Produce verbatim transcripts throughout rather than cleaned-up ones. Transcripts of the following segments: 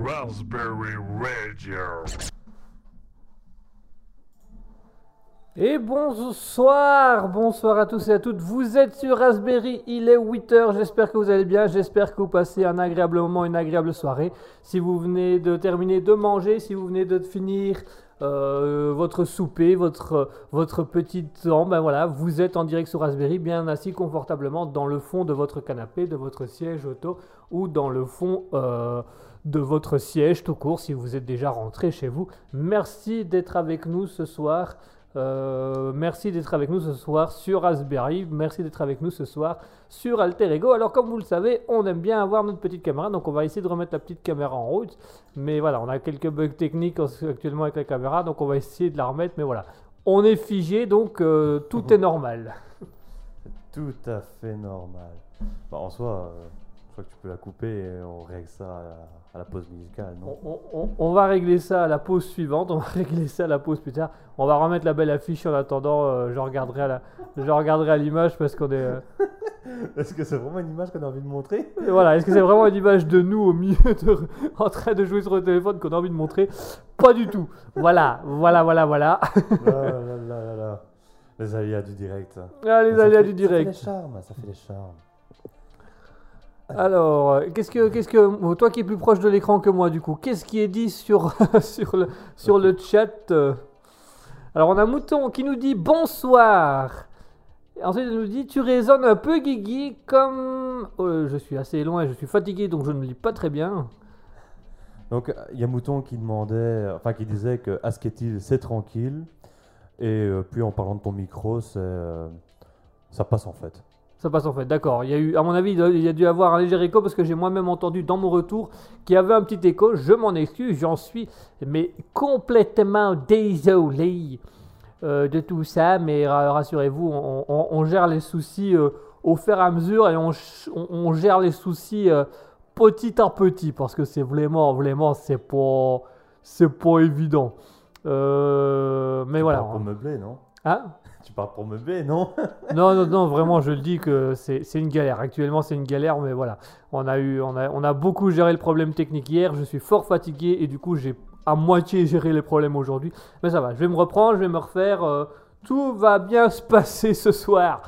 Raspberry Radio. Et bonsoir, bonsoir à tous et à toutes, vous êtes sur Raspberry, il est huit heures, j'espère que vous allez bien, j'espère que vous passez un agréable moment, une agréable soirée. Si vous venez de terminer de manger, si vous venez de finir euh, votre souper, votre, votre petit temps, ben voilà, vous êtes en direct sur Raspberry, bien assis confortablement dans le fond de votre canapé, de votre siège auto ou dans le fond euh, de votre siège tout court si vous êtes déjà rentré chez vous. Merci d'être avec nous ce soir. Euh, merci d'être avec nous ce soir sur Raspberry, merci d'être avec nous ce soir sur Alter Ego. Alors comme vous le savez, on aime bien avoir notre petite caméra, donc on va essayer de remettre la petite caméra en route, mais voilà, on a quelques bugs techniques actuellement avec la caméra, donc on va essayer de la remettre, mais voilà, on est figé, donc euh, tout est normal. Tout à fait normal. Bah, en soi, euh, je crois que tu peux la couper et on règle ça à la, à la pause musicale, non? on, on, on va régler ça à la pause suivante, on va régler ça à la pause plus tard. On va remettre la belle affiche en attendant, euh, je regarderai à la, je regarderai à l'image parce qu'on est... Euh... Est-ce que c'est vraiment une image qu'on a envie de montrer? Et voilà, est-ce que c'est vraiment une image de nous au milieu de, en train de jouer sur le téléphone qu'on a envie de montrer? Pas du tout. Voilà, voilà, voilà, voilà. Là, là, là, là, là. Les aléas du direct. Ah, les Ça aléas fait- du direct. Ça fait les charmes, ça fait les charmes. Alors, euh, qu'est-ce que, qu'est-ce que, toi qui es plus proche de l'écran que moi du coup, qu'est-ce qui est dit sur, sur, le, sur le chat euh Alors, on a Mouton qui nous dit bonsoir. Et ensuite, il nous dit tu résonnes un peu Guigui comme... Oh, je suis assez loin, je suis fatigué donc je ne lis pas très bien. Donc, il y a Mouton qui demandait, enfin qui disait que Asketil c'est tranquille. Et euh, puis en parlant de ton micro, c'est, euh, ça passe en fait. Ça passe en fait, d'accord. Il y a eu, à mon avis, il y a dû avoir un léger écho parce que j'ai moi-même entendu dans mon retour qu'il y avait un petit écho. Je m'en excuse, j'en suis mais complètement désolé euh, de tout ça. Mais ra- rassurez-vous, on, on- on gère les soucis euh, au fur et à mesure et on, ch- on- on gère les soucis euh, petit à petit parce que c'est vraiment, vraiment, c'est pas, c'est pas évident. Euh, mais Tu voilà. parles pour meubler, non? Hein? Tu parles pour meubler, non? Non, non, non, vraiment, je le dis que c'est c'est une galère. Actuellement, c'est une galère, mais voilà. On a, eu, on, a, on a beaucoup géré le problème technique hier. Je suis fort fatigué et du coup, j'ai à moitié géré les problèmes aujourd'hui. Mais ça va, je vais me reprendre, je vais me refaire. euh, tout va bien se passer ce soir.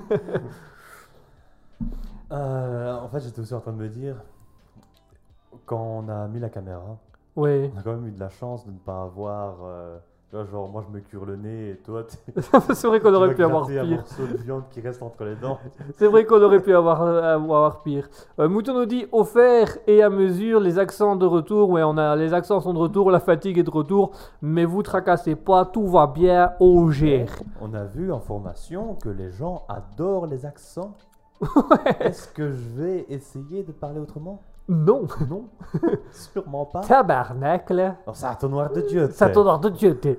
Euh, en fait, j'étais aussi en train de me dire, quand on a mis la caméra, Oui, on a quand même eu de la chance de ne pas avoir, euh, tu vois, genre moi je me cure le nez et toi tu c'est vrai qu'on tu aurait vas pu avoir gratter un pire. morceau de viande qui reste entre les dents. C'est vrai qu'on aurait pu avoir, avoir pire. Euh, Mouton nous dit offert et à mesure, les accents de retour. Ouais, on a, les accents sont de retour, la fatigue est de retour. Mais vous tracassez pas, tout va bien, on gère. On a vu en formation que les gens adorent les accents. Est-ce que je vais essayer de parler autrement? Non, Non, sûrement pas. tabarnak là. Alors ça noir de Dieu. Ça t'sais. t'honore de Dieu, t'es.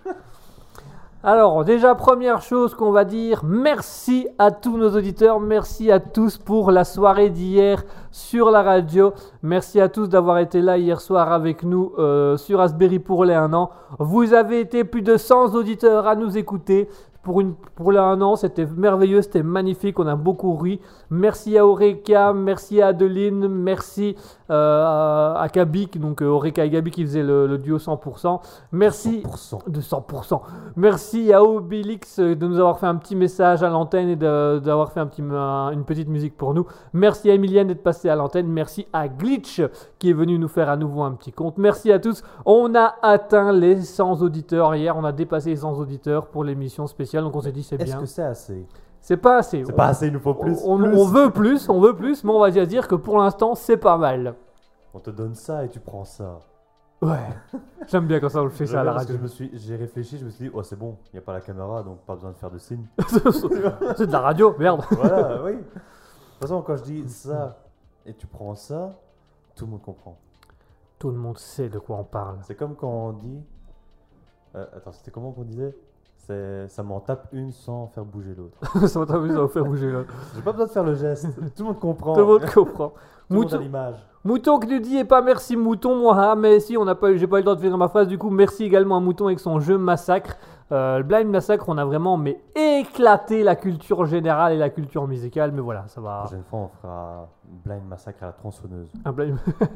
Alors, déjà, première chose qu'on va dire, merci à tous nos auditeurs, merci à tous pour la soirée d'hier sur la radio. Merci à tous d'avoir été là hier soir avec nous euh, sur Raspberry pour les un an. Vous avez été plus de cent auditeurs à nous écouter. Pour, une, pour les un an, c'était merveilleux, c'était magnifique, on a beaucoup ri. Merci à Eureka, merci à Adeline, merci euh, à, à Kabik, donc euh, Eureka et Gabi qui faisaient le, le duo cent pour cent. Merci cent pour cent. de cent pour cent. Merci à Obélix euh, de nous avoir fait un petit message à l'antenne et de- d'avoir fait un petit, un- une petite musique pour nous. Merci à Emilienne d'être passée à l'antenne. Merci à Glitch qui est venu nous faire à nouveau un petit compte. Merci à tous. On a atteint les cent auditeurs hier. On a dépassé les cent auditeurs pour l'émission spéciale. Donc on s'est dit c'est Est-ce bien. que c'est assez? C'est pas assez. C'est On- pas assez, il nous faut plus. on, plus. on veut plus, on veut plus, mais on va dire que pour l'instant c'est pas mal. On te donne ça et tu prends ça. Ouais. J'aime bien quand ça on le fait ça à la Parce que radio. je me suis, j'ai réfléchi, je me suis dit, oh c'est bon, il n'y a pas la caméra, donc pas besoin de faire de signe. C'est de la radio, merde. Voilà, oui. De toute façon, quand je dis ça et tu prends ça, tout le monde comprend. Tout le monde sait de quoi on parle. C'est comme quand on dit. Euh, attends, c'était comment qu'on disait? C'est, ça m'en tape une sans faire bouger l'autre. Ça va t'amuser, ça va faire bouger là. J'ai pas besoin de faire le geste. Tout le monde comprend. Tout le monde comprend. Tout le monde a Mouton, l'image. Mouton qui nous dit et pas merci Mouton moi hein, mais si on n'a pas eu- j'ai pas eu le droit de finir ma phrase du coup merci également à Mouton avec son jeu Massacre. Euh, le Blind Massacre on a vraiment mais éclaté la culture générale et la culture musicale mais voilà ça La va. prochaine fois, on fera Blind Massacre à la tronçonneuse. Un blind...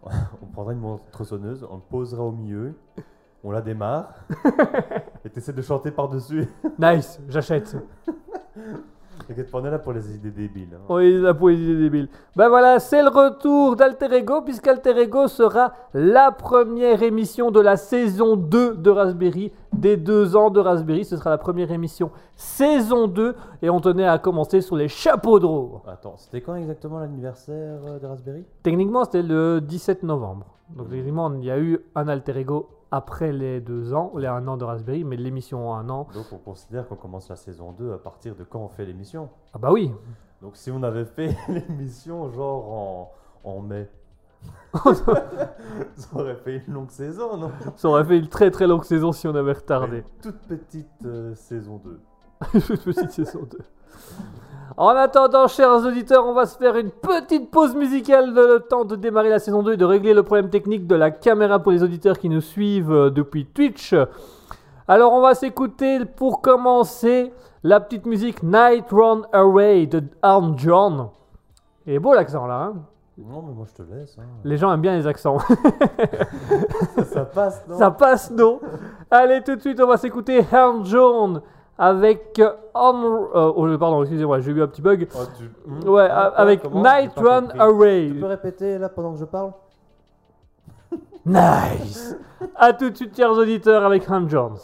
on prendra une montre tronçonneuse, on le posera au milieu, on la démarre, et tu essaies de chanter par-dessus. Nice, j'achète. T'inquiète pas, on est là pour les idées débiles. Hein. Oui, la poésie des débiles. Ben voilà, c'est le retour d'Alter Ego, puisqu'Alter Ego sera la première émission de la saison deux de Raspberry, des deux ans de Raspberry. Ce sera la première émission saison deux, et on tenait à commencer sur les chapeaux de roue. Attends, c'était quand exactement l'anniversaire euh, de Raspberry? Techniquement, c'était le dix-sept novembre. Donc, techniquement, il y a eu un Alter Ego après les deux ans, les un an de Raspberry, mais l'émission a un an. Donc on considère qu'on commence la saison deux à partir de quand on fait l'émission. Ah bah oui. Donc si on avait fait l'émission genre en, en mai, ça aurait fait une longue saison, non? Ça aurait fait une très très longue saison si on avait retardé. Une toute petite euh, saison deux. Une petite saison deux. En attendant, chers auditeurs, on va se faire une petite pause musicale de le temps de démarrer la saison deux et de régler le problème technique de la caméra pour les auditeurs qui nous suivent euh, depuis Twitch. Alors, on va s'écouter pour commencer la petite musique Night Run Away de Arm John. Il est beau l'accent là, hein? Non, mais moi je te laisse. Hein. Les gens aiment bien les accents. ça, ça passe, non? Ça passe, non? Allez, tout de suite, on va s'écouter Arm John avec euh, on, euh, oh, pardon, excusez-moi, j'ai eu un petit bug. Oh, tu... hmm. Ouais, ah, avec comment? Night J'ai pas Run compris. Away. Tu peux répéter là pendant que je parle? Nice. À tout de suite, chers auditeurs, avec Han Jones.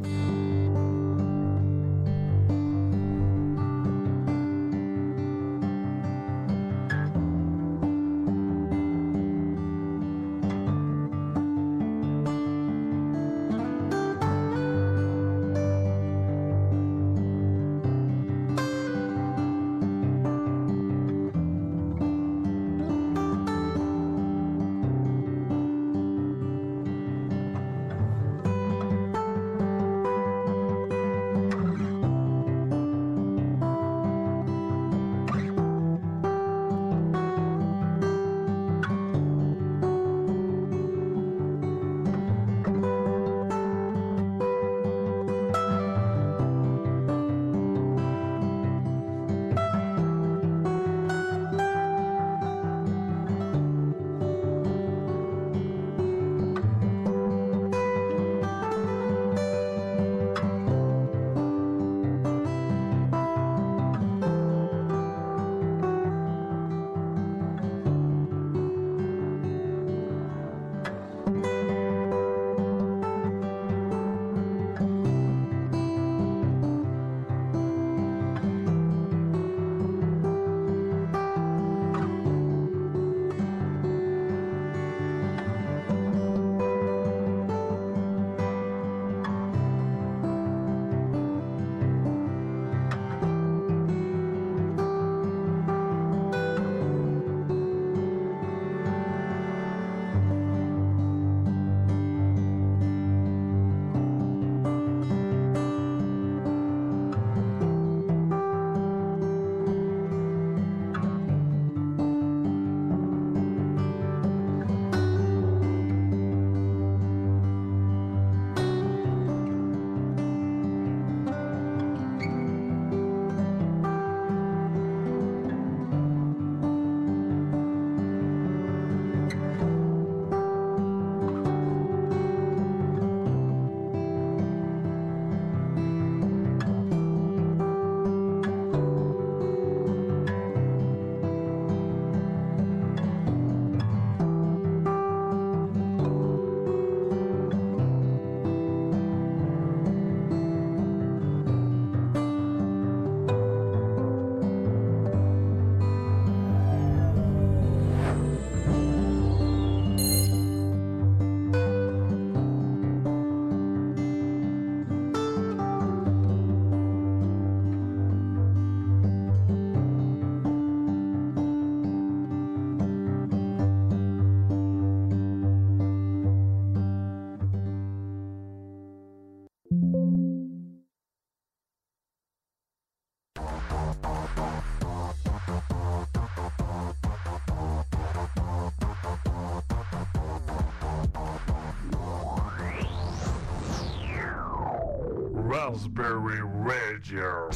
Raspberry Radio.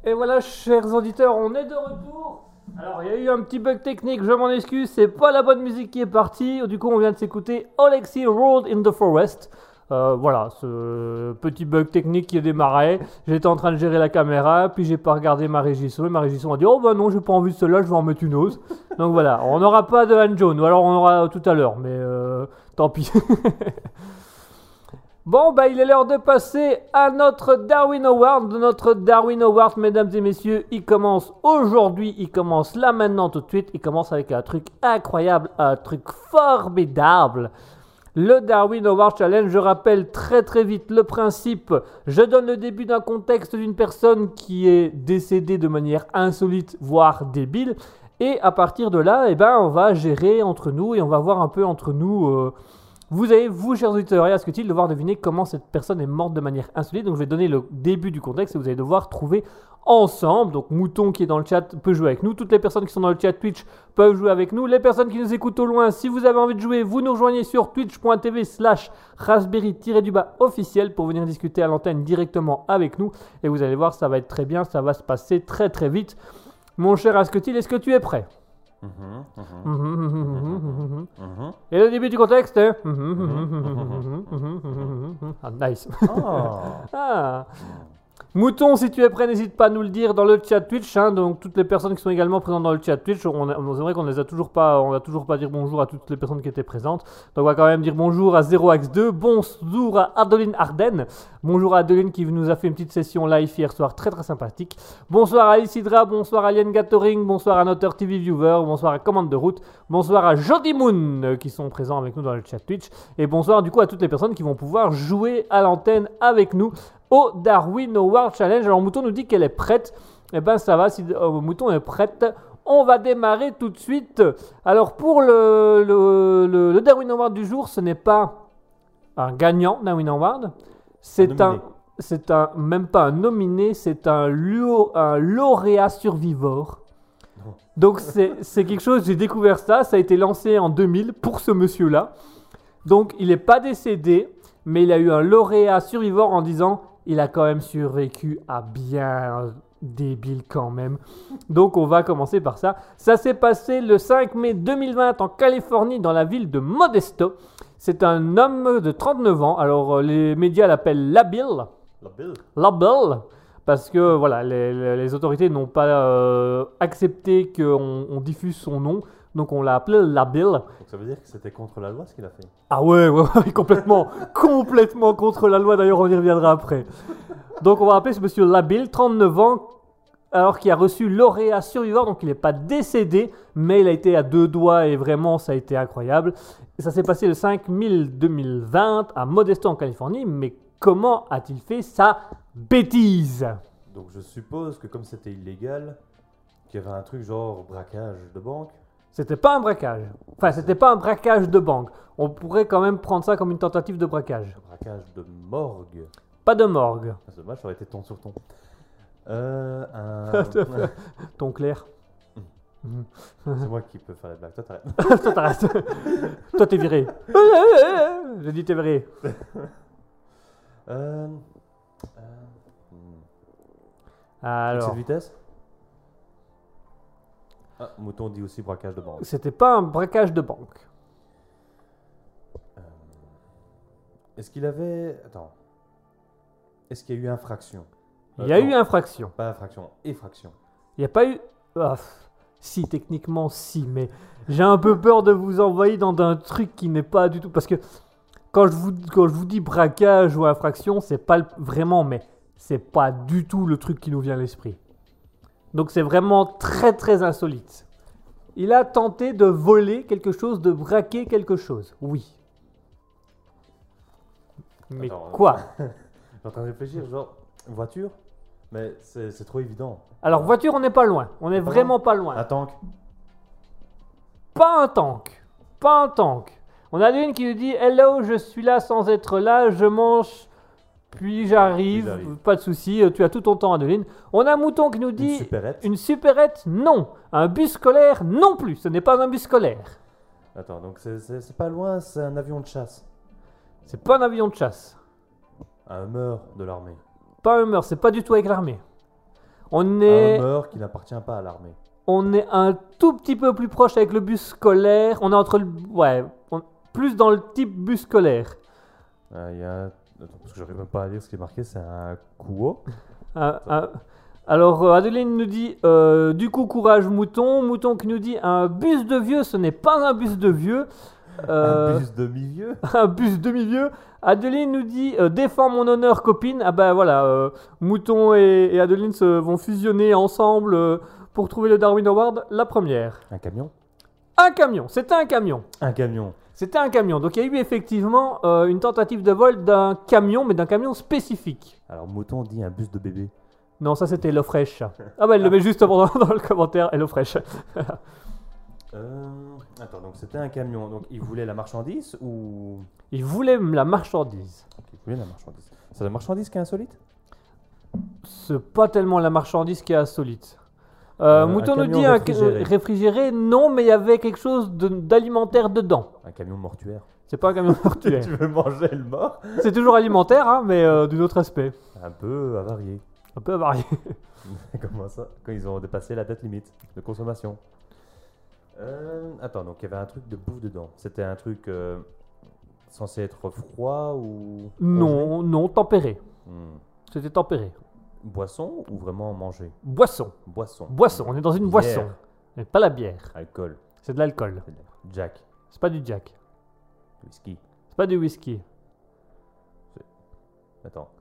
Et voilà, chers auditeurs, on est de retour. Alors, il y a eu un petit bug technique, je m'en excuse, c'est pas la bonne musique qui est partie. Du coup, on vient de s'écouter Alexi Road in the Forest. Euh, voilà, ce petit bug technique qui a démarré. J'étais en train de gérer la caméra, puis j'ai pas regardé ma régisson. Et ma régisson a dit: oh bah non, j'ai pas envie de celle-là, je vais en mettre une autre. Donc voilà, on n'aura pas de Han Jaune, ou alors on aura tout à l'heure, mais euh, tant pis. Bon, bah il est l'heure de passer à notre Darwin Award. Notre Darwin Award, mesdames et messieurs, il commence aujourd'hui, il commence là maintenant tout de suite. Il commence avec un truc incroyable, un truc formidable. Le Darwin Award Challenge, je rappelle très très vite le principe. Je donne le début d'un contexte d'une personne qui est décédée de manière insolite, voire débile. Et à partir de là, eh ben, on va gérer entre nous et on va voir un peu entre nous... Euh, Vous avez, vous, chers auditeurs, et Asketil, devoir deviner comment cette personne est morte de manière insolite. Donc, je vais donner le début du contexte et vous allez devoir trouver ensemble. Donc, Mouton qui est dans le chat peut jouer avec nous. Toutes les personnes qui sont dans le chat Twitch peuvent jouer avec nous. Les personnes qui nous écoutent au loin, si vous avez envie de jouer, vous nous rejoignez sur twitch.tv slash raspberry-du-bas officiel pour venir discuter à l'antenne directement avec nous. Et vous allez voir, ça va être très bien, ça va se passer très très vite. Mon cher Asketil, est-ce que tu es prêt? Mhm, mhm, mhm, mhm. Et le début du contexte hein? Ah, nice. Ah. Ah. Mouton, si tu es prêt, n'hésite pas à nous le dire dans le chat Twitch. Hein, donc toutes les personnes qui sont également présentes dans le chat Twitch, on a- c'est vrai qu'on les a toujours pas, on a toujours pas dire bonjour à toutes les personnes qui étaient présentes. Donc on va quand même dire bonjour à zéro axe deux, bonjour à Adeline Arden, bonjour à Adeline qui nous a fait une petite session live hier soir, très très sympathique. Bonsoir à Isidra, bonsoir à Alien Gathering, bonsoir à Notter T V Viewer, bonsoir à Commande de Route, bonsoir à Jody Moon euh, qui sont présents avec nous dans le chat Twitch et bonsoir du coup à toutes les personnes qui vont pouvoir jouer à l'antenne avec nous au Darwin Award Challenge. Alors Mouton nous dit qu'elle est prête. Eh ben ça va, si euh, Mouton est prête, on va démarrer tout de suite. Alors pour le, le, le, le Darwin Award du jour, ce n'est pas un gagnant Darwin Award, c'est Un un, nominé. c'est un, même pas un nominé, c'est un, luo- un lauréat survivor. Non. Donc c'est c'est quelque chose, j'ai découvert ça, ça a été lancé en deux mille pour ce monsieur-là. Donc il n'est pas décédé, mais il a eu un lauréat survivor en disant il a quand même survécu à bien débile quand même. Donc on va commencer par ça. Ça s'est passé le cinq mai deux mille vingt en Californie dans la ville de Modesto. C'est un homme de trente-neuf ans. Alors euh, les médias l'appellent La Bill. La belle. La Bill. Parce que voilà, les, les- les autorités n'ont pas euh, accepté qu'on on diffuse son nom. Donc on l'a appelé La Bill. Donc ça veut dire que c'était contre la loi ce qu'il a fait. Ah ouais, ouais, ouais, complètement, complètement contre la loi, d'ailleurs on y reviendra après. Donc on va appeler ce monsieur Labil, trente-neuf ans, alors qui a reçu lauréat survivor, donc il n'est pas décédé, mais il a été à deux doigts et vraiment ça a été incroyable. Et ça s'est passé le cinq mai deux mille vingt à Modesto en Californie, mais comment a-t-il fait sa bêtise? Donc je suppose que comme c'était illégal, qu'il y avait un truc genre braquage de banque. C'était pas un braquage, enfin c'était pas un braquage de banque, on pourrait quand même prendre ça comme une tentative de braquage. Braquage de morgue. Pas de morgue, Ah, c'est dommage, ça aurait été ton sur ton. Euh, un... ton clair. c'est moi qui peux faire les blagues. Toi, t'arrêtes. Toi, t'arrêtes. Toi, t'es viré. J'ai dit t'es viré. Euh... euh, hmm. Alors, Excès de vitesse. Ah, Mouton dit aussi braquage de banque. c'était pas un braquage de banque. Euh, Est-ce qu'il avait... Attends. Est-ce qu'il y a eu infraction? Il y a Euh, eu non, infraction. Pas infraction, effraction. Il n'y a pas eu... Ah, pff, si, techniquement, si, mais j'ai un peu peur de vous envoyer dans un truc qui n'est pas du tout... Parce que quand je vous, quand je vous dis braquage ou infraction, c'est pas le- vraiment, mais c'est pas du tout le truc qui nous vient à l'esprit. Donc c'est vraiment très très insolite. Il a tenté de voler quelque chose, de braquer quelque chose. Oui. Mais Attends, euh, quoi? Je suis en train de réfléchir, genre, voiture? Mais c'est c'est trop évident. Alors voiture, on n'est pas loin. On n'est Pas vraiment pas loin. Un tank? Pas un tank. Pas un tank. On a une qui nous dit hello, je suis là sans être là, je mange, puis j'arrive. Puis j'arrive. Pas de souci, euh, tu as tout ton temps, Adeline. On a Mouton qui nous Une dit supérette? une supérette, non. Un bus scolaire, non plus. Ce n'est pas un bus scolaire. Attends, donc c'est- c'est c'est pas loin, c'est un avion de chasse. C'est pas un avion de chasse. Un Hummer de l'armée. Pas un Hummer, c'est pas du tout avec l'armée. On Un est, Hummer qui n'appartient pas à l'armée. on est un tout petit peu plus proche avec le bus scolaire. On est entre le, ouais, on- plus dans le type bus scolaire. Euh, Il y a un... Attends, parce que j'arrive même pas à lire ce qui est marqué, c'est un Kuo. Un- un- alors euh, Adeline nous dit euh, du coup courage Mouton. Mouton qui nous dit un bus de vieux, ce n'est pas un bus de vieux. Euh, Un bus demi-vieux. un bus demi-vieux. Adeline nous dit euh, défends mon honneur copine. Ah ben voilà, euh, Mouton et, et Adeline se vont fusionner ensemble euh, pour trouver le Darwin Award. La première. Un camion. Un camion, c'était un camion. Un camion. C'était un camion. Donc il y a eu effectivement euh, une tentative de vol d'un camion, mais d'un camion spécifique. Alors Mouton dit un bus de bébé. Non, ça c'était HelloFresh. Ah bah elle le met juste dans, dans le commentaire, HelloFresh. Euh... Attends, donc c'était un camion. Donc il voulait la marchandise ou... Il voulait la marchandise. Il voulait la marchandise. C'est la marchandise qui est insolite? C'est pas tellement la marchandise qui est insolite. Euh, Euh, Mouton un nous camion dit un réfrigéré. ca- réfrigéré, non, mais il y avait quelque chose de- d'alimentaire dedans. Un camion mortuaire. C'est pas un camion mortuaire. Tu veux manger le mort? C'est toujours alimentaire, hein, mais euh, d'un autre aspect. Un peu avarié. Un peu avarié. Comment ça? Quand ils ont dépassé la date limite de consommation. Euh, attends, donc il y avait un truc de bouffe dedans. C'était un truc euh, censé être froid ou... Non, non, tempéré. congelé? Hmm. C'était tempéré. Boisson ou vraiment manger? Boisson. Boisson. Boisson, on est dans une Bière. boisson. Mais pas la bière. Alcool. C'est de l'alcool. Jack. C'est pas du Jack. Whisky. C'est pas du whisky. Attends.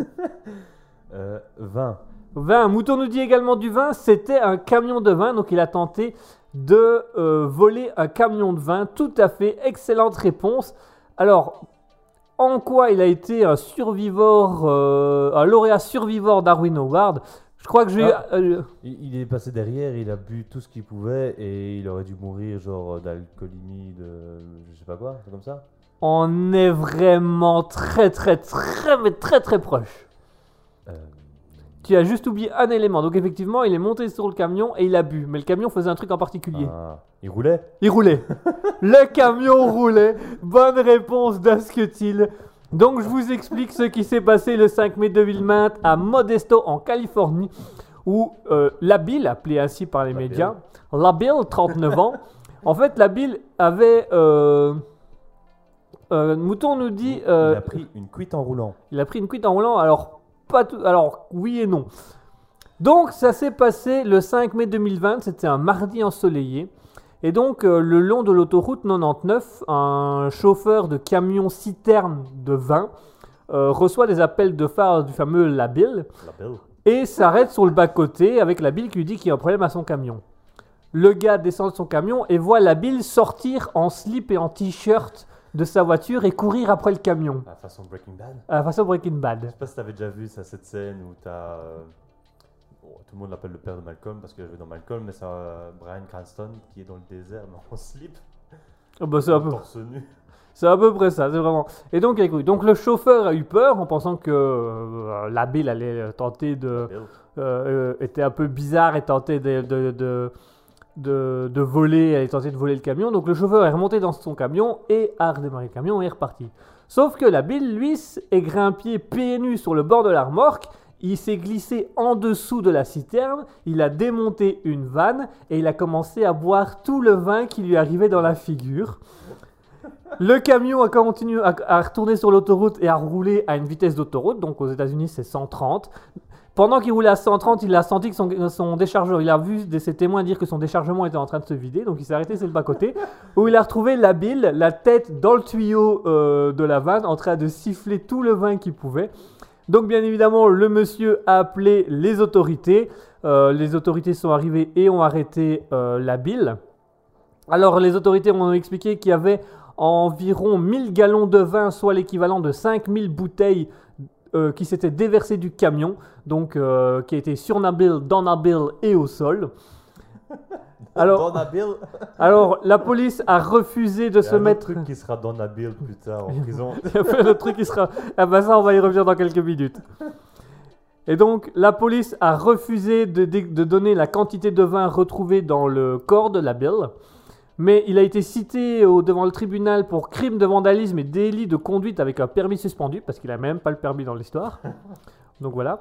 euh, vin. Vin. Mouton nous dit également du vin. C'était un camion de vin. Donc il a tenté de euh, voler un camion de vin. Tout à fait. Excellente réponse. Alors, en quoi il a été un survivor, euh, un lauréat survivor Darwin Award? Je crois que j'ai eu. Ah. euh, Il, il est passé derrière, il a bu tout ce qu'il pouvait et il aurait dû mourir genre d'alcoolémie, de... je sais pas quoi, c'est comme ça? on est vraiment très, très, très, mais très, très proche. Euh, Tu as juste oublié un élément. Donc effectivement, il est monté sur le camion et il a bu. Mais le camion faisait un truc en particulier. ah, il roulait? Il roulait. Le camion roulait. Bonne réponse d'Asketil. Donc je vous explique ce qui s'est passé le cinq mai deux mille vingt à Modesto en Californie où euh, la Bill, appelée ainsi par les La médias, la Bill, trente-neuf ans, en fait la Bill avait... euh, euh, Mouton nous dit... euh, Il a pris une cuite en roulant. il a pris une cuite en roulant, alors pas tout, alors oui et non. Donc ça s'est passé le cinq mai deux mille vingt, c'était un mardi ensoleillé. Et donc euh, le long de l'autoroute quatre-vingt-dix-neuf, un chauffeur de camion citerne de vin euh, reçoit des appels de phare du fameux La Bill La belle. et s'arrête sur le bas-côté avec la Bill qui lui dit qu'il y a un problème à son camion. Le gars descend de son camion et voit la Bill sortir en slip et en t-shirt de sa voiture et courir après le camion. La façon Breaking Bad. À la façon Breaking Bad. Je sais pas si t'avais déjà vu ça, cette scène où t'as... euh, bon, tout le monde l'appelle le père de Malcolm parce qu'il a joué dans Malcolm, mais c'est euh, Bryan Cranston qui est dans le désert mais en slip, Ah bah, c'est un peu... torse nu. C'est à peu près ça, c'est vraiment. Et donc, écoute, donc le chauffeur a eu peur en pensant que euh, la Bill allait euh, tenter de, La belle. euh, euh, était un peu bizarre et tentait de, de, de, de, de voler, allait tenter de voler le camion. Donc le chauffeur est remonté dans son camion et a redémarré le camion et est reparti. Sauf que la Bill, lui, est grimpé pieds nus sur le bord de la remorque. Il s'est glissé en dessous de la citerne, il a démonté une vanne et il a commencé à boire tout le vin qui lui arrivait dans la figure. Le camion a continué à, à retourner sur l'autoroute et à rouler à une vitesse d'autoroute, donc aux États-Unis c'est cent trente. Pendant qu'il roulait à cent trente, il a senti que son, son déchargeur, il a vu de ses témoins dire que son déchargement était en train de se vider, donc il s'est arrêté sur le bas-côté, où il a retrouvé la Bill, la tête dans le tuyau euh, de la vanne, en train de siffler tout le vin qu'il pouvait. Donc bien évidemment, le monsieur a appelé les autorités. Euh, les autorités sont arrivées et ont arrêté euh, la Bill. Alors les autorités ont expliqué qu'il y avait environ mille gallons de vin, soit l'équivalent de cinq mille bouteilles euh, qui s'étaient déversées du camion, donc euh, qui étaient sur la Bill, dans la Bill et au sol. Alors, Dans la Bill. alors la police a refusé de Il y a se un mettre... autre truc qui sera dans la Bill plus tard en prison. Il y a fait le truc qui sera... Ah bah ça, on va y revenir dans quelques minutes. Et donc, la police a refusé de, de, de donner la quantité de vin retrouvée dans le corps de la Bill. Mais il a été cité au, devant le tribunal pour crime de vandalisme et délit de conduite avec un permis suspendu, parce qu'il n'a même pas le permis dans l'histoire. Donc voilà.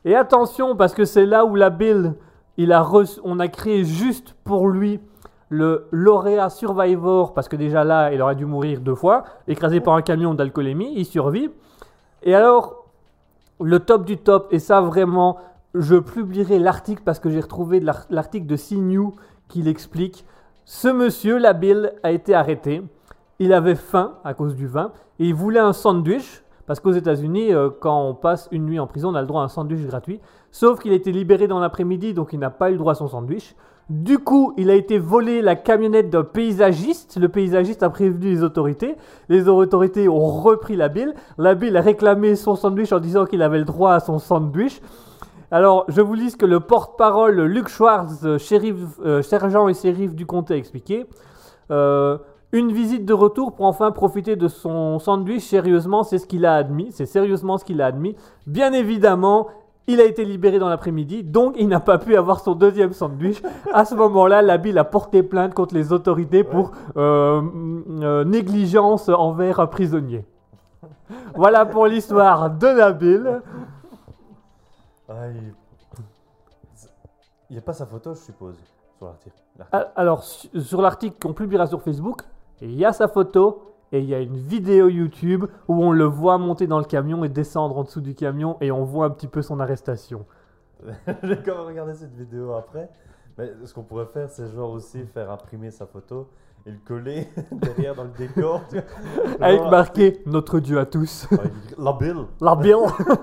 Et attention, parce que c'est là où la Bill, il a reçu, on a créé juste pour lui le lauréat Survivor, parce que déjà là, il aurait dû mourir deux fois, écrasé par un camion d'alcoolémie, il survit. Et alors, le top du top, et ça vraiment, je publierai l'article parce que j'ai retrouvé de l'ar- l'article de C News qui l'explique. Ce monsieur, la Bill, a été arrêté. Il avait faim à cause du vin et il voulait un sandwich. Parce qu'aux États-Unis, euh, quand on passe une nuit en prison, on a le droit à un sandwich gratuit. Sauf qu'il a été libéré dans l'après-midi, donc il n'a pas eu le droit à son sandwich. Du coup, il a été volé la camionnette d'un paysagiste. Le paysagiste a prévenu les autorités. Les autorités ont repris la Bill. La Bill a réclamé son sandwich en disant qu'il avait le droit à son sandwich. Alors, je vous lis ce que le porte-parole Luke Schwartz, euh, shérif, euh, sergent et shérif du comté, a expliqué. Euh, une visite de retour pour enfin profiter de son sandwich, sérieusement, c'est ce qu'il a admis. C'est sérieusement ce qu'il a admis. Bien évidemment, il a été libéré dans l'après-midi, donc il n'a pas pu avoir son deuxième sandwich. À ce moment-là, la Bill a porté plainte contre les autorités pour euh, euh, négligence envers un prisonnier. Voilà pour l'histoire de la Bill. Ah, il n'y a pas sa photo, je suppose, sur l'article. Ah, Alors, su- sur l'article qu'on publiera sur Facebook, il y a sa photo et il y a une vidéo YouTube où on le voit monter dans le camion et descendre en dessous du camion et on voit un petit peu son arrestation. J'ai quand même regardé cette vidéo après. Mais ce qu'on pourrait faire, c'est genre aussi faire imprimer sa photo et le coller derrière dans le décor. tu vois. Avec Genre, marqué « Notre Dieu à tous avec la Bill. ». La Bill.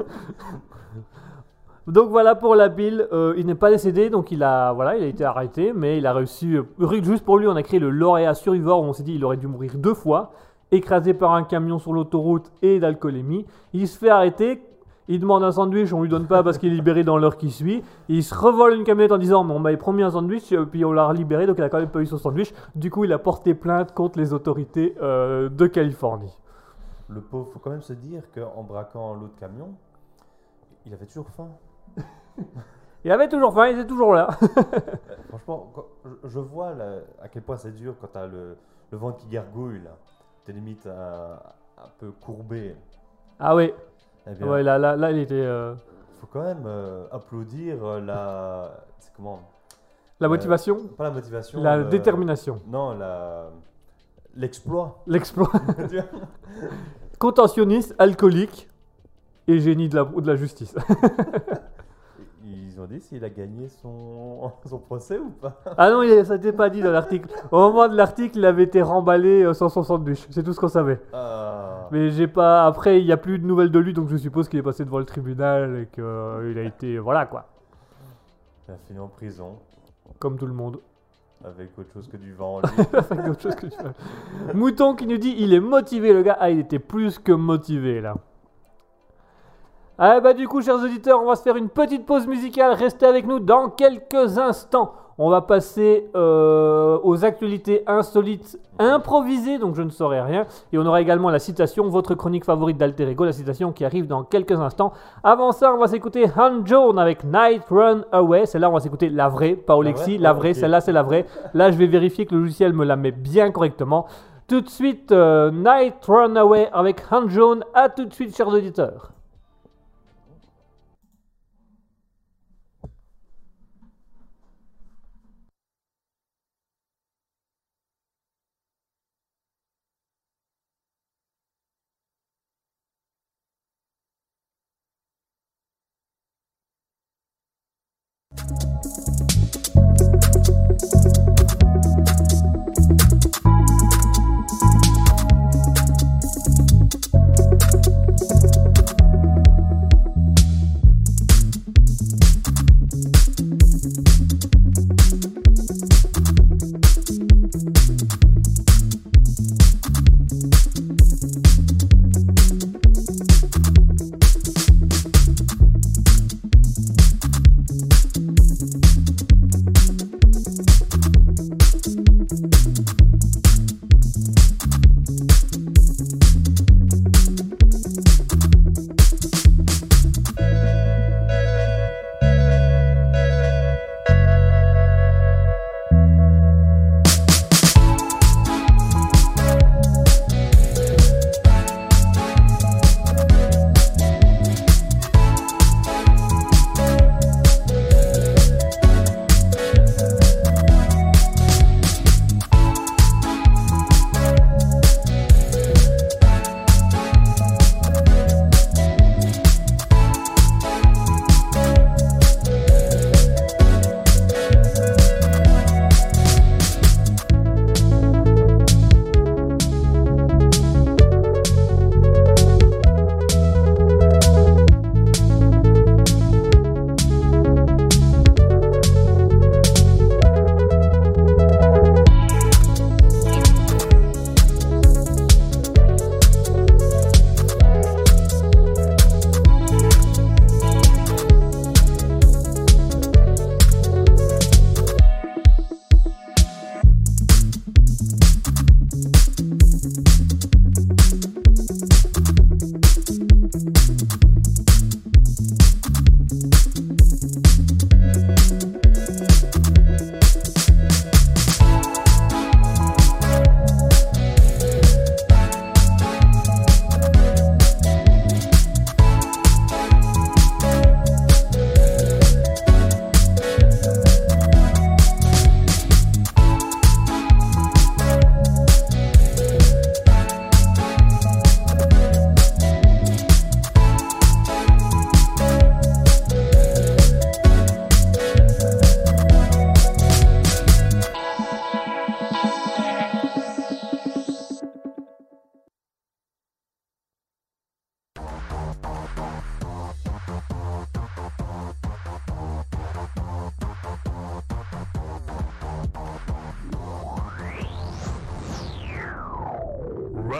Donc voilà pour la Bill, euh, il n'est pas décédé, donc il a, voilà, il a été arrêté, mais il a réussi, euh, juste pour lui, on a créé le lauréat Survivor, où on s'est dit il aurait dû mourir deux fois, écrasé par un camion sur l'autoroute et d'alcoolémie. Il se fait arrêter, il demande un sandwich, on lui donne pas parce qu'il est libéré dans l'heure qui suit. Il se revole une camionnette en disant mais on m'avait promis un sandwich, euh, puis on l'a libéré, donc il a quand même pas eu son sandwich. Du coup, il a porté plainte contre les autorités euh, de Californie. Le pauvre, faut quand même se dire qu'en braquant l'autre camion, il avait toujours faim. Il avait toujours faim, il était toujours là. Euh, Franchement, quand- je- je vois là, à quel point c'est dur quand t'as le, le ventre qui gargouille là. T'es limite un, un peu courbé. Ah oui, Eh bien, ouais, là, là, là, il était... euh, faut quand même euh, applaudir euh, la. C'est comment La Euh, motivation, Pas la motivation. la le- détermination, Non, la. L'exploit. l'exploit. Tu vois. Contentionniste, alcoolique et génie de la, de la justice. Ils ont dit s'il a gagné son, son procès ou pas. Ah non, il- ça n'était pas dit dans l'article. Au moment de l'article, il avait été remballé euh, sans son sandwich. C'est tout ce qu'on savait. Ah. Mais j'ai pas. Après, il n'y a plus de nouvelles de lui, donc je suppose qu'il est passé devant le tribunal et qu'il a été. Voilà quoi. Il a fini en prison Comme tout le monde. avec autre chose que du vent en lui. Avec d'autres choses que tu fais. Mouton qui nous dit il est motivé, le gars. Ah, il était plus que motivé là. Ah bah du coup, chers auditeurs, on va se faire une petite pause musicale. Restez avec nous dans quelques instants. On va passer euh, aux actualités insolites improvisées, donc je ne saurai rien. Et on aura également la citation, votre chronique favorite d'Alter Ego, la citation qui arrive dans quelques instants. Avant ça, on va s'écouter Han Jones avec Night Run Away. Celle-là, on va s'écouter la vraie, pas Olexi, vraie la Ah, vraie. ok. Celle-là, c'est la vraie. Là, je vais vérifier que le logiciel me la met bien correctement. Tout de suite, euh, Night Run Away avec Han Jones. À tout de suite, chers auditeurs.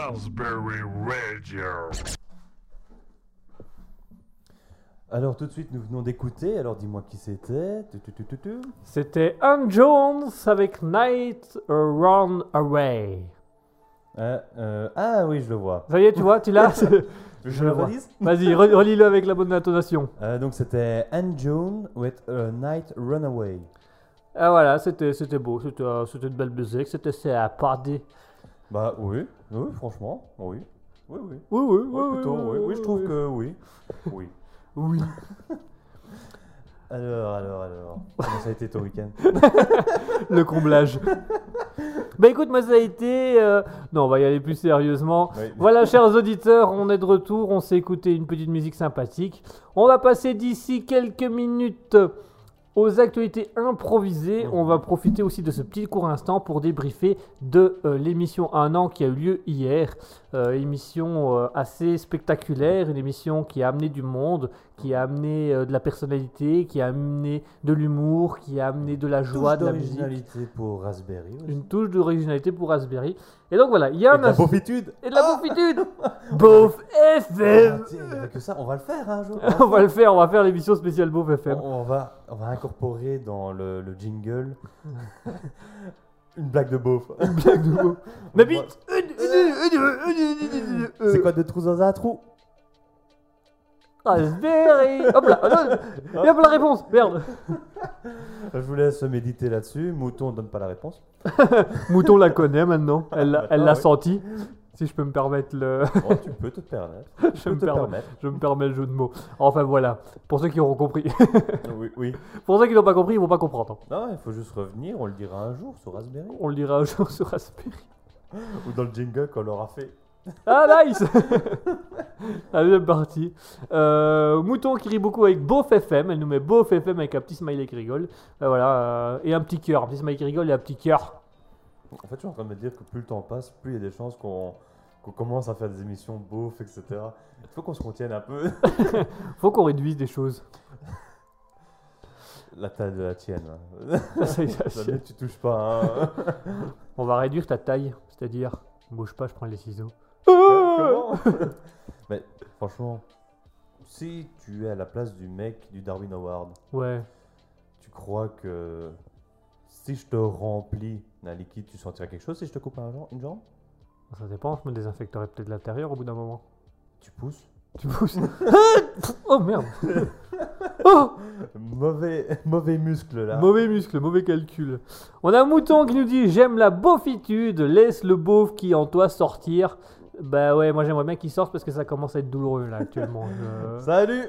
Raspberry Radio. Alors tout de suite, nous venons d'écouter. Alors dis-moi qui c'était. Tu, tu, tu, tu, tu. C'était Ann Jones avec Night Run Away. Euh, euh, ah oui, je le vois. Ça y est, tu vois, tu l'as. Je le le vois. relise. Vas-y, re- relis-le avec la bonne intonation. Euh, donc c'était Ann Jones with a Night Runaway. Ah voilà, c'était, c'était beau, c'était, euh, c'était une belle musique, c'était ça, party. Bah oui, oui, franchement, oui. Oui, oui. Oui, oui, Oui, plutôt, oui, oui, je trouve que oui. Oui. Oui. Alors, alors, alors. Comment ça a été ton week-end? Le comblage. Bah écoute, moi ça a été... euh, Non, on va y aller plus sérieusement. Oui. Voilà, chers auditeurs, on est de retour, on s'est écouté une petite musique sympathique. On va passer d'ici quelques minutes aux actualités improvisées. On va profiter aussi de ce petit court instant pour débriefer de euh, l'émission Un an qui a eu lieu hier. Euh, émission euh, assez spectaculaire, une émission qui a amené du monde, qui a amené euh, de la personnalité, qui a amené de l'humour, qui a amené de la joie, de la musique. d'originalité pour Raspberry. Aussi. Une touche d'originalité pour Raspberry. Et donc voilà, il y a Et un de la as- beaufitude. et de la beaufitude. Beauf F Ah, M. tiens, il n'y avait que ça, on va le faire un jour. On va le faire, on va faire l'émission spéciale Beauf F M. On, on va, on va incorporer dans le, le jingle une blague de beauf. Une blague de Beauf. Ma On bite. voit- C'est quoi de trous dans un trou? Raspberry. Hop là, oh non, il y a pas la réponse, merde. Je vous laisse méditer là-dessus. Mouton ne donne pas la réponse. Mouton la connaît maintenant, elle l'a, elle l'a Maintenant, oui. senti. Si je peux me permettre le... Oh, tu peux te permettre. je, Tu me peux te permets, permettre. je me permets le jeu de mots. Enfin voilà, pour ceux qui auront compris. Oui, oui. Pour ceux qui n'ont pas compris, ils vont pas comprendre. Non, il faut juste revenir. On le dira un jour sur Raspberry. On le dira un jour sur Raspberry. Ou dans le jingle qu'on l'aura fait. Ah nice. La deuxième partie. Euh, Mouton qui rit beaucoup avec Beauf F M. Elle nous met Beauf F M avec un petit smiley qui rigole. Euh, voilà, euh, et un petit cœur. Un petit smiley qui rigole et un petit cœur. En fait, je suis en train de me dire que plus le temps passe, plus il y a des chances qu'on qu'on commence à faire des émissions beauf, et cetera. Il faut qu'on se contienne un peu. Faut qu'on réduise des choses. La taille de la tienne. hein. Ça, ça, ça, Ça, mais tu touches pas. Hein. On va réduire ta taille. C'est-à-dire, bouge pas, je prends les ciseaux. Comment? Mais franchement, si tu es à la place du mec du Darwin Award, Ouais. tu crois que si je te remplis d'un liquide, tu sentiras quelque chose si je te coupe un jam- une jambe? Ça dépend, je me désinfecterai peut-être l'intérieur au bout d'un moment. Tu pousses? Tu pousses. Oh merde. Oh, Mauvais, mauvais muscle là. mauvais muscle, mauvais calcul. On a un Mouton qui nous dit j'aime la beaufitude, laisse le beauf qui en toi sortir. Bah ouais, moi j'aimerais bien qu'il sorte parce que ça commence à être douloureux là actuellement. Je- Salut.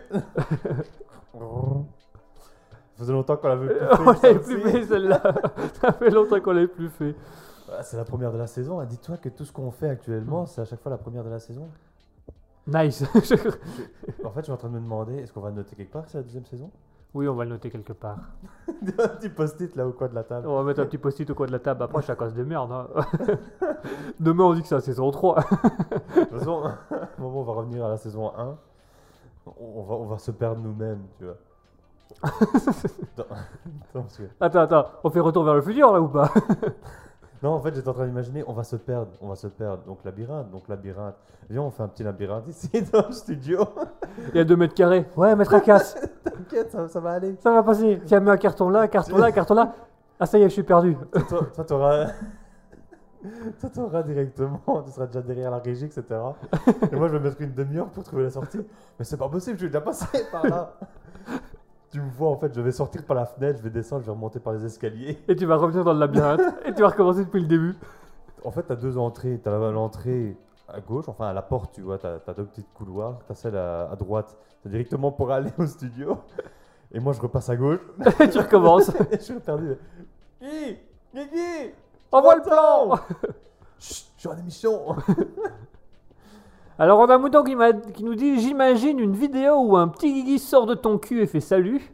Ça faisait longtemps qu'on l'avait plus On fait. l'avait plus fait celle-là. Ça fait longtemps qu'on l'avait plus fait. Ah, c'est la première de la saison. Ah, dis-toi que tout ce qu'on fait actuellement, c'est à chaque fois la première de la saison. Nice. En fait, je suis en train de me demander, est-ce qu'on va noter quelque part que c'est la deuxième saison? Oui, on va le noter quelque part. Un petit post-it là au coin de la table. On va mettre un petit post-it au coin de la table. Après, c'est à cause de merde. Hein. Demain, on dit que c'est la saison trois. De toute façon, à un moment, on va revenir à la saison un. On va, on va se perdre nous-mêmes, tu vois. Attends, attends, parce que- Attends, attends. On fait retour vers le futur là ou pas? Non, en fait, j'étais en train d'imaginer, on va se perdre, on va se perdre. Donc, labyrinthe, donc labyrinthe. Viens, on fait un petit labyrinthe ici dans le studio. Il y a deux mètres carrés. Ouais, mettre à casse. T'inquiète, ça, ça va aller. Ça va passer. Tiens, mets un carton là, un carton là, un carton là. Ah, ça y est, je suis perdu. Toi, toi, t'auras. Toi, t'auras directement, tu seras déjà derrière la régie, et cetera. Et moi, je vais mettre une demi-heure pour trouver la sortie. Mais c'est pas possible, je vais déjà passer par là. Tu me vois, en fait, je vais sortir par la fenêtre, je vais descendre, je vais remonter par les escaliers. Et tu vas revenir dans le labyrinthe. Et tu vas recommencer depuis le début. En fait, t'as deux entrées. T'as la- l'entrée à gauche, enfin à la porte, tu vois, t'as as deux petites couloirs. T'as celle à, à droite, c'est directement pour aller au studio. Et moi, je repasse à gauche. Et tu recommences. Et je suis perdu. Guy, Guigui, Envoie le plan. Chut, je suis en émission. Alors, on a un Mouton qui, m'a- qui nous dit j'imagine une vidéo où un petit Guigui sort de ton cul et fait salut.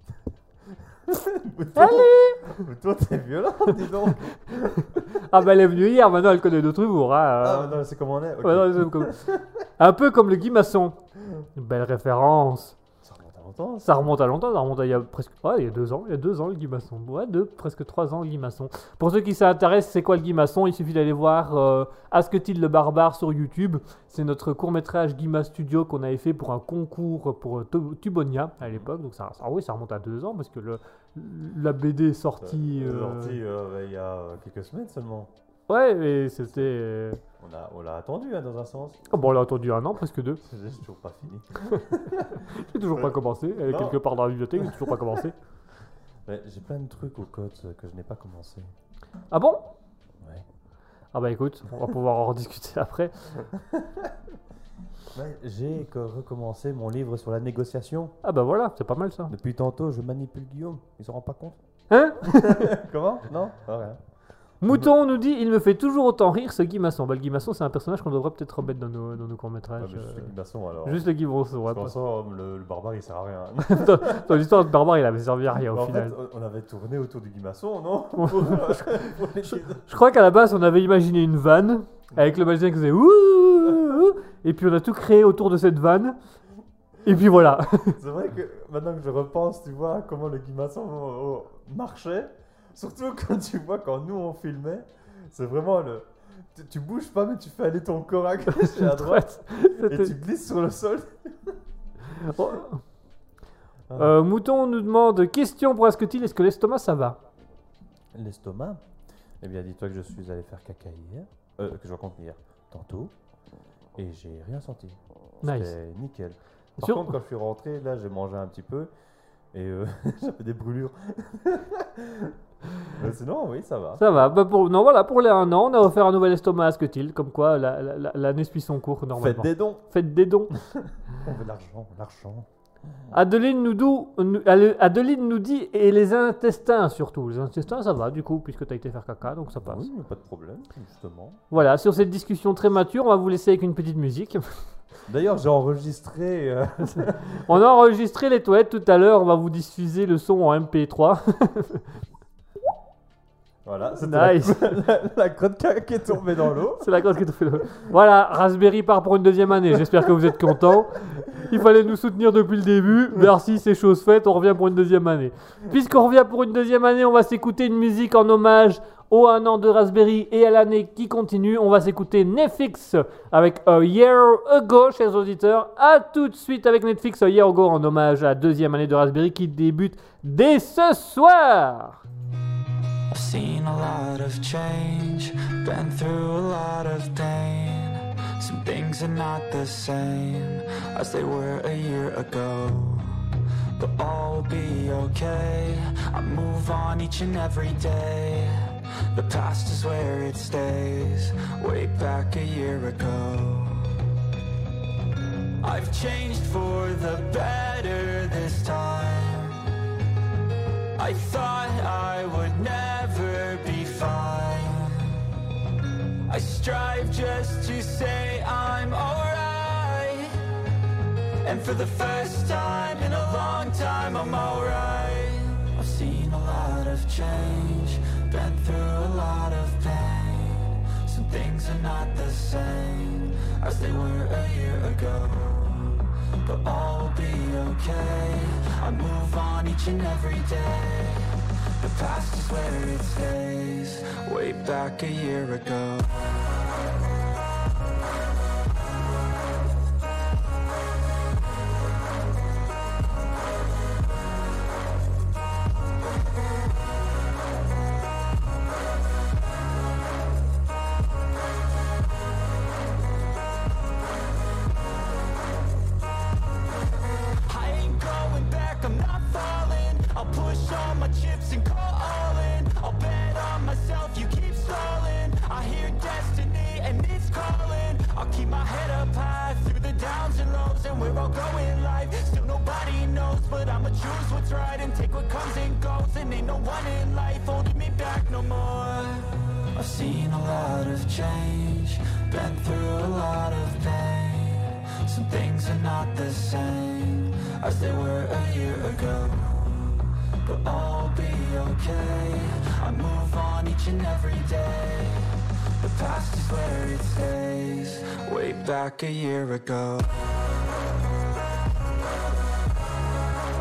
Allez. Toi, t'es violent, dis donc. Ah, bah, elle est venue hier, maintenant elle connaît notre humour. Hein. Ah, non, c'est comme on est. ok. Ouais, non, c'est comme- Un peu comme le Guy Masson. Belle référence. Ça remonte à longtemps. Ça remonte à longtemps, ça remonte à il y a presque ouais, il y a deux ans, il y a deux ans le Guy Masson. Ouais, deux, presque trois ans le Guy Masson. Pour ceux qui s'intéressent, c'est quoi le Guy Masson? Il suffit d'aller voir euh, Asketil le barbare sur YouTube. C'est notre court-métrage Guima Studio qu'on avait fait pour un concours pour euh, To- Tubonia à l'époque. Donc ça, ça, oui, ça remonte à deux ans parce que le, la B D est sortie. Euh, euh, sorti, euh, il y a quelques semaines seulement. Ouais, et c'était. euh, On a, on l'a attendu hein, dans un sens. oh, bon, on l'a attendu un an, presque deux. J'ai toujours pas fini. J'ai toujours pas commencé. Elle est Non. quelque part dans la bibliothèque, j'ai toujours pas commencé. Ouais, j'ai plein de trucs au code euh, que je n'ai pas commencé. Ah bon? Ouais. Ah bah écoute, on va pouvoir en rediscuter après. Ouais, j'ai que recommencé mon livre sur la négociation. Ah bah voilà, c'est pas mal ça. Depuis tantôt, je manipule Guillaume. Il s'en rend pas compte. Hein? Comment? Non? Ah, rien. Mouton nous dit, il me fait toujours autant rire ce Guy Masson. Bah le Guy Masson c'est un personnage qu'on devrait peut-être remettre dans nos, dans nos Ouais, courts-métrages. mais juste euh, le Guy Masson alors. Juste le Guy Masson, ouais. Parce qu'en somme, le, le barbare il sert à rien. dans, dans l'histoire de Barbare, il avait servi à rien au en final. fait, on avait tourné autour du Guy Masson, non? Pour, euh, pour les- Je crois qu'à la base, on avait imaginé une vanne avec le magicien qui faisait ouh, ouh, ouh, et puis on a tout créé autour de cette vanne. Et puis voilà. C'est vrai que maintenant que je repense, tu vois comment le Guy Masson oh, oh, marchait. Surtout quand tu vois quand nous on filmait, c'est vraiment le. Tu, tu bouges pas mais tu fais aller ton corps à gauche et à droite et C'était- tu glisses sur le sol. Oh. Euh, Mouton nous demande, question pour Asketil, est-ce que l'estomac ça va? L'estomac. Eh bien, dis-toi que je suis allé faire caca hier, euh, que je raconte hier, tantôt, et j'ai rien senti. Nice. C'était nickel. Par Sur- contre, quand je suis rentré, là, j'ai mangé un petit peu et euh, j'avais des brûlures. Mais sinon, oui, ça va. Ça va. Bah pour... Non, voilà, pour les un an, on a offert un nouvel estomac à Asketil, comme quoi la- la- la- l'année suit son cours Faites normalement. des dons. Faites des dons. On veut l'argent, l'argent. Adeline nous, dou- nous- Ale- Adeline nous dit, et les intestins surtout. Les intestins, ça va du coup, puisque tu as été faire caca, donc ça passe. Oui, mais pas de problème, justement. Voilà, sur cette discussion très mature, on va vous laisser avec une petite musique. D'ailleurs, j'ai enregistré. euh, On a enregistré les toilettes tout à l'heure, on va vous diffuser le son en M P trois. Voilà, c'était Nice. la, la, la crotte caca qui est tombée dans l'eau. C'est la grosse qui te fait le... Voilà, Raspberry part pour une deuxième année. J'espère que vous êtes contents. Il fallait nous soutenir depuis le début. Merci, c'est chose faite. On revient pour une deuxième année. Puisqu'on revient pour une deuxième année, on va s'écouter une musique en hommage au un an de Raspberry et à l'année qui continue. On va s'écouter Netflix avec A Year Ago, chers auditeurs. A tout de suite avec Netflix, A Year Ago en hommage à la deuxième année de Raspberry qui débute dès ce soir. I've seen a lot of change, been through a lot of pain. Some things are not the same as they were a year ago. But all will be okay, I move on each and every day. The past is where it stays, way back a year ago. I've changed for the better this time. I thought I would never be fine. I strive just to say I'm alright. And for the first time in a long time I'm alright. I've seen a lot of change, been through a lot of pain. Some things are not the same as they were a year ago. But all will be okay, I move on each and every day. The past is where it stays, way back a year ago. I ain't going back, I'm not falling. I'll push all my chips and go all in. I'll bet on myself, you keep stalling. I hear destiny and it's calling. I'll keep my head up high through the downs and lows. And we're all going life, still nobody knows. But I'ma choose what's right and take what comes and goes. And ain't no one in life holding me back no more. I've seen a lot of change, been through a lot of pain. Some things are not the same as they were a year ago. But all will be okay, I move on each and every day. The past is where it stays, way back a year ago.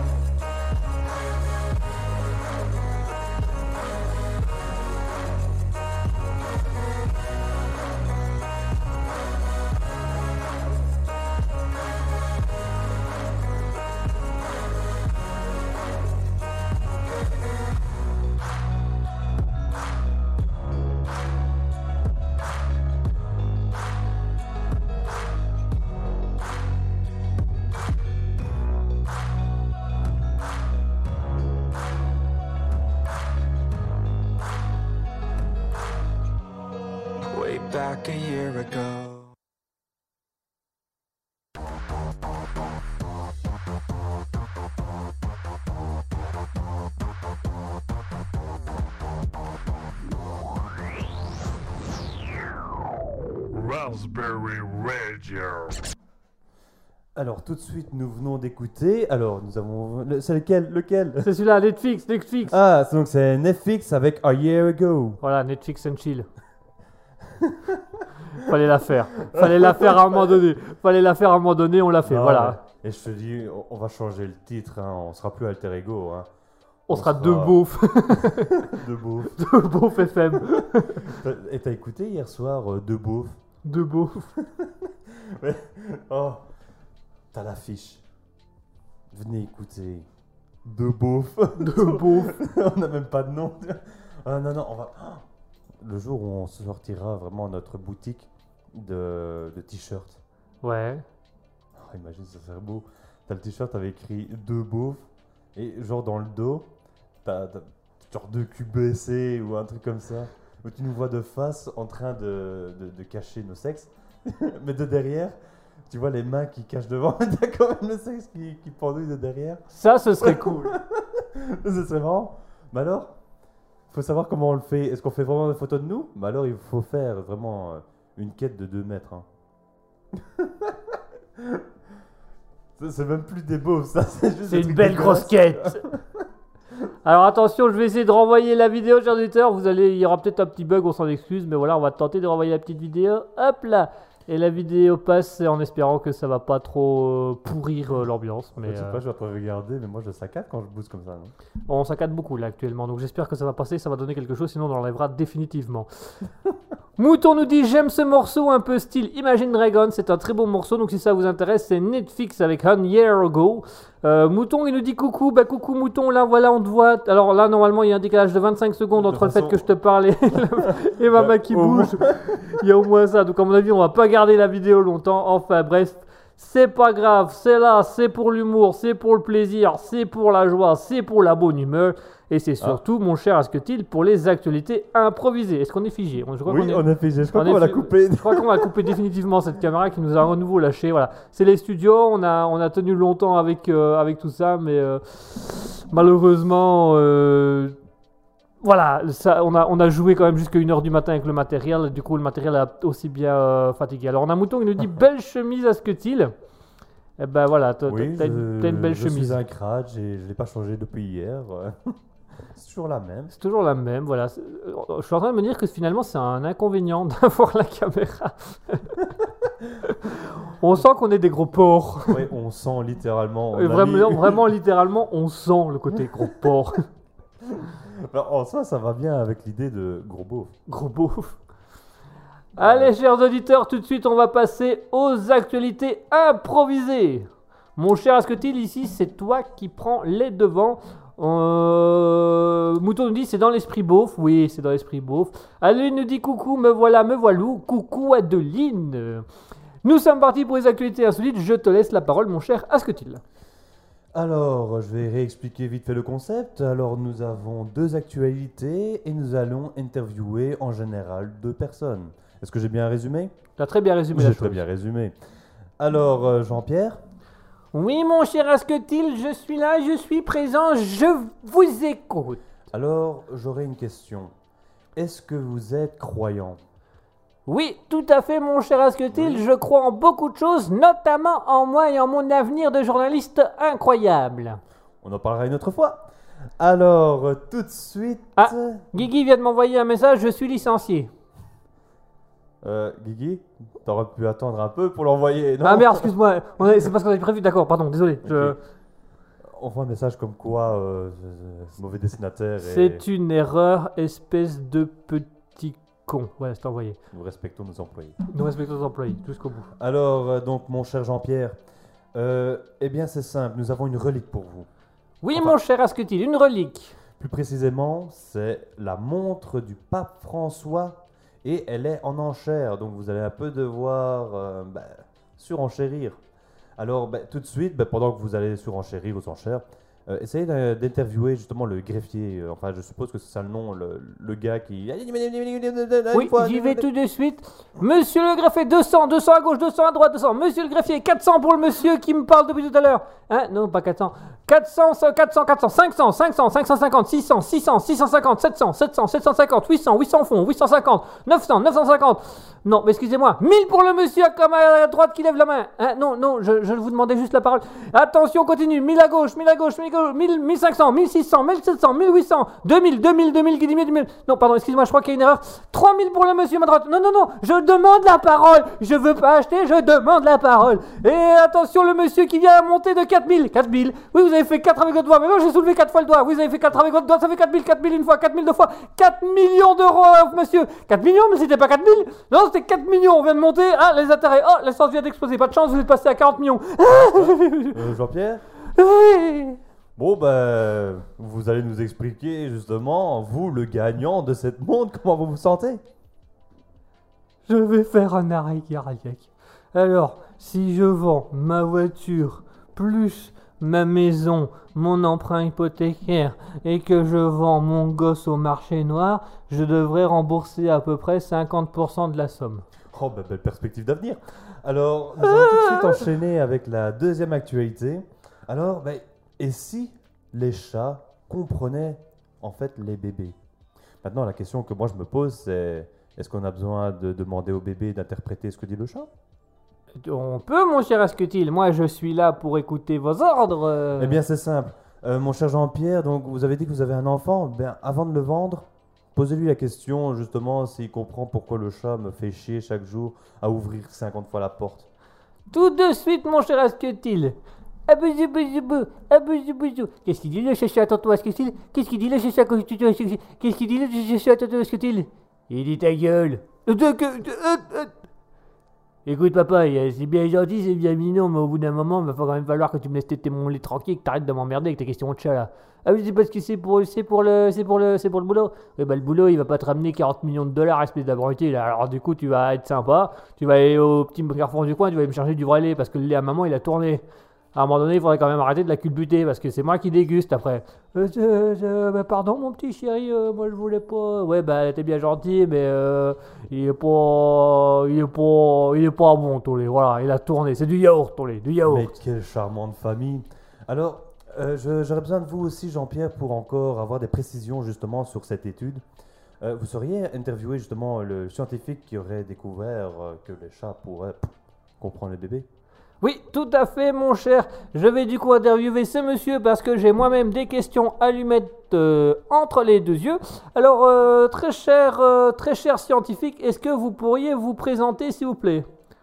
way back a year ago. Raspberry Radio. Alors, tout de suite, nous venons d'écouter. Alors, nous avons. le- C'est lequel Lequel C'est celui-là, Netflix, Netflix. Ah, c'est- donc c'est Netflix avec A Year Ago. Voilà, Netflix and chill. Fallait la faire. Fallait la faire à un moment donné. Fallait la faire à un moment donné, on l'a fait. Non, Voilà. mais- Et je te dis, on- on va changer le titre. Hein. On sera plus Alter Ego. Hein. On, on sera sera- deux beaufs. De beauf. deux beaufs F M. T'as- Et t'as écouté hier soir euh, De beauf Deux beaufs. Oh, t'as l'affiche. Venez écouter. De beauf. Deux beaufs. On n'a même pas de nom. Ah, non, non, on va. Ah, le jour où on sortira vraiment notre boutique de, de t-shirts. Ouais. Oh, imagine, ça serait beau. T'as le t-shirt avec écrit deux beaufs et genre dans le dos, t'as, t'as genre deux culs baissés ou un truc comme ça. Où tu nous vois de face en train de, de, de cacher nos sexes. Mais de derrière, tu vois les mains qui cachent devant. T'as quand même le sexe qui, qui pendouille de derrière. Ça, ce serait cool. Ce serait marrant. Mais alors, faut savoir comment on le fait. Est-ce qu'on fait vraiment des photos de nous? Mais alors, il faut faire vraiment euh, une quête de deux mètres. Hein. Ça, c'est même plus des beaufs, ça. C'est juste C'est des une trucs belle grosse dégueulasses. quête. Alors attention, je vais essayer de renvoyer la vidéo, chers auditeurs. Vous allez, il y aura peut-être un petit bug, on s'en excuse, mais voilà, on va tenter de renvoyer la petite vidéo. Hop là. Et la vidéo passe en espérant que ça va pas trop euh, pourrir euh, l'ambiance. Mais Je sais euh, pas, je vais te regarder, mais moi je saccade quand je bouge comme ça. Non on s'accade beaucoup là actuellement, donc j'espère que ça va passer, ça va donner quelque chose, sinon on l'enlèvera définitivement. Mouton nous dit j'aime ce morceau un peu style Imagine Dragon, c'est un très bon morceau, donc si ça vous intéresse, c'est Netflix avec One Year Ago. Euh, Mouton il nous dit coucou, bah coucou Mouton, là voilà on te voit. Alors là normalement il y a un décalage de vingt-cinq secondes De entre le façon- fait que je te parle et, et ma Bah, main qui au bouge. Il y a au moins ça, donc à mon avis on va pas garder la vidéo longtemps, enfin bref. C'est pas grave, c'est là, c'est pour l'humour, c'est pour le plaisir, c'est pour la joie, c'est pour la bonne humeur. Et c'est surtout, mon cher Asketil, pour les actualités improvisées. Est-ce qu'on est figé? Je crois Oui, qu'on est- on a fait. Je crois on qu'on est va la fi- couper. Je crois qu'on va couper définitivement cette caméra qui nous a à nouveau lâché. Voilà, c'est les studios. On a, on a tenu longtemps avec, euh, avec tout ça, mais euh, malheureusement, euh, voilà, ça, on a, on a joué quand même jusqu'à une heure du matin avec le matériel. Du coup, le matériel a aussi bien euh, fatigué. Alors, on a Mouton qui nous dit belle chemise Asketil. Eh ben voilà, t'as Oui, t'as je, une, t'as une belle je chemise. suis un crâne, et je l'ai pas changé depuis hier. C'est toujours la même. C'est toujours la même, voilà. C'est- euh, Je suis en train de me dire que finalement c'est un inconvénient d'avoir la caméra. On sent qu'on est des gros porcs. Oui, on sent littéralement. on Et a vraiment, mis- vraiment, littéralement, on sent le côté gros porc. Alors, en soi, ça va bien avec l'idée de gros beauf. Gros beauf. Allez, chers auditeurs, tout de suite, on va passer aux actualités improvisées. Mon cher Asketil, ici, c'est toi qui prends les devants. Euh, Mouton nous dit c'est dans l'esprit beauf. Oui, c'est dans l'esprit beauf. Adeline nous dit coucou, me voilà, me voilou. Coucou Adeline. Nous sommes partis pour les actualités insolites. Je te laisse la parole, mon cher Asketil. Alors, je vais réexpliquer vite fait le concept. Alors, nous avons deux actualités et nous allons interviewer en général deux personnes. Est-ce que j'ai bien résumé? Tu as très bien résumé la J'ai chose. très bien résumé. Alors, euh, Jean-Pierre? Oui, mon cher Asketil, je suis là, je suis présent, je vous écoute. Alors, j'aurais une question. Est-ce que vous êtes croyant? Oui, tout à fait, mon cher Asketil, je crois en beaucoup de choses, notamment en moi et en mon avenir de journaliste incroyable. On en parlera une autre fois. Alors, euh, tout de suite... Ah. Guigui vient de m'envoyer un message, je suis licencié. Euh, Guigui, t'aurais pu attendre un peu pour l'envoyer, non? Ah merde, excuse-moi, on a- c'est parce qu'on avait prévu, d'accord, pardon, désolé. je- Ok. Envoie un message comme quoi, euh, euh, mauvais dessinateur et C'est une erreur, espèce de petit con. Voilà, c'est envoyé. nous respectons nos employés. Nous respectons nos employés, jusqu'au bout. Alors, euh, donc, mon cher Jean-Pierre, euh, eh bien, c'est simple, nous avons une relique pour vous. Oui, Enfin- mon cher Asketil, une relique. Plus précisément, c'est la montre du pape François et elle est en enchère, donc vous allez un peu devoir euh, bah, surenchérir. Alors, bah, tout de suite, bah, pendant que vous allez surenchérir aux enchères, Euh, essayez de- d'interviewer justement le greffier. euh, enfin, je suppose que c'est ça le nom, le, le gars qui. Oui, j'y vais tout de suite. Monsieur le greffier, deux cents, deux cents à gauche, deux cents à droite, deux cents. Monsieur le greffier, quatre cents pour le monsieur qui me parle depuis tout à l'heure. Hein? Non, pas quatre cents. quatre cents, quatre cents, quatre cents, cinq cents, cinq cents, cinq cent cinquante, six cents, six cents, six cent cinquante, sept cents, sept cents, sept cent cinquante, huit cents, huit cents fonds, huit cent cinquante, neuf cents, neuf cent cinquante. Non, mais excusez-moi, mille pour le monsieur comme à droite qui lève la main. Hein? Non, non, je, je vous demandais juste la parole. Attention, continue. mille à gauche, mille à gauche, mille à gauche, mille, mille cinq cents, mille six cents, mille sept cents, mille huit cents, deux mille, deux mille, deux mille, deux mille, deux mille. Non, pardon, excusez-moi, je crois qu'il y a une erreur. trois mille pour le monsieur à ma droite. Non, non, non, je demande la parole. Je veux pas acheter, je demande la parole. Et attention, le monsieur qui vient à monter de quatre mille. quatre mille. Oui, vous avez fait quatre avec votre doigt. Mais non, j'ai soulevé quatre fois le doigt. Oui, vous avez fait quatre avec votre doigt. Ça fait quatre mille, quatre mille une fois, quatre mille deux fois. quatre millions d'euros, euh, monsieur. quatre millions, mais c'était pas quatre mille. Non, c'était quatre millions. On vient de monter. Ah, les intérêts. Oh, l'essence vient d'exploser. Pas de chance, vous êtes passé à quarante millions. Euh, Jean-Pierre Hey. Bon, ben, vous allez nous expliquer justement, vous, le gagnant de cette montre, comment vous vous sentez? Je vais faire un arrêt cardiaque. Alors, si je vends ma voiture, plus ma maison, mon emprunt hypothécaire, et que je vends mon gosse au marché noir, je devrais rembourser à peu près cinquante pour cent de la somme. Oh, ben, belle perspective d'avenir. Alors, nous allons tout de suite enchaîner avec la deuxième actualité. Alors, ben, et si les chats comprenaient en fait les bébés? Maintenant, la question que moi je me pose, c'est est-ce qu'on a besoin de demander au bébé d'interpréter ce que dit le chat? On peut, mon cher Asketil. Moi, je suis là pour écouter vos ordres. euh. Eh bien, c'est simple. Euh, mon cher Jean-Pierre, donc vous avez dit que vous avez un enfant. Ben, avant de le vendre, posez-lui la question justement s'il comprend pourquoi le chat me fait chier chaque jour à ouvrir cinquante fois la porte. Tout de suite, mon cher Asketil. Abou, abou, abou, abou. Qu'est-ce qu'il dit le chachat, tonton Asketil? Qu'est-ce qu'il dit le chachat, tonton Asketil? Qu'est-ce qu'il dit le chachat, tonton Asketil? Il dit ta gueule. Euh, euh, euh, euh. Écoute papa, euh, c'est bien gentil, c'est bien mignon, mais au bout d'un moment, il va quand même falloir que tu me laisses téter mon lait tranquille, que t'arrêtes de m'emmerder avec tes questions de chat là. Ah oui, c'est parce que c'est pour, c'est pour le, c'est pour le, c'est pour le boulot. Oui, bah le boulot, il va pas te ramener quarante millions de dollars, espèce d'abruti là. Alors du coup, tu vas être sympa, tu vas aller au petit carrefour du coin, tu vas aller me chercher du vrai lait parce que le lait à maman, il a tourné. À un moment donné, il faudrait quand même arrêter de la culbuter parce que c'est moi qui déguste après. Euh, je- je- bah, pardon, mon petit chéri, euh, moi je voulais pas. Ouais, bah t'es bien gentil, mais euh, il est pas, il est pas, il est pas bon ton lait. Voilà, il a tourné. C'est du yaourt ton lait, du yaourt. Mais quelle charmante famille. Alors, euh, je- j'aurais besoin de vous aussi, Jean-Pierre, pour encore avoir des précisions justement sur cette étude. Euh, vous sauriez interviewer justement le scientifique qui aurait découvert euh, que les chats pourraient pff, comprendre les bébés? Oui, tout à fait, mon cher. Je vais du coup interviewer ce monsieur parce que j'ai moi-même des questions à lui mettre euh, entre les deux yeux. Alors, euh, très cher, euh, très cher scientifique, est-ce que vous pourriez vous présenter, s'il vous plaît?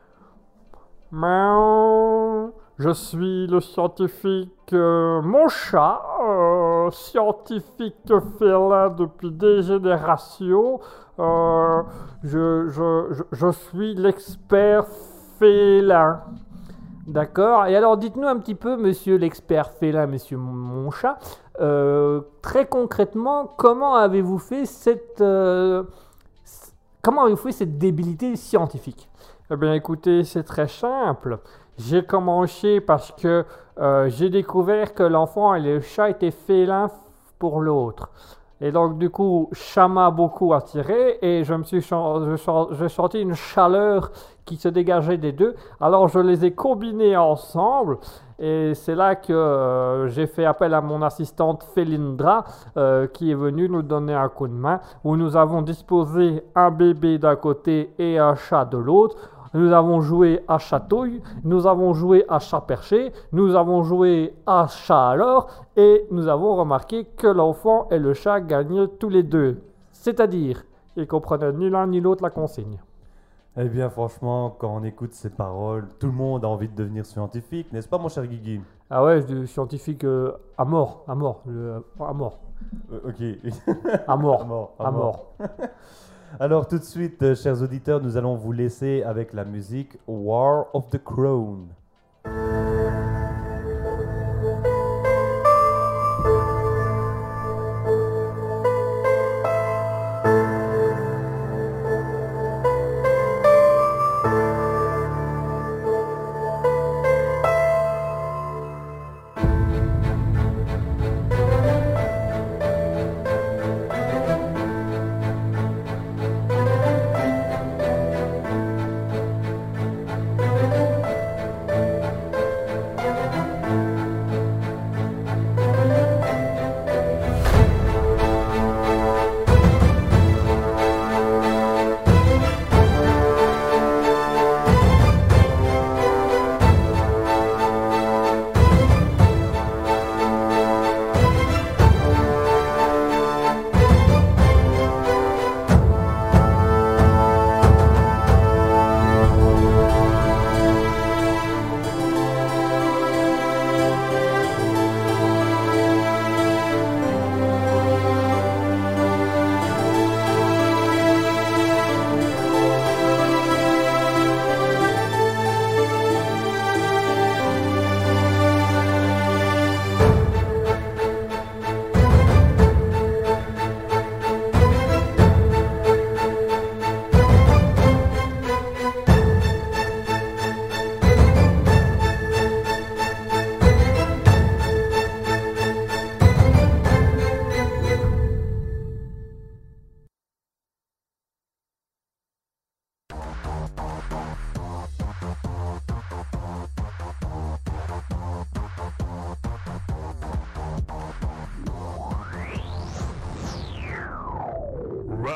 Miaou. Je suis le scientifique euh, mon chat, euh, scientifique félin depuis des générations. Euh, je, je, je, je suis l'expert félin. D'accord. Et alors, dites-nous un petit peu, monsieur l'expert félin, monsieur mon chat, euh, très concrètement, comment avez-vous fait cette, euh, c- comment avez-vous fait cette débilité scientifique? Eh bien, écoutez, c'est très simple. J'ai commencé parce que euh, j'ai découvert que l'enfant et le chat étaient félins pour l'autre. Et donc, du coup, ça m'a beaucoup attiré et je me suis chan- je sens- j'ai senti une chaleur qui se dégageait des deux. Alors, je les ai combinés ensemble et c'est là que euh, j'ai fait appel à mon assistante Félindra euh, qui est venue nous donner un coup de main où nous avons disposé un bébé d'un côté et un chat de l'autre. Nous avons joué à chatouille, nous avons joué à chat perché, nous avons joué à chat alors, et nous avons remarqué que l'enfant et le chat gagnaient tous les deux. C'est-à-dire, ils comprenaient ni l'un ni l'autre la consigne. Eh bien, franchement, quand on écoute ces paroles, tout le monde a envie de devenir scientifique, n'est-ce pas, mon cher Guigui? Ah ouais, je- scientifique euh, à mort, à mort, euh, à mort, Euh, Ok. à mort, À mort, à mort. Alors, tout de suite, euh, chers auditeurs, nous allons vous laisser avec la musique War of the Crown.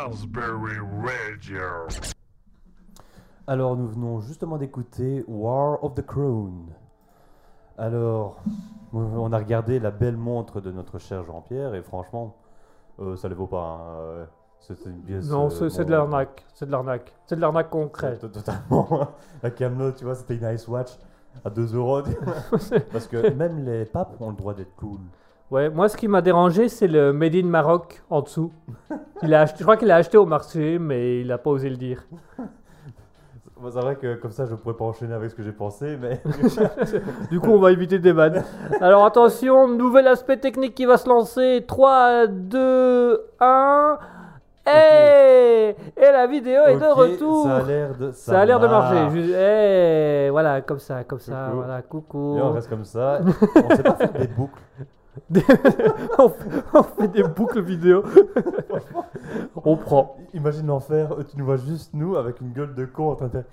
Raspberry Radio. Alors, nous venons justement d'écouter War of the Crown. Alors, on a regardé la belle montre de notre cher Jean-Pierre et franchement, euh, ça ne les vaut pas. Hein. Euh, C'est une pièce. Non, euh, c'est c'est de bon, l'arnaque. C'est de l'arnaque. C'est de l'arnaque concrète. Tot- Totalement. La Camelot, tu vois, c'était une Ice Watch à deux euros. Parce que même les papes ont le droit d'être cool. Ouais, moi ce qui m'a dérangé, c'est le Made in Maroc en dessous. Il a acheté, je crois qu'il l'a acheté au marché, mais il n'a pas osé le dire. Bon, c'est vrai que comme ça, je pourrais pas enchaîner avec ce que j'ai pensé, mais. Du coup, on va éviter des vannes. Alors attention, nouvel aspect technique qui va se lancer. trois, deux, un. Hey Et la vidéo est de Ok, retour. Ça a l'air de. Ça a l'air de marche. marcher. Juste- hey, voilà, comme ça, comme ça, Coucou. voilà, coucou. Et on reste comme ça. On sait pas faire des boucles. on, fait, on fait des boucles vidéo. On prend. Imagine l'enfer, euh, tu nous vois juste nous avec une gueule de con en train de faire.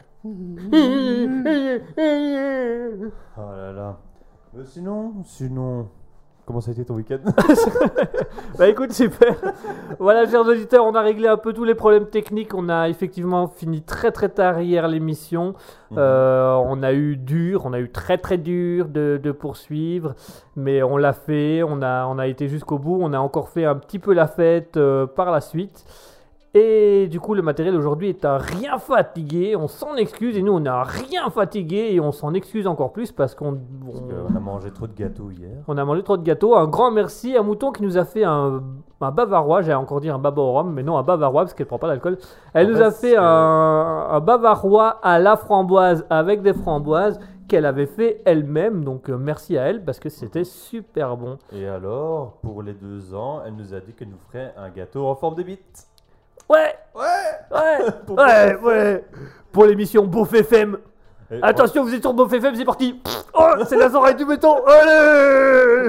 Oh là là. Euh, sinon, sinon. Comment ça a été ton week-end? Bah écoute, super. Voilà, chers auditeurs, on a réglé un peu tous les problèmes techniques. On a effectivement fini très très tard hier l'émission. Euh, on a eu dur, on a eu très très dur de, de poursuivre, mais on l'a fait. On a, on a été jusqu'au bout. On a encore fait un petit peu la fête euh, par la suite. Et du coup, le matériel aujourd'hui est à rien fatigué. On s'en excuse et nous, on n'a rien fatigué et on s'en excuse encore plus parce qu'on Parce on- qu'on a mangé trop de gâteaux hier. on a mangé trop de gâteaux. Un grand merci à Mouton qui nous a fait un, un bavarois. J'allais encore dire un baba au rhum, mais non, un bavarois parce qu'elle prend pas d'alcool. Elle En nous fait, a fait c'est- un, un bavarois à la framboise avec des framboises qu'elle avait fait elle-même. Donc euh, merci à elle parce que c'était super bon. Et alors, pour les deux ans, elle nous a dit qu'elle nous ferait un gâteau en forme de bite. Ouais, Ouais ouais, Pour ouais, ouais. Pour l'émission Beauf F M. Et- Attention, vous êtes sur Beauf F M, c'est parti. Oh, c'est la soirée du béton. Allez.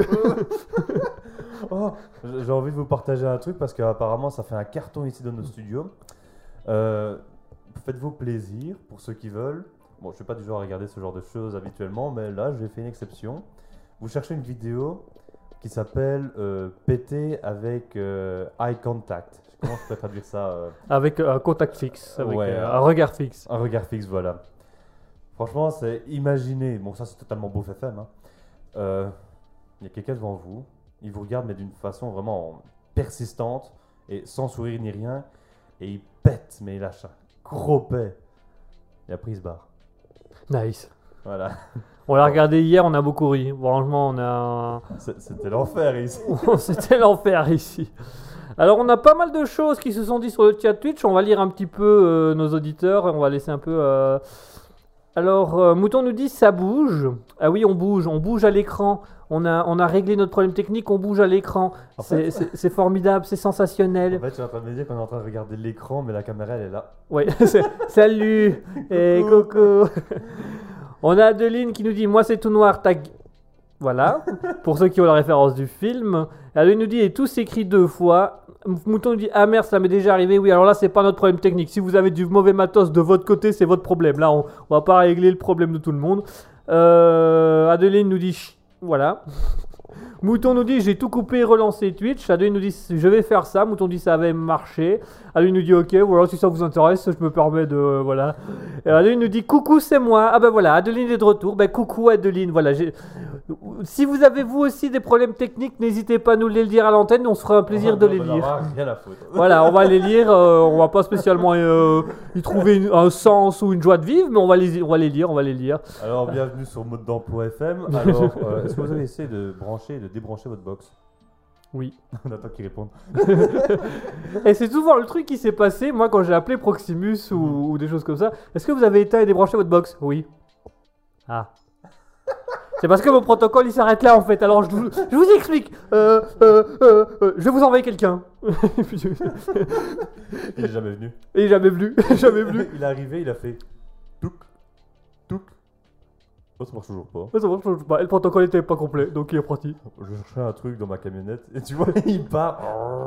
Oh, j'ai envie de vous partager un truc parce qu'apparemment ça fait un carton ici dans nos studios. Euh, Faites-vous plaisir pour ceux qui veulent. Bon, je suis pas du genre à regarder ce genre de choses habituellement, mais là j'ai fait une exception. Vous cherchez une vidéo qui s'appelle euh, Péter avec euh, eye contact. Comment je peux traduire ça euh, Avec euh, un contact fixe, avec Ouais, euh, hein. un regard fixe. Un regard fixe, voilà. Franchement, c'est imaginer. Bon, ça c'est totalement Beauf F M. Hein. Euh, Il y a quelqu'un devant vous, il vous regarde mais d'une façon vraiment persistante et sans sourire ni rien, et il pète, mais il lâche un gros paix. Et après il se barre. Nice. Voilà. On l'a regardé hier, on a beaucoup ri. Franchement, on a. C'est- C'était l'enfer ici. C'était l'enfer ici. Alors, on a pas mal de choses qui se sont dites sur le chat Twitch. On va lire un petit peu euh, nos auditeurs. On va laisser un peu. euh, Alors, euh, Mouton nous dit ça bouge. Ah oui, on bouge. On bouge à l'écran. On a, on a réglé notre problème technique. On bouge à l'écran. En C'est fait- c'est- c'est formidable, c'est sensationnel. En fait, je suis en train de me dire qu'on est en train de regarder l'écran, mais la caméra elle est là. Ouais, c'est- salut et coucou. On a Adeline qui nous dit moi c'est tout noir tag. Voilà, pour ceux qui ont la référence du film. Adeline nous dit et tout s'écrit deux fois. Mouton nous dit ah merde ça m'est déjà arrivé. Oui alors là c'est pas notre problème technique. Si vous avez du mauvais matos de votre côté c'est votre problème. Là on, on va pas régler le problème de tout le monde. Euh, Adeline nous dit chut, voilà. Mouton nous dit j'ai tout coupé et relancé Twitch. Adeline nous dit je vais faire ça. Mouton dit ça avait marché. Adeline nous dit ok voilà si ça vous intéresse je me permets de voilà. Et Adeline nous dit coucou c'est moi. Ah ben voilà Adeline est de retour. Ben coucou Adeline voilà. j'ai- Si vous avez vous aussi des problèmes techniques n'hésitez pas à nous les dire à l'antenne. On se fera un plaisir de les On en lire. aura rien à foutre. Voilà on va les lire. euh, on va pas spécialement euh, y trouver une- un sens ou une joie de vivre mais on va les on va les lire on va les lire. Alors, bienvenue sur Mode d'emploi F M. Alors, euh, est-ce que vous avez essayé de brancher et de débrancher votre box? Oui. On attend qu'ils répondent. Et c'est souvent le truc qui s'est passé, moi, quand j'ai appelé Proximus ou, ou des choses comme ça. Est-ce que vous avez éteint et débranché votre box? Oui. Ah. C'est parce que mon protocole il s'arrête là en fait. Alors je vous, je vous explique. Euh, euh, euh, euh, je vais vous envoyer quelqu'un. Et puis, je- Il est jamais venu. Il est jamais venu. Jamais venu. Il est arrivé, il a fait touc, touc. Oh, ça marche toujours pas. Ouais, ça marche, ça marche pas. Et le protocole était pas complet, donc il est parti. Je cherchais un truc dans ma camionnette et tu vois, il part.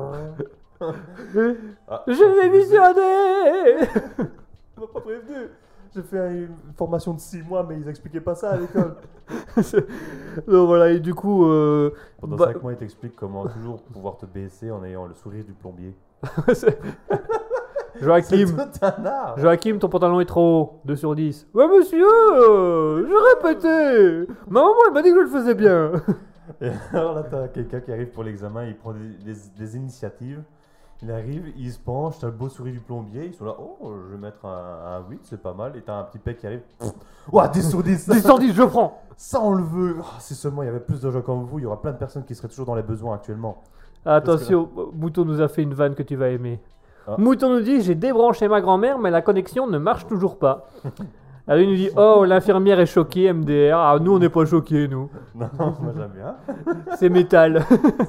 Ah, Je vais missionner. On m'a pas prévenu. J'ai fait une formation de six mois, mais ils expliquaient pas ça à l'école. Donc voilà, et du coup. Euh, Pendant bah- cinq mois, ils t'expliquent comment toujours pouvoir te baisser en ayant le sourire du plombier. c'est- Joachim, C'est tout un art. Joachim, ton pantalon est trop haut. deux sur dix. Ouais, monsieur, euh, je répétais. Ma maman, elle m'a dit que je le faisais bien. Et alors là, t'as quelqu'un qui arrive pour l'examen, il prend des, des, des initiatives. Il arrive, il se penche, t'as le beau sourire du plombier, ils sont là, oh, je vais mettre un, un huit, c'est pas mal. Et t'as un petit pec qui arrive, ouah, dix sur dix. dix sur dix, je prends. Ça, on le veut. Oh, si seulement il y avait plus de gens comme vous, il y aura plein de personnes qui seraient toujours dans les besoins actuellement. Attention, Mouton nous a fait une vanne que tu vas aimer. Ah. Mouton nous dit, j'ai débranché ma grand-mère, mais la connexion ne marche toujours pas. Alors il nous dit, oh, l'infirmière est choquée, M D R. Ah, nous, on n'est pas choqués, nous. Non, moi j'aime bien. C'est métal.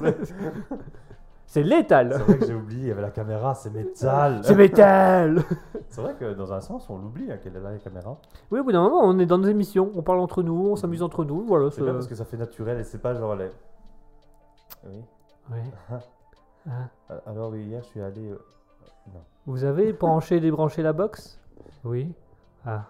C'est létal. C'est vrai que j'ai oublié, il y avait la caméra, c'est métal. C'est métal. C'est vrai que dans un sens, on l'oublie hein, qu'elle est là, la caméra. Oui, au bout d'un moment, on est dans des émissions, on parle entre nous, on s'amuse entre nous, voilà. C'est bien parce que ça fait naturel et c'est pas genre les. Oui. Ouais. Ah. Alors oui, hier je suis allé. euh, Non. Vous avez branché et débranché la box? Oui. Ah.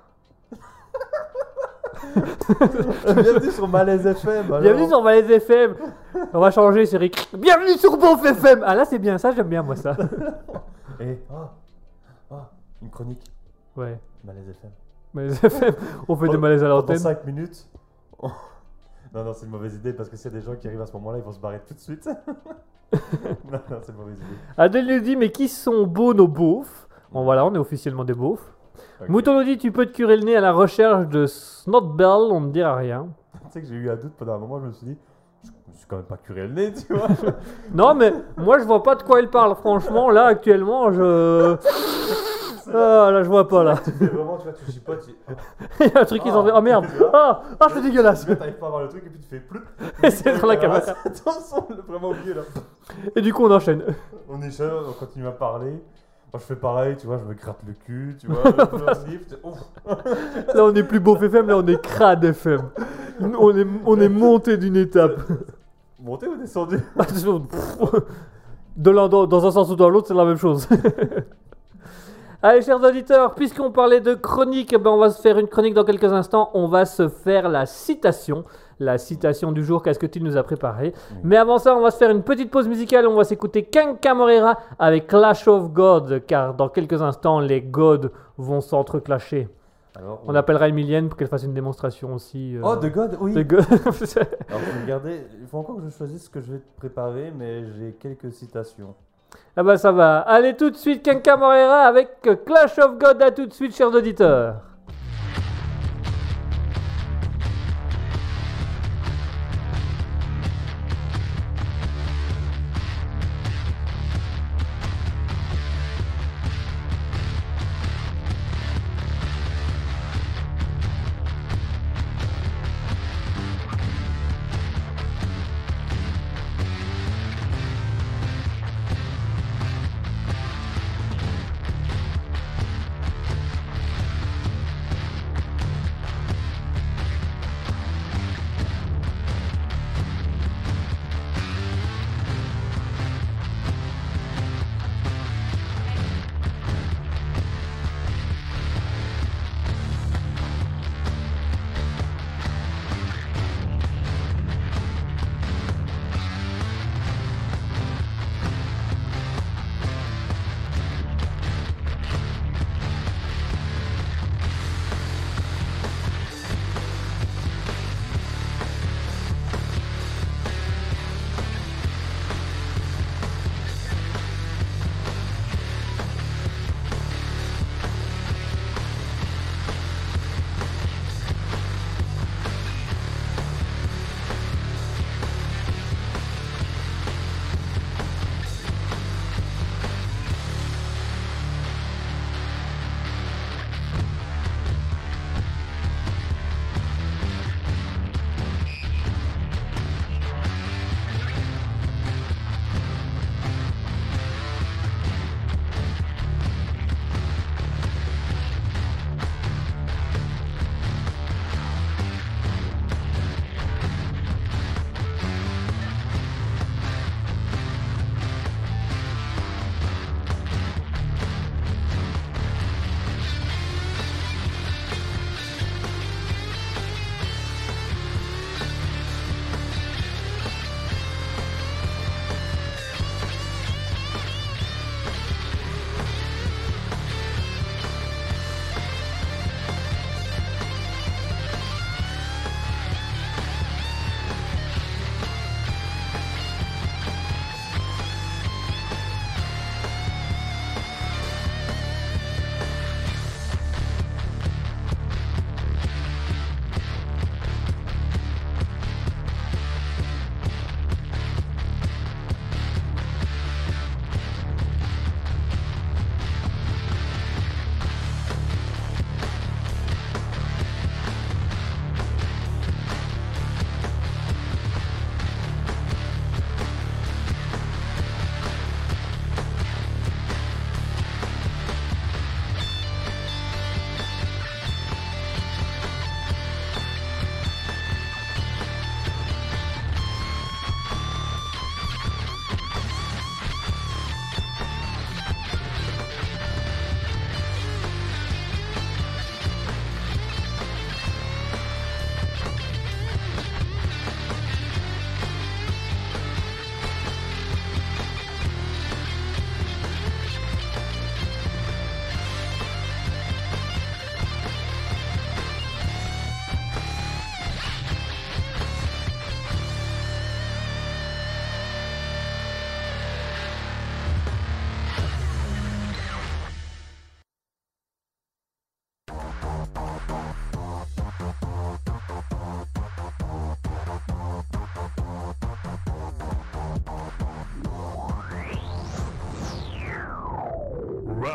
Bienvenue sur Malaise F M. alors. Bienvenue sur Malaise F M. On va changer, c'est Rick. Bienvenue sur Beauf F M. Ah là, c'est bien, ça, j'aime bien, moi, ça. Et. Ah Ah Une chronique. Ouais. Malaise F M. Malaise F M, on fait des malaises à Pendant l'antenne. cinq minutes. on- Non, non, c'est une mauvaise idée parce que s'il y a des gens qui arrivent à ce moment-là, ils vont se barrer tout de suite. non, non, c'est une mauvaise idée. Adèle nous dit, mais qui sont beaux nos beaufs? Bon, voilà, on est officiellement des beaufs. Ok. Mouton nous dit, tu peux te curer le nez à la recherche de Snotbell, on ne dira rien. Tu sais que j'ai eu un doute pendant un moment, je me suis dit, je me suis quand même pas curé le nez, tu vois. Non, mais moi, je vois pas de quoi il parle, franchement. Là, actuellement, je. Ah, là, je vois pas, là. Tu fais vraiment, tu vois, tu chipotes, tu. Il y a un truc qui s'en fait. Oh merde! Ah, ah, c'est dégueulasse! Tu t'arrives pas à voir le truc et puis tu fais ploup. Et c'est sur la caméra. Attention, on l'a vraiment oublié là. Et du coup, on enchaîne. On est chaud, on continue à parler. Moi je fais pareil, tu vois, je me gratte le cul, tu vois, je me lift, ouf. Là, on est plus beau F M, là, on est crade F M. On est, on est monté d'une étape. Monté ou descendu? Attention, de l'un dans, dans un sens ou dans l'autre, c'est la même chose. Allez, chers auditeurs, puisqu'on parlait de chronique, ben on va se faire une chronique dans quelques instants. On va se faire la citation. La citation du jour, qu'est-ce que tu nous as préparé? Oui. Mais avant ça, on va se faire une petite pause musicale. On va s'écouter Kanka Morera avec Clash of God, car dans quelques instants, les gods vont s'entreclasher. Alors, On appellera Emilienne pour qu'elle fasse une démonstration aussi. euh, Oh, de God, oui. de gods. Alors, faut regarder, il faut encore que je choisisse ce que je vais te préparer, mais j'ai quelques citations. Ah bah ça va. Allez tout de suite Kanka Morera avec Clash of God. À tout de suite, chers auditeurs.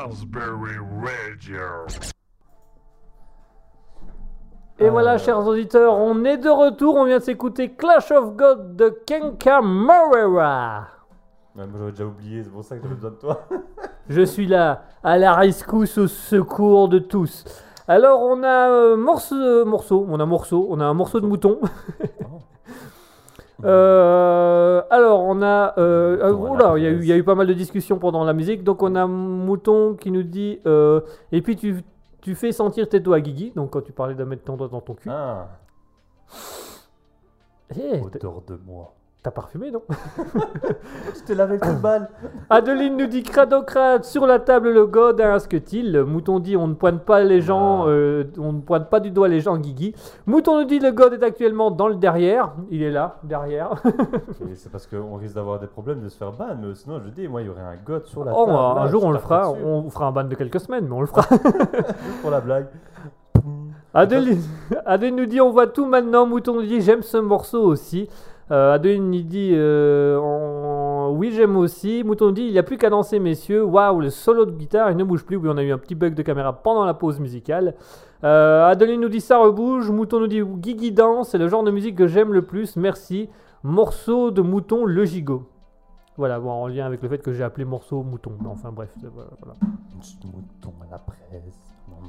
Raspberry Radio. Et Euh. voilà, chers auditeurs, on est de retour. On vient de s'écouter Clash of God de Kenka Morera. Ouais, moi j'avais déjà oublié, c'est pour ça que j'avais besoin de toi. Je suis là, à la rescousse, au secours de tous. Alors, on a euh, morceau, morceau, on a morceau, on a un morceau de mouton. Euh, alors, on a. Euh, euh, Mouton à oula, la il y, a eu- il y a eu pas mal de discussions pendant la musique. Donc, on a Mouton qui nous dit. euh, et puis, tu, tu fais sentir tes doigts à Guigui. Donc, quand tu parlais de mettre ton doigt dans ton cul. Ah, Eh, t'as- odeur de moi. t'as parfumé, non? Tu t'es lavé avec une balle. Adeline nous dit Cradocrate sur la table le god un asque-t-il. Mouton dit on ne pointe pas les gens, Ah. euh, on ne pointe pas du doigt les gens Guigui. Mouton nous dit le god est actuellement dans le derrière. Il est là, derrière. Et c'est parce qu'on risque d'avoir des problèmes de se faire ban, mais sinon je dis, moi il y aurait un god sur la Oh, table. un là, jour je on le taperai fera, dessus. on vous fera un ban de quelques semaines, mais on le fera. Juste pour la blague. Adeline, Adeline nous dit on voit tout maintenant. Mouton nous dit j'aime ce morceau aussi. Euh, Adeline nous dit euh, on- oui j'aime aussi. Mouton nous dit il n'y a plus qu'à danser messieurs. Waouh le solo de guitare il ne bouge plus. Oui on a eu un petit bug de caméra pendant la pause musicale. Euh, Adeline nous dit ça rebouge. Mouton nous dit Guigui danse c'est le genre de musique que j'aime le plus. Merci. Morceau de Mouton le gigot. Voilà bon en lien avec le fait que j'ai appelé morceau Mouton. Mais enfin bref c'est- voilà. voilà. Juste mouton à la presse.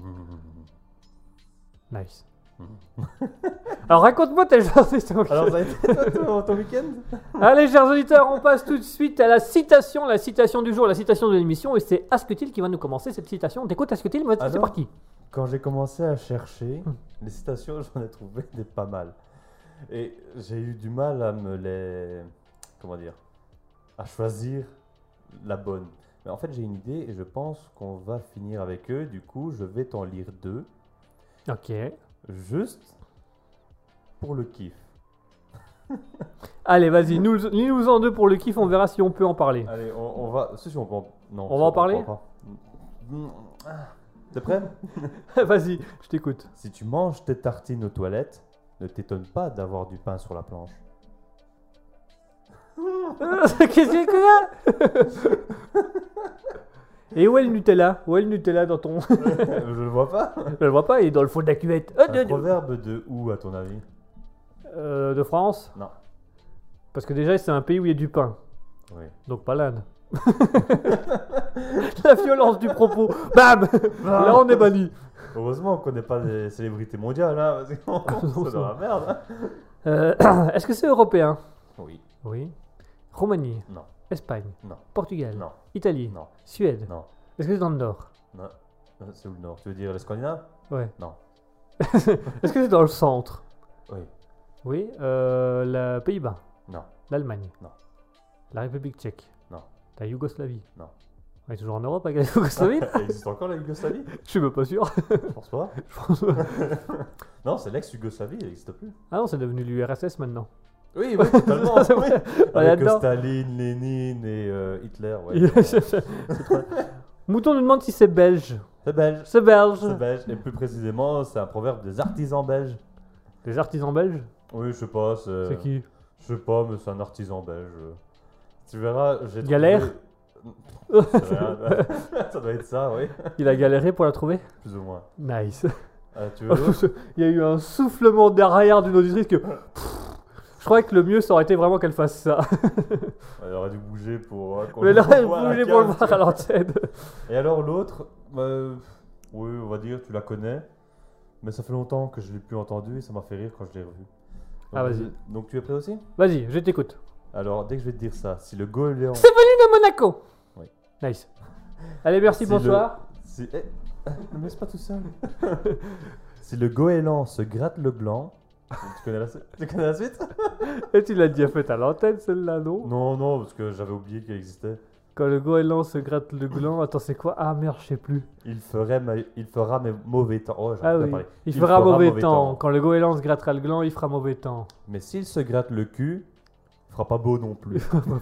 Nice. Alors raconte-moi tes journées. Alors ça a été toi, ton, ton week-end? Allez, chers auditeurs, on passe tout de suite à la citation, la citation du jour, la citation de l'émission, et c'est Asketil qui va nous commencer cette citation. T'écoutes Asketil, c'est Alors parti. Quand j'ai commencé à chercher Hmm. les citations, j'en ai trouvé des pas mal. Et j'ai eu du mal à me les... Comment dire? À choisir la bonne. Mais en fait, j'ai une idée et je pense qu'on va finir avec eux. Du coup, je vais t'en lire deux. Ok. Juste pour le kiff. Allez, vas-y, nous, lis-nous en deux pour le kiff, on verra si on peut en parler. Allez, on, on va... Si, si, on peut en... Non, On ça, va en parler peut pas. Ah, T'es prêt? Vas-y, je t'écoute. Si tu manges tes tartines aux toilettes, ne t'étonne pas d'avoir du pain sur la planche. Qu'est-ce que c'est que ça? Et où est le Nutella? Où est le Nutella dans ton... Je le vois pas. Je le vois pas, il est dans le fond de la cuvette. Oh, Un Dieu, Dieu. proverbe de où, à ton avis? Euh, de France? Non. Parce que déjà, c'est un pays où il y a du pain. Oui. Donc pas l'Inde. La violence du propos. Bam. Là, on est banni. Heureusement qu'on n'est pas des célébrités mondiales, hein, parce qu'on c'est dans la merde. Hein. Euh, Est-ce que c'est européen? Oui. Oui. Roumanie. Non. Espagne. Non. Portugal. Non. Italie. Non. Suède. Non. Est-ce que c'est dans le nord? Non. Non, c'est où le nord? Tu veux dire les Scandinaves? Ouais. Non. Est-ce que c'est dans le centre? Oui. Oui. Euh, la Pays-Bas. Non. L'Allemagne. Non. La République tchèque. Non. La Yougoslavie. Non. On est toujours en Europe avec la Yougoslavie? Il existe encore la Yougoslavie? Je suis même pas sûr. Je pense pas. Je pense pas. Non, c'est l'ex-Yougoslavie, elle n'existe plus. Ah non, c'est devenu l'U R S S maintenant. Oui, oui, totalement. C'est oui. vrai. On est Avec là-dedans. Staline, Lénine et euh, Hitler. Ouais. C'est trop- Mouton nous demande si c'est belge. C'est belge. C'est belge. C'est belge. Et plus précisément, c'est un proverbe des artisans belges. Les artisans belges? Oui, je sais pas. C'est C'est qui? Je sais pas, mais c'est un artisan belge. Tu verras, j'ai trouvé- Galère C'est rien. Ça doit être ça, oui. Il a galéré pour la trouver? Plus ou moins. Nice. Ah, tu veux l'autre? Il y a eu un soufflement derrière d'une auditrice que... Je croyais que le mieux, ça aurait été vraiment qu'elle fasse ça. Elle aurait dû bouger pour. euh, qu'on Mais elle aurait voit la bougé pour le cam. voir à l'antenne. Et alors l'autre, bah, oui, on va dire, tu la connais. Mais ça fait longtemps que je l'ai plus entendu et ça m'a fait rire quand je l'ai revu. Donc, Ah, vas-y. Donc tu es prêt aussi? Vas-y, je t'écoute. Alors, dès que je vais te dire ça, si le goéland. C'est venu de Monaco. Oui. Nice. Allez, merci, Si bonsoir. Si... Eh, ne me laisse pas tout seul. Si le goéland se gratte le gland. Tu connais la, su- tu connais la suite? Et tu l'as déjà fait à l'antenne, celle-là, non? Non, non, parce que j'avais oublié qu'elle existait. Quand le goéland se gratte le gland, attends, c'est quoi? Ah merde, je sais plus. Il, ferait ma- il fera mes mauvais temps. Oh, j'arrive Ah pas à oui. parler. Il, fera, mauvais, temps. Quand le goéland se grattera le gland, il fera mauvais temps. Mais s'il se gratte le cul, il fera pas beau non plus.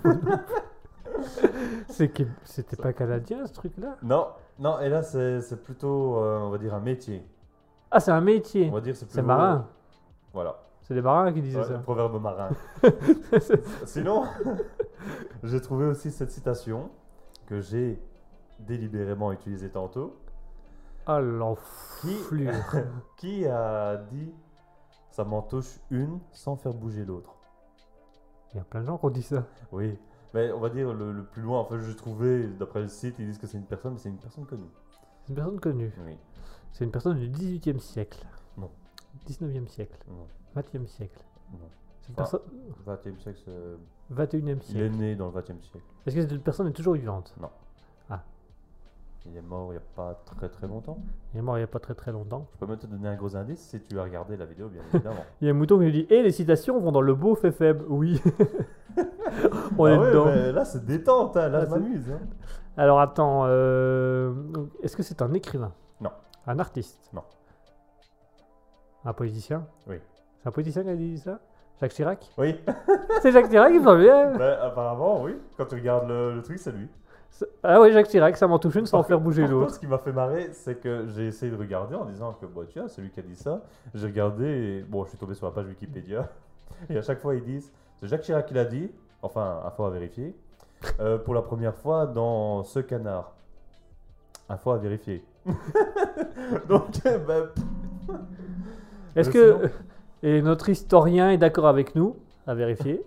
C'est que c'était pas canadien ce truc-là? Non, non, et là c'est c'est plutôt, euh, on va dire, un métier. Ah, c'est un métier. On va dire c'est C'est plutôt- marin. Voilà. C'est des marins qui disaient Ouais, ça. un proverbe marin. Sinon, j'ai trouvé aussi cette citation que j'ai délibérément utilisé tantôt. Ah, l'enflure. Qui a dit ça m'en touche une sans faire bouger l'autre? Il y a plein de gens qui ont dit ça. Oui, mais on va dire le, le plus loin. Enfin, j'ai trouvé, d'après le site, ils disent que c'est une personne, mais c'est une personne connue. C'est une personne connue. Oui. C'est une personne du dix-huitième siècle. Non. dix-neuvième siècle. Non. vingtième siècle. Non. C'est une Ah. personne... vingtième siècle, c'est... vingt et unième Il est siècle. né dans le vingtième siècle. Est-ce que cette personne est toujours vivante? Il est mort il n'y a pas très très longtemps. Il est mort il n'y a pas très très longtemps. Je peux même te donner un gros indice si tu as regardé la vidéo, bien évidemment. Il y a un mouton qui nous dit « Et les citations vont dans le beau fait faible. » Oui. On Ah est ouais, dedans. mais là, c'est détente, hein. Là, Ah, je c'est- m'amuse. Hein. Alors attends, euh, est-ce que c'est un écrivain? Non. Un artiste? Non. Un politicien? Oui. C'est un politicien qui a dit ça? Jacques Chirac? Oui, C'est Jacques Chirac, il me semble bien. bah, apparemment, oui. Quand tu regardes le, le truc, c'est lui. C'est- Ah oui, Jacques Chirac, ça m'en touche une sans Par faire contre- bouger par contre, l'autre. Ce qui m'a fait marrer, c'est que j'ai essayé de regarder en disant que, bah, tiens, c'est lui qui a dit ça. J'ai regardé et, bon, je suis tombé sur la page Wikipédia. Et à chaque fois, ils disent, c'est Jacques Chirac qui l'a dit, enfin, info à vérifier, euh, pour la première fois dans Ce Canard. Info à vérifier. Donc, euh, bah, pff. Est-ce Euh, que sinon- et notre historien est d'accord avec nous? À vérifier.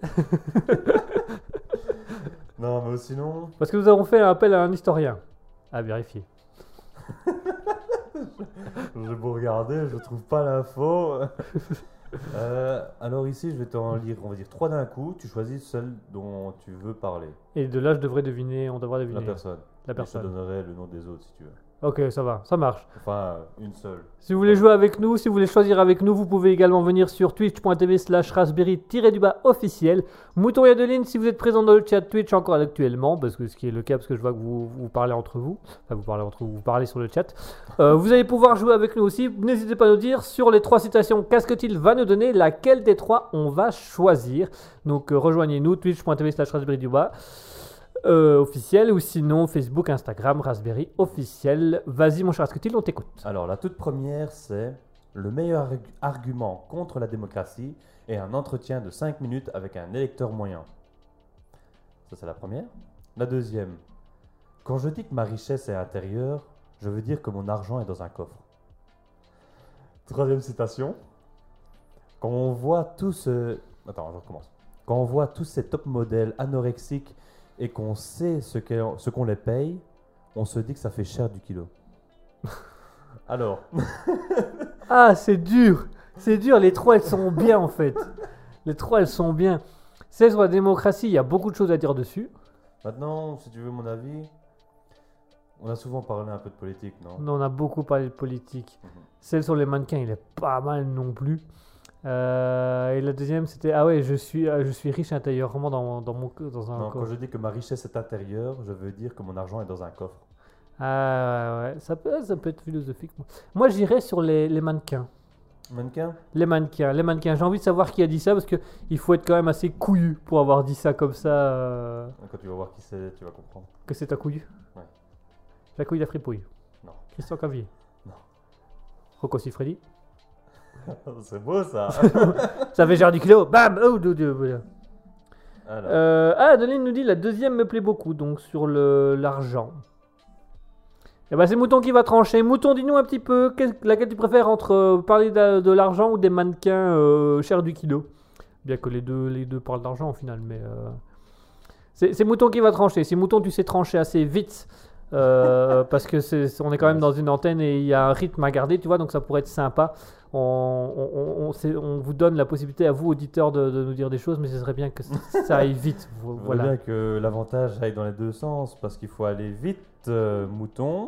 Non, mais sinon, Parce que nous avons fait un appel à un historien. À vérifier. j'ai beau regarder, je trouve pas l'info. Euh, alors ici, je vais t'en lire, on va dire trois d'un coup. Tu choisis celle dont tu veux parler. Et de là, je devrais deviner, on devra deviner. La personne. La Et personne. Je te donnerai le nom des autres si tu veux. Ok, ça va, ça marche. Enfin, une seule. Si vous voulez jouer avec nous, si vous voulez choisir avec nous, vous pouvez également venir sur twitch.tv slash raspberry-du-bas officiel. Mouton et Adeline, si vous êtes présents dans le chat Twitch encore actuellement, parce que ce qui est le cas, parce que je vois que vous, vous parlez entre vous, enfin vous parlez entre vous, vous parlez sur le chat, euh, vous allez pouvoir jouer avec nous aussi. N'hésitez pas à nous dire sur les trois citations, qu'est-ce que il va nous donner, laquelle des trois on va choisir. Donc euh, rejoignez-nous, twitch.tv slash raspberry-du-bas. Euh, officiel ou sinon Facebook, Instagram, Raspberry officiel. Vas-y mon cher Asketil, on t'écoute. Alors, la toute première, c'est le meilleur argu- argument contre la démocratie est un entretien de cinq minutes avec un électeur moyen. Ça, c'est la première. La deuxième, quand je dis que ma richesse est intérieure, je veux dire que mon argent est dans un coffre. Troisième citation, quand on voit tous ce... Attends, je recommence. Quand on voit tous ces top modèles anorexiques et qu'on sait ce qu'est- ce qu'on les paye, on se dit que ça fait cher du kilo. Alors, Ah, c'est dur. C'est dur. Les trois, elles sont bien en fait. Les trois, elles sont bien. C'est sur la démocratie, il y a beaucoup de choses à dire dessus. maintenant, si tu veux mon avis, on a souvent parlé un peu de politique, non? On a beaucoup parlé de politique. Mhm. Celle sur les mannequins, il est pas mal non plus. Euh, et la deuxième, c'était ah ouais, je suis, euh, je suis riche intérieurement dans, dans mon dans un Non, quand coffre. je dis que ma richesse est intérieure, je veux dire que mon argent est dans un coffre. Ah ouais, ouais, ça peut, ça peut être philosophique. Moi, j'irais sur les, les mannequins. Mannequin? Les mannequins, les mannequins. J'ai envie de savoir qui a dit ça parce que il faut être quand même assez couillu pour avoir dit ça comme ça. euh, Quand tu vas voir qui c'est, tu vas comprendre. Que c'est ta couille. Ouais. La couille de la fripouille. Non. Christian Cavier. Non. Rocco Siffredi. C'est beau ça. Ça fait genre du kilo. Bam. Oh, de, de, voilà. Alors, Euh, ah, Adeline nous dit la deuxième me plaît beaucoup, donc sur le l'argent. Et bah c'est Mouton qui va trancher. Mouton, dis-nous un petit peu qu'est-ce- laquelle tu préfères entre euh, parler de, de l'argent ou des mannequins euh, chers du kilo. Bien que les deux les deux parlent d'argent au final, mais euh, c'est c'est Mouton qui va trancher. Si Mouton tu sais trancher assez vite. euh, parce que c'est on est quand même dans une antenne et il y a un rythme à garder, tu vois, donc ça pourrait être sympa. On, on, on, on sait- on vous donne la possibilité à vous, auditeurs, de, de nous dire des choses, mais ce serait bien que ça aille vite. vo- je veux Voilà. bien que l'avantage aille dans les deux sens parce qu'il faut aller vite, euh, mouton.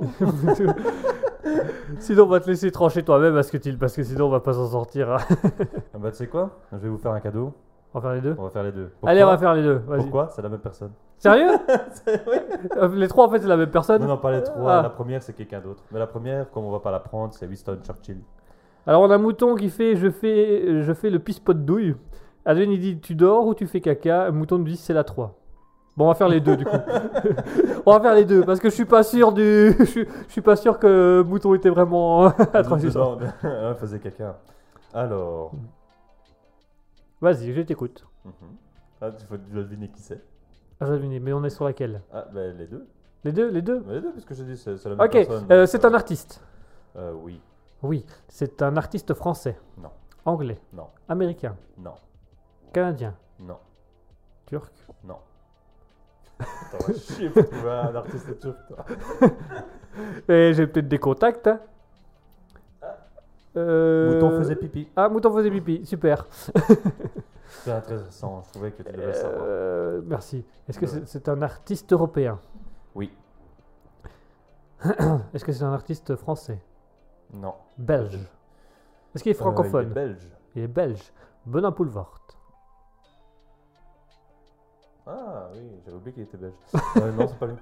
Sinon, on va te laisser trancher toi-même, parce que, tu- parce que sinon, on va pas s'en sortir. hein. Ah bah tu sais quoi? Je vais vous faire un cadeau. On va faire les deux. On va faire les deux. Allez, on va Pourquoi? faire les deux. Vas-y. Pourquoi? C'est la même personne. Sérieux C'est- oui. Euh, Les trois, en fait, c'est la même personne. Non, non, pas les trois. Ah. La première, c'est quelqu'un d'autre. Mais la première, comme on va pas la prendre, c'est Winston Churchill. Alors, on a Mouton qui fait je fais, je fais le pisse-pot de douille. Adeline, il dit tu dors ou tu fais caca. Mouton nous dit c'est la trois. Bon, on va faire les deux, du coup. On va faire les deux, parce que je suis pas sûr du. Je suis, je suis pas sûr que Mouton était vraiment intransigeant. Dedans, un faisait quelqu'un. Alors. Vas-y, je t'écoute. mhm. Ah, tu faut tu dois deviner qui c'est. Ah, je vais deviner, mais on est sur laquelle? Ah, ben les deux. Les deux, les deux. Mais les deux, parce que j'ai dit, c'est c'est la même Ok, personne. euh, donc, c'est euh, un artiste. Euh, oui. Oui, c'est un artiste français. Non. Anglais. Non. Américain. Non. Canadien. Non. Turc. Non. T'en vas chier pour trouver un artiste turc, toi. Et j'ai peut-être des contacts. Hein. Euh, Mouton faisait pipi. Ah, Mouton faisait pipi, super. C'est intéressant, je trouvais que tu devais le savoir. Euh, merci. Est-ce que Ouais. c'est c'est un artiste européen? Oui. Est-ce que c'est un artiste français? Non. Belge? Est-ce qu'il est francophone? Euh, il est belge. Il est belge. Benoît Poelvoort. Ah oui, j'avais oublié qu'il était belge. Euh, non, c'est pas lui.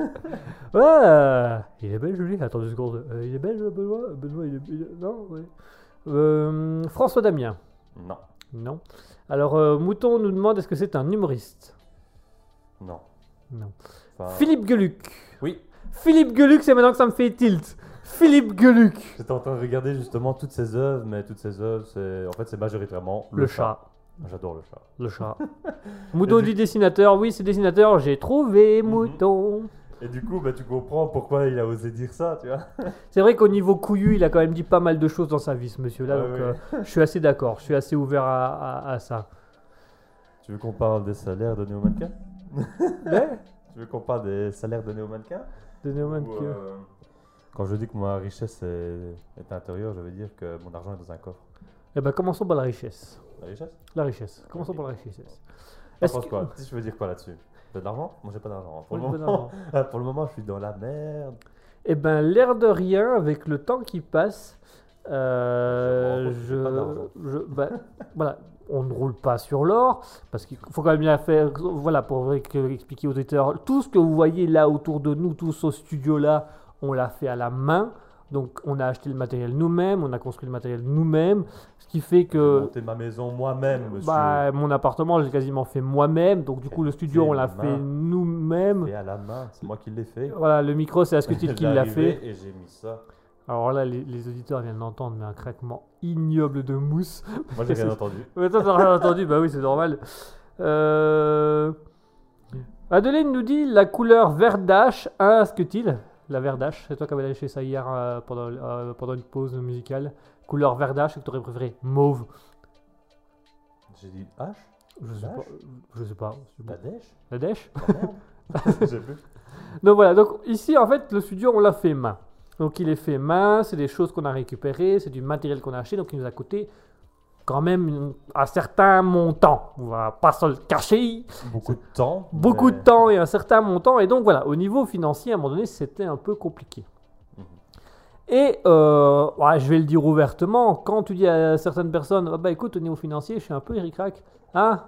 Ouais, il est belge lui. Attends deux secondes. Euh, il est belge Benoît? Benoît, il est, il est- non, oui. Euh, François Damien. Non. Non. Alors euh, Mouton nous demande est-ce que c'est un humoriste? Non. Non. Enfin, Philippe Geluc. Oui. Philippe Geluc, c'est maintenant que ça me fait tilt. Philippe Geluc. J'étais en train de regarder justement toutes ses œuvres, mais toutes ses œuvres, c'est en fait c'est majoritairement Le, chat. J'adore le chat. Le chat. Mouton Et dit du- dessinateur. Oui, c'est dessinateur. J'ai trouvé Mhm. Mouton. Et du coup, bah, tu comprends pourquoi il a osé dire ça, tu vois. C'est vrai qu'au niveau couillu, il a quand même dit pas mal de choses dans sa vie, ce monsieur-là. Ah donc oui. euh, je suis assez d'accord. Je suis assez ouvert à, à- à ça. Tu veux qu'on parle des salaires donnés aux mannequins Ouais. Tu veux qu'on parle des salaires donnés aux mannequins De Neumann Ou, que- euh, Quand je dis que ma richesse est, est intérieure, je veux dire que mon argent est dans un coffre. Eh ben, commençons par la richesse. La richesse La richesse. Commençons par la richesse. T'en Est-ce penses que- quoi Si je veux dire quoi là-dessus T'as de l'argent Moi j'ai pas d'argent. Pour, Oui, le peu moment- d'argent. Ah, pour le moment, je suis dans la merde. Eh ben, l'air de rien, avec le temps qui passe, euh, Je me rends compte que j'ai pas je, d'argent. je- ben, voilà, on ne roule pas sur l'or, parce qu'il faut quand même bien faire, voilà, pour que- expliquer aux auditeurs, tout ce que vous voyez là autour de nous, tout ce studio-là, on l'a fait à la main. Donc, on a acheté le matériel nous-mêmes, on a construit le matériel nous-mêmes, ce qui fait J'ai que monté ma maison moi-même, monsieur. bah, mon appartement, j'ai quasiment fait moi-même. Donc, du coup, le studio, Fait on l'a main. fait nous-mêmes. Et à la main, c'est moi qui l'ai fait. Voilà, le micro, c'est Asketil qui l'a fait. Et j'ai mis ça. Alors là, les, les auditeurs viennent d'entendre, mais un craquement ignoble de mousse. Moi j'ai rien entendu. Mais toi, t'as rien entendu? Bah oui, c'est normal. Euh... Adeline nous dit la couleur verdache à Asketil. La verdache, c'est toi qui avais lâché ça hier euh, pendant, euh, pendant une pause musicale. Couleur verdache, et que tu aurais préféré mauve. J'ai dit H Je sais Vache pas. Je sais pas. c'est bon. La dèche La dèche. La merde J'ai plus. Donc voilà, donc ici en fait le studio on l'a fait main. Donc il est fait main, c'est des choses qu'on a récupérées, c'est du matériel qu'on a acheté, donc il nous a coûté quand même une- un certain montant. On va pas se le cacher, Beaucoup de temps. beaucoup mais- de temps et un certain montant. Et donc voilà, au niveau financier à un moment donné c'était un peu compliqué. Mhm. Et euh, ouais, je vais le dire ouvertement, quand tu dis à certaines personnes, ah bah écoute au niveau financier je suis un peu ric-rac, hein,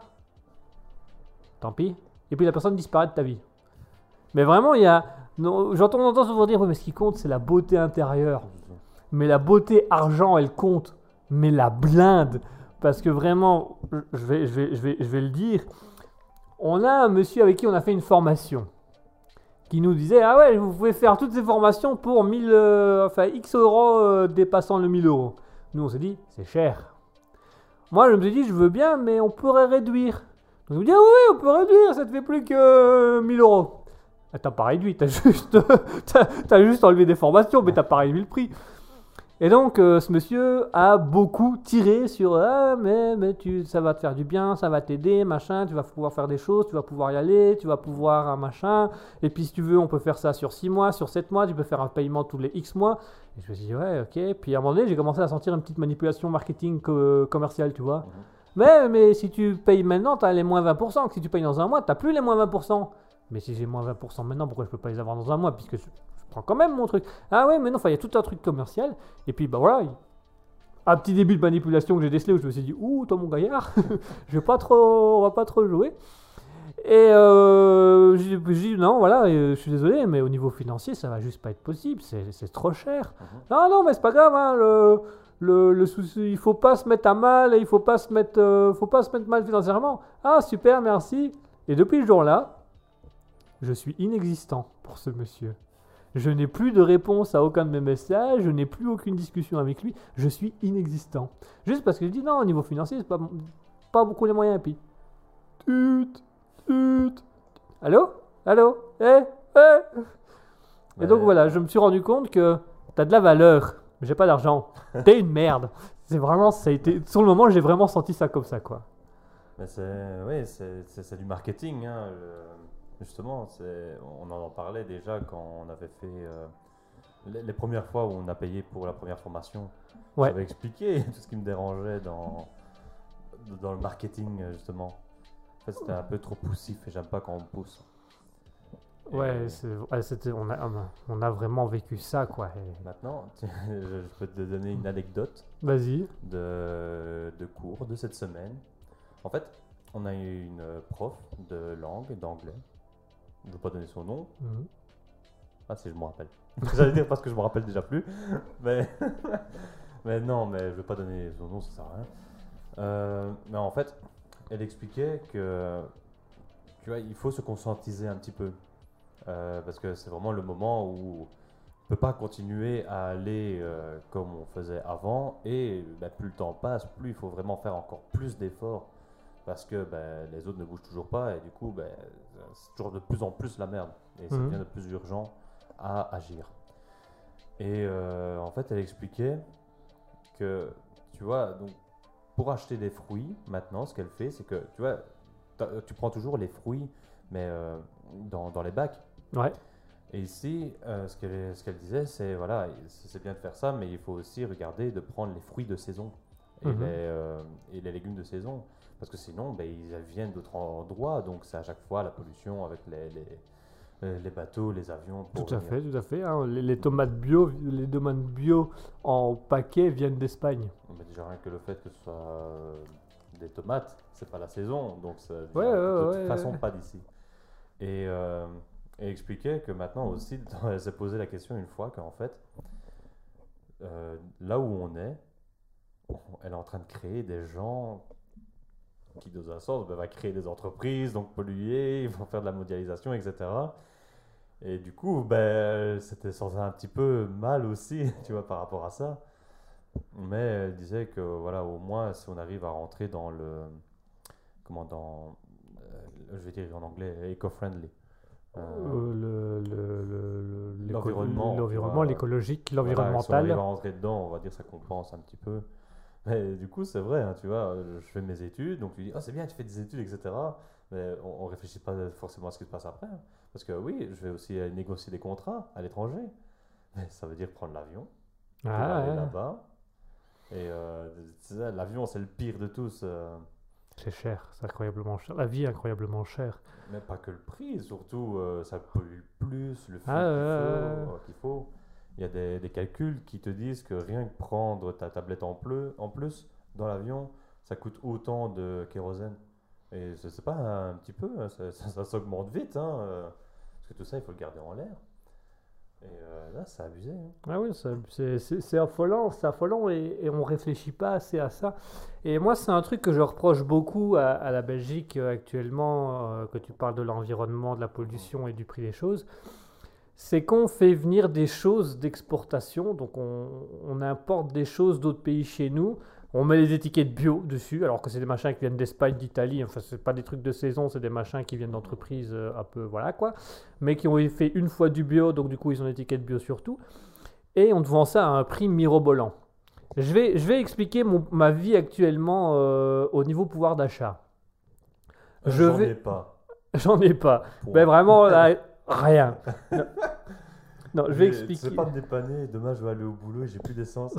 tant pis. Et puis la personne disparaît de ta vie. Mais vraiment, il y a. non, J'entends entendre souvent dire, oui, mais ce qui compte, c'est la beauté intérieure. Mais la beauté argent, elle compte. Mais la blinde. Parce que vraiment, je vais, je vais, je vais, je vais le dire. On a un monsieur avec qui on a fait une formation. Qui nous disait, ah ouais, vous pouvez faire toutes ces formations pour mille, euh, enfin, X euros euh, dépassant le mille euros. Nous, on s'est dit, c'est cher. Moi, je me suis dit, je veux bien, mais on pourrait réduire. Donc, je me dis, ah oui, on peut réduire, ça te fait plus que euh, mille euros. Ah, t'as pas réduit, t'as juste, t'as, t'as juste enlevé des formations, mais t'as pas réduit le prix. Et donc, euh, ce monsieur a beaucoup tiré sur ah, mais, mais tu, ça va te faire du bien, ça va t'aider, machin, tu vas pouvoir faire des choses, tu vas pouvoir y aller, tu vas pouvoir un machin. Et puis, si tu veux, on peut faire ça sur six mois, sur sept mois, tu peux faire un paiement tous les X mois. Et je me suis dit, ouais, ok. Puis à un moment donné, j'ai commencé à sentir une petite manipulation marketing co- commerciale, tu vois. Mhm. Mais, mais si tu payes maintenant, tu as les moins vingt pour cent. Que si tu payes dans un mois, tu n'as plus les moins vingt pour cent. Mais si j'ai moins vingt pour cent maintenant, pourquoi je peux pas les avoir dans un mois? Puisque je, je prends quand même mon truc. Ah ouais, mais non, il y a tout un truc commercial. Et puis, bah voilà, il- un petit début de manipulation que j'ai décelé où je me suis dit, ouh, toi mon gaillard, je vais pas trop, on va pas trop jouer. Et euh, j'ai j'ai dit, non, voilà, euh, je suis désolé, mais au niveau financier, ça va juste pas être possible. C'est c'est trop cher. Mhm. Non, non, mais c'est pas grave, hein, le, le, le souci, il faut pas se mettre à mal, et il faut pas se mettre, euh, faut pas se mettre mal financièrement. Ah, super, merci. Et depuis ce jour-là, je suis inexistant pour ce monsieur. Je n'ai plus de réponse à aucun de mes messages, je n'ai plus aucune discussion avec lui, je suis inexistant. Juste parce que je dis non, au niveau financier, c'est pas, pas beaucoup les moyens. Et puis, tut, tut. Allô? Allô? Eh? Ouais. Et donc Ouais. voilà, je me suis rendu compte que t'as de la valeur, mais j'ai pas d'argent. T'es une merde. C'est vraiment, ça a été, sur le moment, j'ai vraiment senti ça comme ça, quoi. Mais c'est, oui, c'est, c'est, c'est du marketing, hein, le- justement. C'est, on en parlait déjà quand on avait fait euh, les, les premières fois où on a payé pour la première formation. Ouais. J'avais expliqué tout ce qui me dérangeait dans, dans le marketing, justement. En fait, c'était un peu trop poussif et j'aime pas quand on pousse. Et Ouais, c'est, ouais, c'était, on, a, on a vraiment vécu ça, quoi. Et- Maintenant, tu- je peux te donner une anecdote Vas-y. de, de cours de cette semaine. En fait, on a eu une prof de langue, d'anglais. Je ne veux pas donner son nom. Mhm. Ah si, je me rappelle. J'allais dire parce que je me rappelle déjà plus. Mais, mais non, mais je ne veux pas donner son nom, ça sert à rien. Euh, mais en fait, elle expliquait que tu vois, il faut se conscientiser un petit peu. Euh, parce que c'est vraiment le moment où on ne peut pas continuer à aller euh, comme on faisait avant. Et bah, plus le temps passe, plus il faut vraiment faire encore plus d'efforts. Parce que ben, les autres ne bougent toujours pas et du coup ben, c'est toujours de plus en plus la merde et ça Mhm. devient de plus urgent à agir. Et euh, en fait elle expliquait que tu vois, donc, pour acheter des fruits maintenant ce qu'elle fait c'est que tu vois, t'as- tu prends toujours les fruits mais euh, dans, dans les bacs. Ouais. Et ici euh, ce qu'elle ce qu'elle disait c'est voilà, c'est c'est bien de faire ça mais il faut aussi regarder de prendre les fruits de saison et, Mhm. les, euh, et les légumes de saison. Parce que sinon, ben, ils viennent d'autres endroits, donc c'est à chaque fois la pollution avec les, les, les bateaux, les avions. pour Tout à venir. fait, tout à fait. hein. Les, les tomates bio, les tomates bio en paquet viennent d'Espagne. Mais déjà rien que le fait que ce soit euh, des tomates, c'est pas la saison, donc ça vient Ouais, ouais, de toute ouais, façon ouais. pas d'ici. Et euh, elle expliquait que maintenant aussi, elle s'est posé la question une fois qu'en fait, euh, là où on est, on- elle est en train de créer des gens qui, dans un sens, ben, va créer des entreprises, donc polluer, ils vont faire de la mondialisation, et cetera. Et du coup, ben, c'était senti un petit peu mal aussi, tu vois, par rapport à ça. Mais elle disait que, voilà, au moins, si on arrive à rentrer dans le, comment, dans, euh, je vais dire en anglais, eco-friendly. Euh, Euh, le, le- le- le- l'éco- L'environnement, tu l'environnement, vois. l'écologique, Voilà, si on l'environnemental. arrive à rentrer dedans, on va dire ça compense un petit peu. Mais du coup, c'est vrai, hein, tu vois, je fais mes études, donc tu dis, oh, c'est bien, tu fais des études, et cetera. Mais on, on réfléchit pas forcément à ce qui se passe après. hein. Parce que oui, je vais aussi euh, négocier des contrats à l'étranger. Mais ça veut dire prendre l'avion pour Ah, aller ouais. là-bas. Et euh, c'est ça, l'avion, c'est le pire de tous. euh, C'est cher, c'est incroyablement cher. La vie est incroyablement chère. mais pas que le prix, surtout, euh, ça pollue plus, le fuel Ah, qu'il ouais, faut, euh, qu'il faut. Il y a des, des calculs qui te disent que rien que prendre ta tablette en, pleu, en plus dans l'avion, ça coûte autant de kérosène. Et c'est c'est pas un petit peu, hein, ça, ça- ça s'augmente vite, hein, euh, parce que tout ça, il faut le garder en l'air. Et euh, là, c'est abusé. hein. Ah oui, ça- c'est c'est- c'est affolant, c'est affolant et, et on réfléchit pas assez à ça. Et moi, c'est un truc que je reproche beaucoup à, à la Belgique euh, actuellement, euh, que tu parles de l'environnement, de la pollution et du prix des choses, c'est qu'on fait venir des choses d'exportation, donc on, on importe des choses d'autres pays chez nous, on met les étiquettes bio dessus, alors que c'est des machins qui viennent d'Espagne, d'Italie, enfin c'est pas des trucs de saison, c'est des machins qui viennent d'entreprises euh, un peu, voilà quoi, mais qui ont fait une fois du bio, donc du coup ils ont l'étiquette bio sur tout, et on te vend ça à un prix mirobolant. Je vais, je vais expliquer mon- ma vie actuellement euh, au niveau pouvoir d'achat. Je J'en vais- ai pas. J'en ai pas. Point. Ben vraiment, là, rien. Non, Non, je vais Mais expliquer. Tu sais pas me dépanner, demain je vais aller au boulot et j'ai plus d'essence.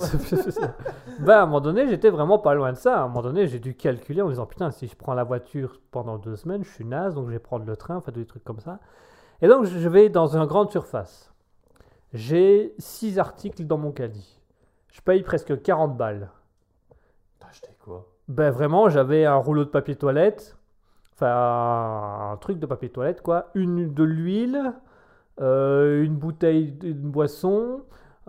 Ben, à un moment donné, j'étais vraiment pas loin de ça. À un moment donné, j'ai dû calculer en me disant putain, si je prends la voiture pendant deux semaines, je suis naze, donc je vais prendre le train, enfin des trucs comme ça. Et donc, je vais dans une grande surface. J'ai six articles dans mon caddie. Je paye presque quarante balles. T'as acheté quoi? Ben vraiment, j'avais un rouleau de papier toilette, enfin un truc de papier toilette quoi, une de l'huile, euh, une bouteille, une boisson,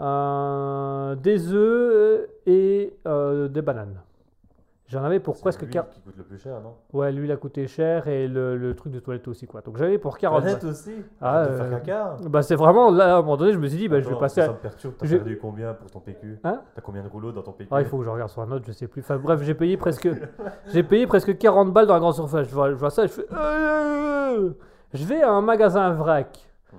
euh, des œufs et euh, des bananes. J'en avais pour C'est presque l'huile quar- qui coûte le plus cher, non? Ouais, l'huile a coûté cher et le, le truc de toilette aussi quoi. Donc j'avais pour quarante Planète balles. aussi? Ah, Arrête de euh, faire caca. Bah c'est vraiment là à un moment donné, je me suis dit bah je vais Attends, passer Ça à... me perturbe, t'as je- perdu combien pour ton P Q? Hein? T'as combien de rouleaux dans ton P Q? Ah, il faut que je regarde sur un autre, je sais plus. Enfin bref, j'ai payé presque, j'ai payé presque quarante balles dans la grande surface. Je vois, je vois ça, je fais, Euh, je vais à un magasin vrac. Mhm.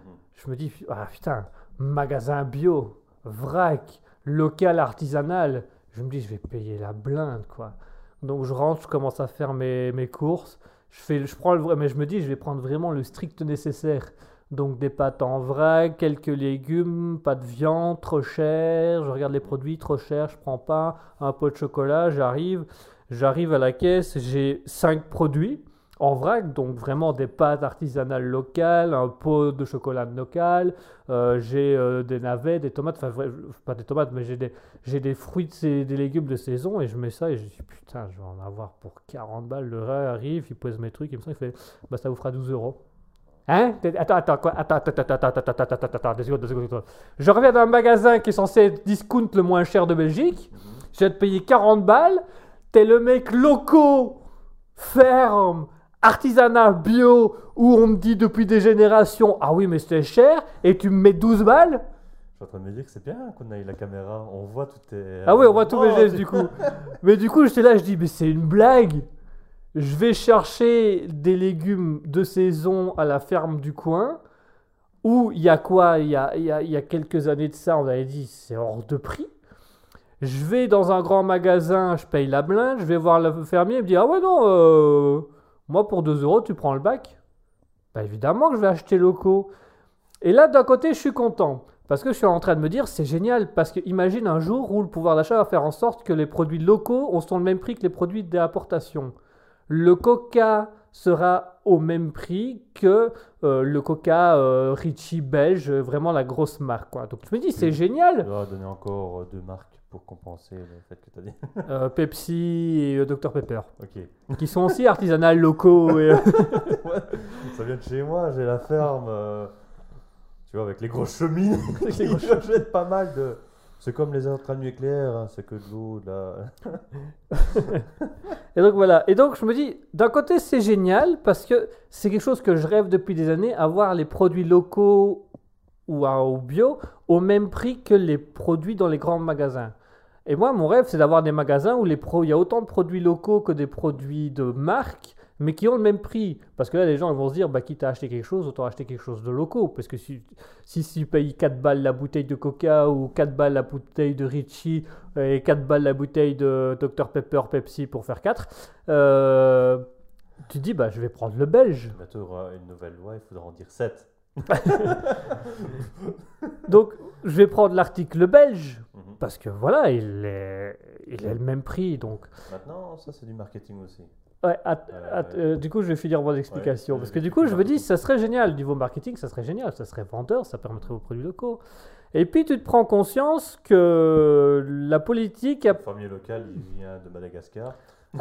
Je me dis, ah putain, magasin bio, vrac, local, artisanal. Je me dis, je vais payer la blinde, quoi. Donc je rentre, je commence à faire mes, mes courses. Je, fais, je prends le vrai, mais je me dis, je vais prendre vraiment le strict nécessaire. Donc des pâtes en vrac, quelques légumes, pas de viande, trop cher. Je regarde les produits, trop cher, je prends pas. Un pot de chocolat, j'arrive. J'arrive à la caisse, j'ai cinq produits en vrac, donc vraiment des pâtes artisanales locales, un pot de chocolat local, euh, j'ai euh, des navets, des tomates, enfin vrai- pas des tomates, mais j'ai des, j'ai des fruits, de sais- des légumes de saison, et je mets ça et je dis putain, je vais en avoir pour quarante balles. Le gars arrive, il pose mes trucs, il me il fait bah ça vous fera douze euros. Hein? T'es- Attends, attends, quoi? Attends, attends, attends, attends, attends, attends, attends, attends, deux secondes, deux secondes, deux secondes. Je reviens d'un magasin qui est censé être discount le moins cher de Belgique, je vais te payer quarante balles, t'es le mec locaux, ferme, artisanat, bio, où on me dit depuis des générations, ah oui mais c'est cher, et tu me mets douze balles? Je suis en train de me dire que c'est bien qu'on aille la caméra. On voit tout tes. Ah oui, on voit tous mes Oh, gestes tu- du coup. Mais du coup, j'étais là, je dis, mais c'est une blague. Je vais chercher des légumes de saison à la ferme du coin, où il y a quoi? Il y a, il y a- il y a quelques années de ça, on avait dit, c'est hors de prix. Je vais dans un grand magasin, je paye la blinde, je vais voir le fermier, il me dit, ah ouais non, euh, moi pour deux euros, tu prends le bac. Bah évidemment que je vais acheter locaux. Et là, d'un côté, je suis content. Parce que je suis en train de me dire, c'est génial. Parce que imagine un jour où le pouvoir d'achat va faire en sorte que les produits locaux ont le même prix que les produits d'importation. Le coca sera au même prix que euh, le coca euh, Ritchie belge, vraiment la grosse marque, quoi. Donc je me dis, c'est Tu génial. dois donner encore euh, deux marques pour compenser le fait que tu as dit. Euh, Pepsi et euh, docteur Pepper, Ok. qui sont aussi artisanales locaux. Et, euh, Ça vient de chez moi, j'ai la ferme. euh, Tu vois, avec les grosses cheminées. Avec les grosses Ils jettent pas mal de. C'est comme les centrales nucléaires, hein, c'est que de l'eau, de la. Et donc voilà. Et donc je me dis, d'un côté c'est génial parce que c'est quelque chose que je rêve depuis des années, avoir les produits locaux ou à- au bio au même prix que les produits dans les grands magasins. Et moi mon rêve c'est d'avoir des magasins où les pro- il y a autant de produits locaux que des produits de marque, mais qui ont le même prix. Parce que là les gens ils vont se dire, bah quitte à acheter quelque chose, autant acheter quelque chose de locaux. Parce que si, si, si tu payes quatre balles la bouteille de Coca ou quatre balles la bouteille de Ritchie et quatre balles la bouteille de docteur Pepper Pepsi pour faire quatre, euh, tu te dis bah je vais prendre le belge. Bientôt, il y aura une nouvelle loi, il faudra en dire sept. Donc je vais prendre l'article belge Mhm. parce que voilà, il est, il est le même prix. Donc Maintenant, ça, c'est du marketing aussi. ouais, att- Euh, att- euh, du coup je vais finir mon explication ouais, parce ouais, que du ouais, coup je me dis marketing. ça serait génial niveau marketing, ça serait génial, ça serait vendeur, ça permettrait aux produits locaux. Et puis tu te prends conscience que la politique a Le fermier local, il vient de Madagascar.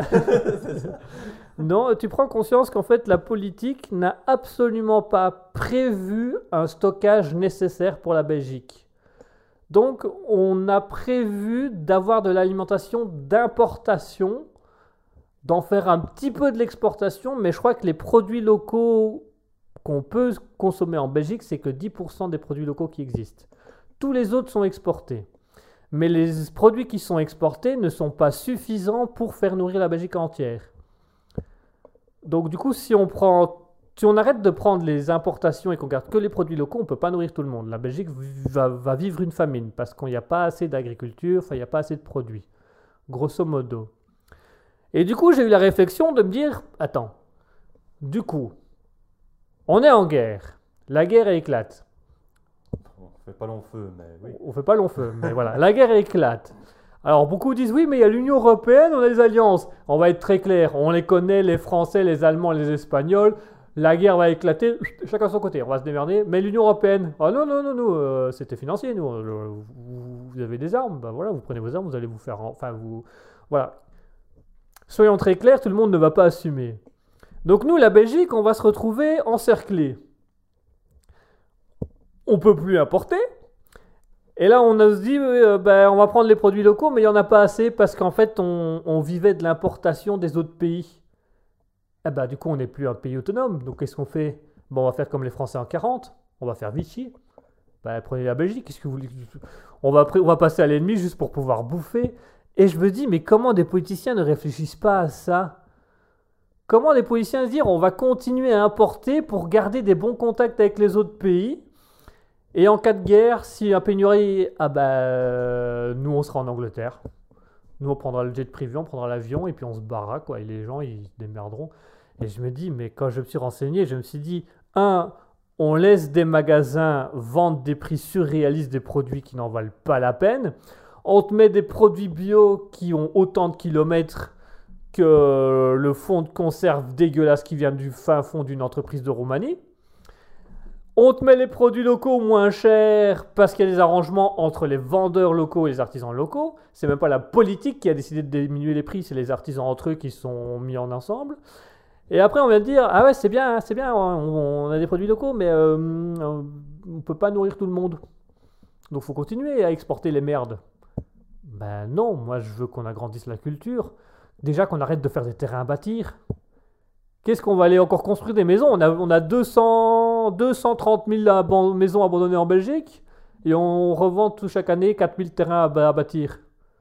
Non, tu prends conscience qu'en fait, la politique n'a absolument pas prévu un stockage nécessaire pour la Belgique. Donc, on a prévu d'avoir de l'alimentation d'importation, d'en faire un petit peu de l'exportation, mais je crois que les produits locaux qu'on peut consommer en Belgique, c'est que dix pour cent des produits locaux qui existent. Tous les autres sont exportés. Mais les produits qui sont exportés ne sont pas suffisants pour faire nourrir la Belgique entière. Donc du coup, si on prend, si on arrête de prendre les importations et qu'on garde que les produits locaux, on ne peut pas nourrir tout le monde. La Belgique va, va vivre une famine parce qu'il n'y a pas assez d'agriculture, enfin il n'y a pas assez de produits, grosso modo. Et du coup, j'ai eu la réflexion de me dire, attends, du coup, on est en guerre, la guerre éclate. On fait pas long feu, mais oui. On fait pas long feu, mais voilà, la guerre éclate. Alors beaucoup disent oui, mais il y a l'Union Européenne, on a des alliances. On va être très clair, on les connaît, les Français, les Allemands, les Espagnols. La guerre va éclater, chacun de son côté, on va se démerder. Mais l'Union Européenne, ah non, non, non, nous, euh, c'était financier, nous. Euh, vous, vous avez des armes, ben voilà, vous prenez vos armes, vous allez vous faire, enfin vous, voilà. Soyons très clairs, tout le monde ne va pas assumer. Donc nous, la Belgique, on va se retrouver encerclés. On peut plus importer. Et là, on a se dit, euh, ben, on va prendre les produits locaux, mais il n'y en a pas assez parce qu'en fait, on, on vivait de l'importation des autres pays. Eh ben, du coup, on n'est plus un pays autonome. Donc, qu'est-ce qu'on fait? Bon, on va faire comme les Français en quarante. On va faire Vichy. Ben, prenez la Belgique. Qu'est-ce que vous voulez? On va, on va passer à l'ennemi juste pour pouvoir bouffer. Et je me dis, mais comment des politiciens ne réfléchissent pas à ça? Comment des politiciens se disent, on va continuer à importer pour garder des bons contacts avec les autres pays? Et en cas de guerre, si un pénurie, ah bah, euh, nous on sera en Angleterre. Nous on prendra le jet privé, on prendra l'avion et puis on se barra quoi. Et les gens ils se démerderont. Et je me dis, mais quand je me suis renseigné, je me suis dit, un, on laisse des magasins vendre des prix surréalistes des produits qui n'en valent pas la peine. On te met des produits bio qui ont autant de kilomètres que le fond de conserve dégueulasse qui vient du fin fond d'une entreprise de Roumanie. On te met les produits locaux moins chers parce qu'il y a des arrangements entre les vendeurs locaux et les artisans locaux. C'est même pas la politique qui a décidé de diminuer les prix, c'est les artisans entre eux qui se sont mis en ensemble. Et après, on vient de dire, ah ouais, c'est bien, c'est bien, on, on a des produits locaux, mais euh, on ne peut pas nourrir tout le monde. Donc, il faut continuer à exporter les merdes. Ben non, moi, je veux qu'on agrandisse la culture. Déjà qu'on arrête de faire des terrains à bâtir. Qu'est-ce qu'on va aller encore construire des maisons? On a, on a deux cents, deux cent trente mille aban- maisons abandonnées en Belgique et on revend tout chaque année quatre mille terrains à, à bâtir.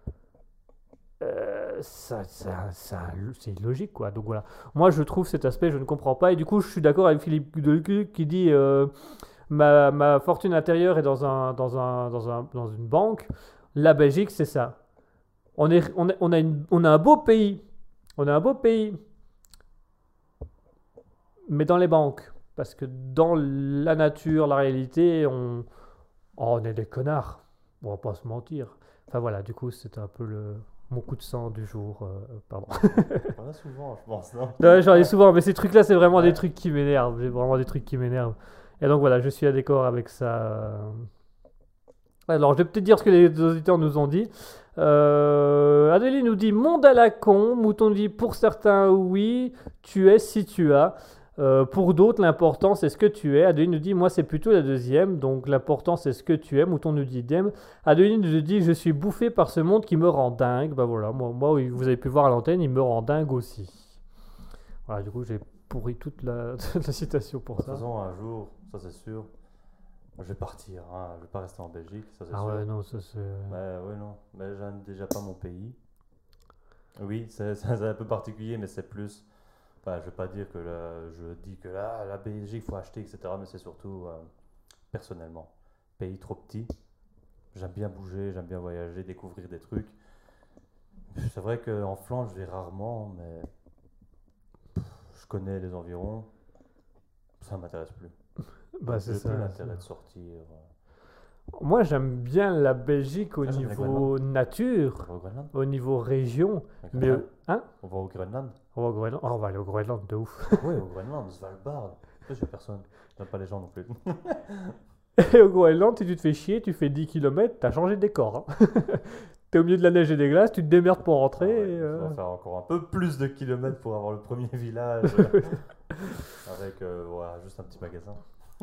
Euh, ça, ça, ça, c'est illogique quoi. Donc voilà. Moi je trouve cet aspect, je ne comprends pas. Et du coup, je suis d'accord avec Philippe Deluc qui dit euh, ma, ma fortune intérieure est dans, un, dans, un, dans, un, dans une banque. La Belgique, c'est ça. On, est, on, a, on, a une, on a un beau pays. On a un beau pays. Mais dans les banques. Parce que dans la nature, la réalité, on, oh, on est des connards. On va pas se mentir. Enfin voilà, du coup, c'était un peu le, mon coup de sang du jour. Euh, pardon. On a souvent, je pense, non? Ouais, j'en ai souvent, mais ces trucs-là, c'est vraiment ouais. des trucs qui m'énervent. C'est vraiment des trucs qui m'énervent. Et donc voilà, je suis d'accord avec ça. Alors, je vais peut-être dire ce que les auditeurs nous ont dit. Euh, Adélie nous dit monde à la con. Mouton dit pour certains, oui, tu es si tu as. Euh, pour d'autres, l'important c'est ce que tu es. Adeline nous dit moi c'est plutôt la deuxième, donc l'important c'est ce que tu es. Mouton nous dit idem. Adeline nous dit je suis bouffé par ce monde qui me rend dingue. Bah voilà, moi, moi vous avez pu voir à l'antenne, il me rend dingue aussi. Voilà, du coup j'ai pourri toute la, toute la citation pour de ça. De toute façon, un jour, ça c'est sûr, je vais partir. Hein. Je vais pas rester en Belgique, ça c'est ah sûr. Ah ouais, non, ça c'est. Bah ouais, non, mais j'aime déjà pas mon pays. Oui, c'est, c'est un peu particulier, mais c'est plus. Enfin, je ne vais pas dire que là, je dis que là, la Belgique, il faut acheter, et cetera. Mais c'est surtout euh, personnellement. Pays trop petit. J'aime bien bouger, j'aime bien voyager, découvrir des trucs. C'est vrai qu'en Flandre, je vais rarement, mais je connais les environs. Ça ne m'intéresse plus. Bah, c'est ça. J'ai plus l'intérêt de sortir. Moi, j'aime bien la Belgique au ah, niveau nature, au, au niveau région. Mais, hein? On va au Groenland. On va au Groenland. Oh, on va aller au Groenland, de ouf. Oui, au Groenland, Svalbard. Je n'ai personne. J'aime pas les gens non plus. Et au Groenland, si tu te fais chier, tu fais dix kilomètres, t'as changé de décor. Hein. T'es au milieu de la neige et des glaces, tu te démerdes pour rentrer. Ah ouais, et, euh... On va faire encore un peu plus de kilomètres pour avoir le premier village. avec euh, voilà, juste un petit magasin.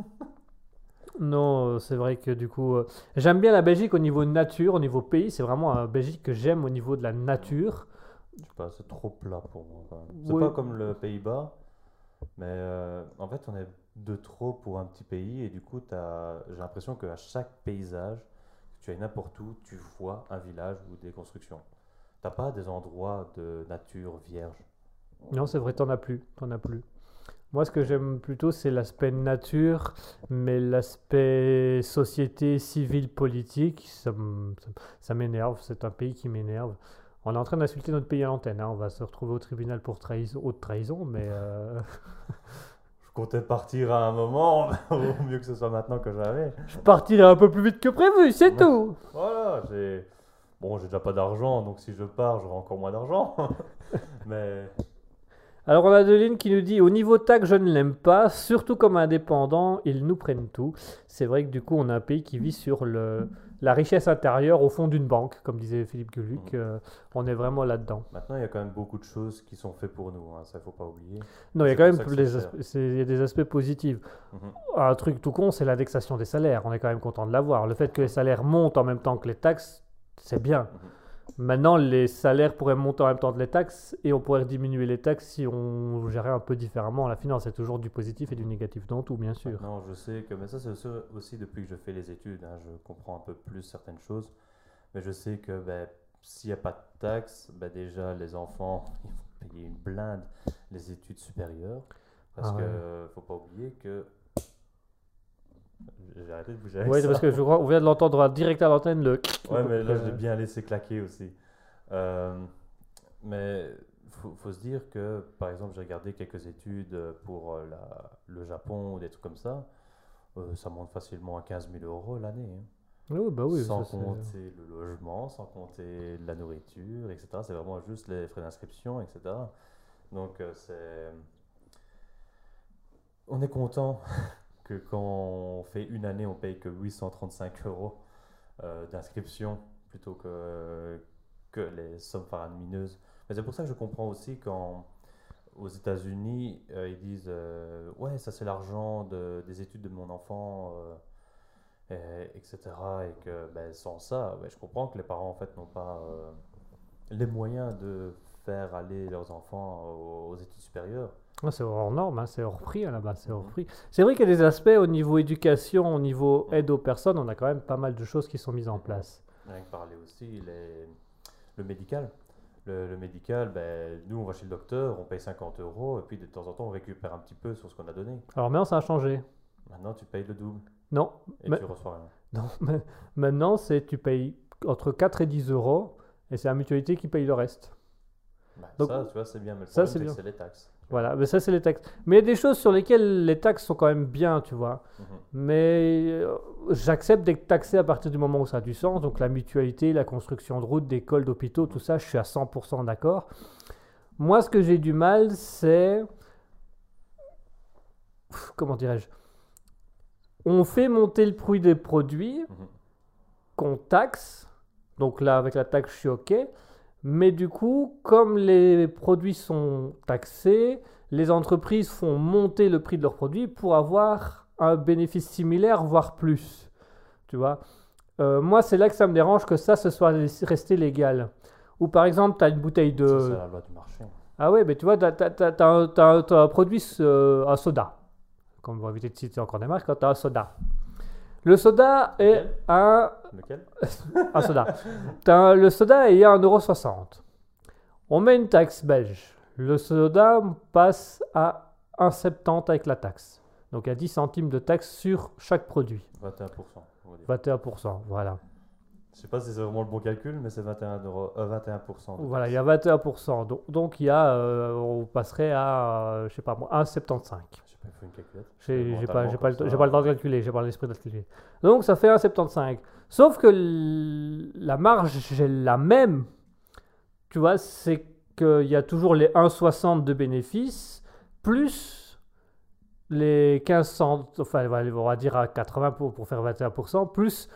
Non, c'est vrai que du coup, euh, j'aime bien la Belgique au niveau nature, au niveau pays. C'est vraiment la Belgique que j'aime au niveau de la nature. Je sais pas, c'est trop plat pour moi. Quand même. C'est oui. pas comme le Pays-Bas, mais euh, en fait, on est de trop pour un petit pays. Et du coup, t'as, j'ai l'impression qu'à chaque paysage, tu ailles n'importe où, tu vois un village ou des constructions. T'as pas des endroits de nature vierge. Non, c'est vrai, t'en as plus. T'en as plus. Moi, ce que j'aime plutôt, c'est l'aspect nature, mais l'aspect société, civile, politique, ça, m- ça, ça m'énerve. C'est un pays qui m'énerve. On est en train d'insulter notre pays à l'antenne. Hein. On va se retrouver au tribunal pour trahison, haute trahison, mais... Euh... Je comptais partir à un moment, au mieux que ce soit maintenant que j'avais. Je partirai un peu plus vite que prévu, c'est tout. Voilà, j'ai... Bon, j'ai déjà pas d'argent, donc si je pars, j'aurai encore moins d'argent. mais... Alors on a Adeline qui nous dit au niveau taxe je ne l'aime pas, surtout comme indépendant, ils nous prennent tout. C'est vrai que du coup on a un pays qui vit sur le, la richesse intérieure au fond d'une banque, comme disait Philippe Gueluc, mmh. euh, on est vraiment là-dedans. Maintenant il y a quand même beaucoup de choses qui sont faites pour nous, hein, ça il ne faut pas oublier. Non, il y a quand même des aspects, c'est, il y a des aspects positifs. Mmh. Un truc tout con, c'est l'indexation des salaires, on est quand même content de l'avoir. Le fait que les salaires montent en même temps que les taxes, c'est bien. Mmh. Maintenant, les salaires pourraient monter en même temps que les taxes et on pourrait diminuer les taxes si on gérait un peu différemment la finance. C'est toujours du positif et du négatif dans tout, bien sûr. Non, je sais que, mais ça c'est aussi depuis que je fais les études, hein, je comprends un peu plus certaines choses. Mais je sais que ben, s'il n'y a pas de taxes, ben, déjà les enfants ils vont payer une blinde les études supérieures. Parce ah ouais. qu'il ne faut pas oublier que J'ai arrêté de bouger avec Oui, ça. parce que je crois qu'on vient de l'entendre direct à l'antenne, le... Ouais, mais là, je l'ai Euh, bien laissé claquer aussi. Euh, mais faut, faut se dire que, par exemple, j'ai regardé quelques études pour euh, la, le Japon ou des trucs comme ça. Euh, ça monte facilement à quinze mille euros l'année. Hein. Oui, bah oui. Sans ça, c'est- compter le logement, sans compter la nourriture, et cetera. C'est vraiment juste les frais d'inscription, et cetera. Donc, euh, c'est... On est content que quand on fait une année, on paye que huit cent trente-cinq euros euh, d'inscription plutôt que, que les sommes faramineuses. Mais c'est pour ça que je comprends aussi quand aux États-Unis, euh, ils disent euh, ouais, ça c'est l'argent de- des études de mon enfant, euh, et- etc. Et que ben, sans ça, ben, je comprends que les parents en fait n'ont pas euh, les moyens de faire aller leurs enfants aux, aux études supérieures. Ah, c'est hors norme, hein, c'est hors prix hein, là-bas, c'est hors Mhm. prix. C'est vrai qu'il y a des aspects au niveau éducation, au niveau aide aux personnes, on a quand même pas mal de choses qui sont mises en place. Rien que parler aussi, les- le médical. Le, le médical, ben, nous on va chez le docteur, on paye cinquante euros et puis de temps en temps on récupère un petit peu sur ce qu'on a donné. Alors maintenant, ça a changé. Maintenant tu payes le double Non, et mais- tu reçois rien. non, mais maintenant, c'est tu payes entre quatre et dix euros et c'est la mutualité qui paye le reste. Ben, Donc, ça, tu vois, c'est bien, mais le ça, problème c'est c'est que bien. c'est les taxes. Voilà, mais ça, c'est les taxes. Mais il y a des choses sur lesquelles les taxes sont quand même bien, tu vois. Mhm. Mais euh, j'accepte d'être taxé à partir du moment où ça a du sens. Donc la mutualité, la construction de routes, d'écoles, d'hôpitaux, tout ça, je suis à cent pour cent d'accord. Moi, ce que j'ai du mal, c'est... Pff, Comment dirais-je? On fait monter le prix des produits Mhm. qu'on taxe. Donc là, avec la taxe, je suis OK. Mais du coup, comme les produits sont taxés, les entreprises font monter le prix de leurs produits pour avoir un bénéfice similaire, voire plus. Tu vois. Euh, moi, c'est là que ça me dérange que ça, ce soit laissé- resté légal. Ou par exemple, tu as une bouteille de... Ça, c'est la loi du marché. Ah ouais, mais tu vois, tu as, un produit, euh, un soda. Comme on va éviter de citer encore des marques, quand tu as un soda. Le soda est Lequel un... Lequel un soda. T'as un- le soda est à un euro soixante. On met une taxe belge. Le soda passe à un euro soixante-dix avec la taxe. Donc il y a dix centimes de taxe sur chaque produit. vingt et un pour cent. on va dire. vingt et un pour cent, voilà. Je sais pas si c'est vraiment le bon calcul, mais c'est vingt et un euros, euh, vingt et un pour cent. de Voilà, il taxe. y a vingt et un pour cent. Donc, donc il y a, euh, on passerait à, euh, je sais pas moi, un euro soixante-quinze. Je sais pas, il faut une calculette. J'ai j'ai pas, Mentalement, j'ai pas, comme le temps- ça. j'ai pas le temps de calculer, j'ai pas l'esprit de calculer. Donc ça fait un euro soixante-quinze. Sauf que l- la marge est la même. Tu vois, c'est qu'il y a toujours les un euro soixante de bénéfices, plus les quinze cents, enfin on va dire à quatre-vingts pour, pour faire vingt et un pour cent, plus,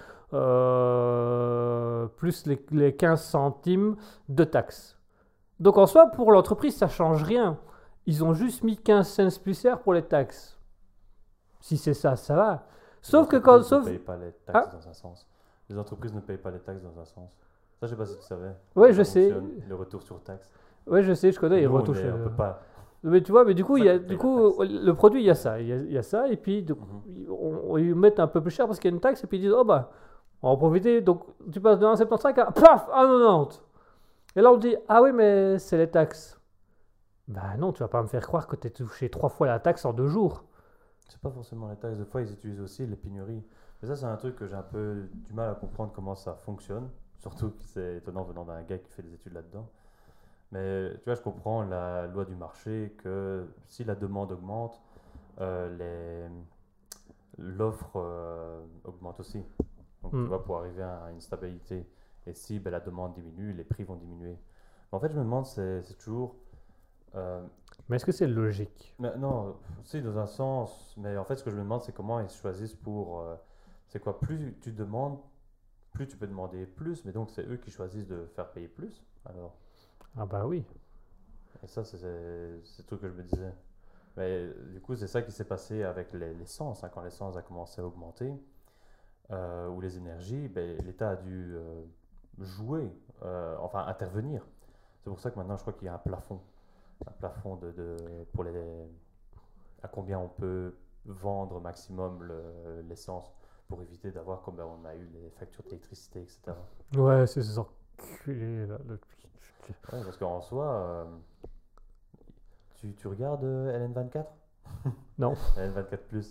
euh, plus les, les quinze centimes de taxes. Donc en soi, pour l'entreprise, ça change rien. Ils ont juste mis quinze cents plus cher pour les taxes. Si c'est ça, ça va. Sauf que Les quand... entreprises Sauf... ne payent pas les taxes Ah. dans un sens. Les entreprises ne payent pas les taxes dans un sens. Ça, je sais pas si tu savais. Ouais, Comment je ça sais. fonctionne, Le retour sur taxe. Ouais, je sais, je connais, ils Nous, on retouchent. est- on euh, peut pas. Mais tu vois, mais du coup, Ça il y a, qui du paye coup la le produit, il y a ça. Il y a, il y a ça, et puis du coup, Mhm. on, on- ils mettent un peu plus cher parce qu'il y a une taxe, et puis ils disent, oh bah, on va en profiter. Donc, tu passes de un euro soixante-quinze à, paf, un euro quatre-vingt-dix. Et là, on dit, ah oui, mais c'est les taxes. Bah non, tu vas pas me faire croire que tu es touché trois fois la taxe en deux jours. C'est pas forcément les taxes. Des fois, ils utilisent aussi les pénuries. Mais ça, c'est un truc que j'ai un peu du mal à comprendre comment ça fonctionne. Surtout que c'est étonnant venant d'un gars qui fait des études là-dedans. Mais tu vois, je comprends la loi du marché que si la demande augmente, euh, les- l'offre euh, augmente aussi. Donc Mm. tu vois, pour arriver à une stabilité. Et si ben, la demande diminue, les prix vont diminuer. Mais en fait, je me demande, c'est c'est toujours... euh, Mais est-ce que c'est logique? mais non, si, dans un sens. Mais en fait, ce que je me demande, c'est comment ils choisissent pour. euh, c'est quoi? Plus tu demandes, plus tu peux demander plus, mais donc c'est eux qui choisissent de faire payer plus. Alors, Ah bah oui. et ça, c'est c'est- c'est tout que je me disais. Mais du coup, c'est ça qui s'est passé avec les- l'essence, hein, quand l'essence a commencé à augmenter, euh, ou les énergies, ben, l'État a dû euh, jouer, euh, enfin intervenir. C'est pour ça que maintenant, je crois qu'il y a un plafond. Un plafond de, de- pour les, à combien on peut vendre maximum le- l'essence pour éviter d'avoir, comme ben, on a eu les factures d'électricité, et cetera. Ouais, c'est ces enculés là. le- Ouais, parce qu'en soi, euh, tu, tu regardes euh, L N vingt-quatre? Non. L N vingt-quatre plus.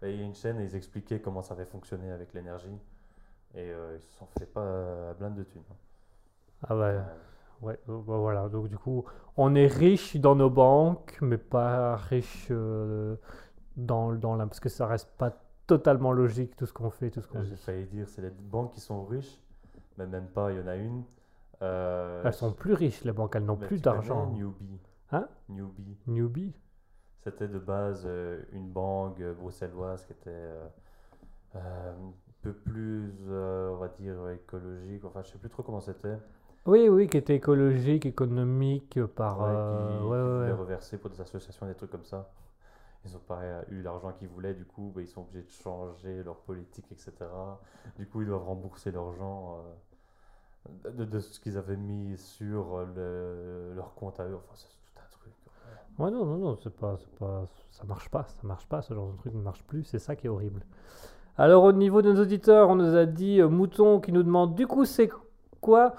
Et il y a une chaîne et ils expliquaient comment ça avait fonctionné avec l'énergie. Et euh, ils se sont fait pas euh, blinde de thunes. Ah ouais, Euh, ouais, euh, bah voilà. Donc du coup, on est riche dans nos banques, mais pas riche euh, dans, dans la... Parce que ça reste pas totalement logique tout ce qu'on fait, tout ce qu'on J'ai dit. failli dire, c'est les banques qui sont riches, mais même pas, il y en a une. Euh, Elles sont plus riches, les banques, elles n'ont mais plus tu connais d'argent. Newbie. Hein Newbie. Newbie? C'était de base euh, une banque euh, bruxelloise qui était euh, euh, un peu plus, euh, on va dire, écologique. Enfin, je sais plus trop comment c'était. Oui, oui, qui était écologique, économique, par... Ouais, euh, qui, ouais, qui ouais, voulaient ouais. reverser pour des associations, des trucs comme ça. Ils n'ont pas euh, eu l'argent qu'ils voulaient, du coup, bah, ils sont obligés de changer leur politique, et cetera. Du coup, ils doivent rembourser l'argent euh, de, de ce qu'ils avaient mis sur euh, le- leur compte à eux. Enfin, c'est tout un truc. Ouais, non, non, non, c'est pas, c'est pas, ça marche pas, ça marche pas, ce genre de truc ne marche plus, c'est ça qui est horrible. Alors au niveau de nos auditeurs, on nous a dit euh, Mouton qui nous demande du coup c'est quoi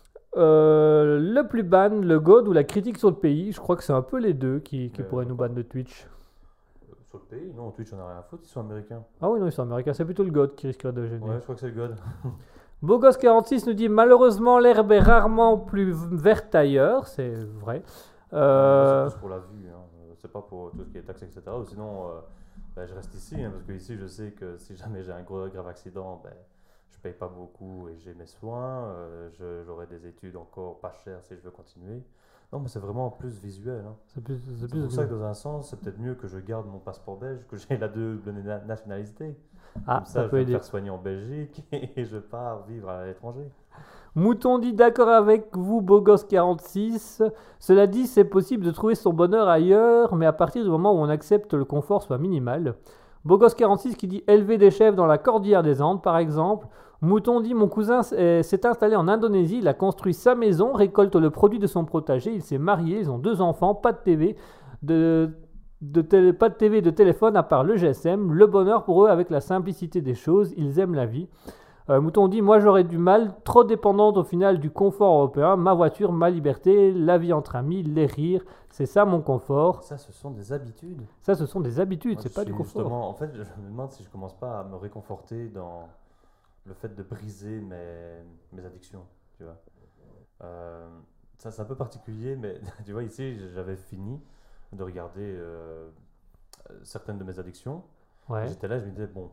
euh, le plus ban, le God ou la critique sur le pays. Je crois que c'est un peu les deux qui, qui Mais, pourraient euh, nous ban de Twitch. Euh, sur le pays, non, Twitch, on a rien à foutre, ils sont américains. Ah oui, non, ils sont américains, c'est plutôt le God qui risquerait de gêner. Ouais, je crois que c'est le God. Bogos quarante-six nous dit malheureusement l'herbe est rarement plus verte ailleurs, c'est vrai. Euh, C'est plus pour la vue, hein. Euh, c'est pas pour tout ce qui est taxes, et cetera. Ou sinon, euh, ben, je reste ici, hein, parce que ici, je sais que si jamais j'ai un gros grave accident, ben, je paye pas beaucoup et j'ai mes soins. Euh, je- j'aurai des études encore pas chères si je veux continuer. Non, mais c'est vraiment plus visuel. Hein. c'est plus, c'est C'est plus pour ça que dans un sens, c'est peut-être mieux que je garde mon passeport belge, que j'ai la double na- nationalité. Ah, Comme ça, ça je peut vais me aider. faire soigner en Belgique et je pars vivre à l'étranger. Mouton dit d'accord avec vous, Bogos quarante-six. Cela dit, c'est possible de trouver son bonheur ailleurs, mais à partir du moment où on accepte que le confort soit minimal. Bogos quarante-six qui dit élever des chèvres dans la cordillère des Andes, par exemple. Mouton dit mon cousin s'est s'est installé en Indonésie, il a construit sa maison, récolte le produit de son potager, il s'est marié, ils ont deux enfants, pas de T V, de, de télé- pas de T V, de téléphone à part le G S M. Le bonheur pour eux avec la simplicité des choses, ils aiment la vie. Euh, Mouton dit moi j'aurais du mal, trop dépendante au final du confort européen, ma voiture, ma liberté, la vie entre amis, les rires, c'est ça mon confort. Ça, ce sont des habitudes. Ça ce sont des habitudes, Moi, c'est je pas du suis confort. justement- En fait, je me demande si je commence pas à me réconforter dans le fait de briser mes, mes addictions. Tu vois. Euh, ça, c'est un peu particulier, mais tu vois, ici, j'avais fini de regarder euh, certaines de mes addictions. Ouais. J'étais là, je me disais, bon,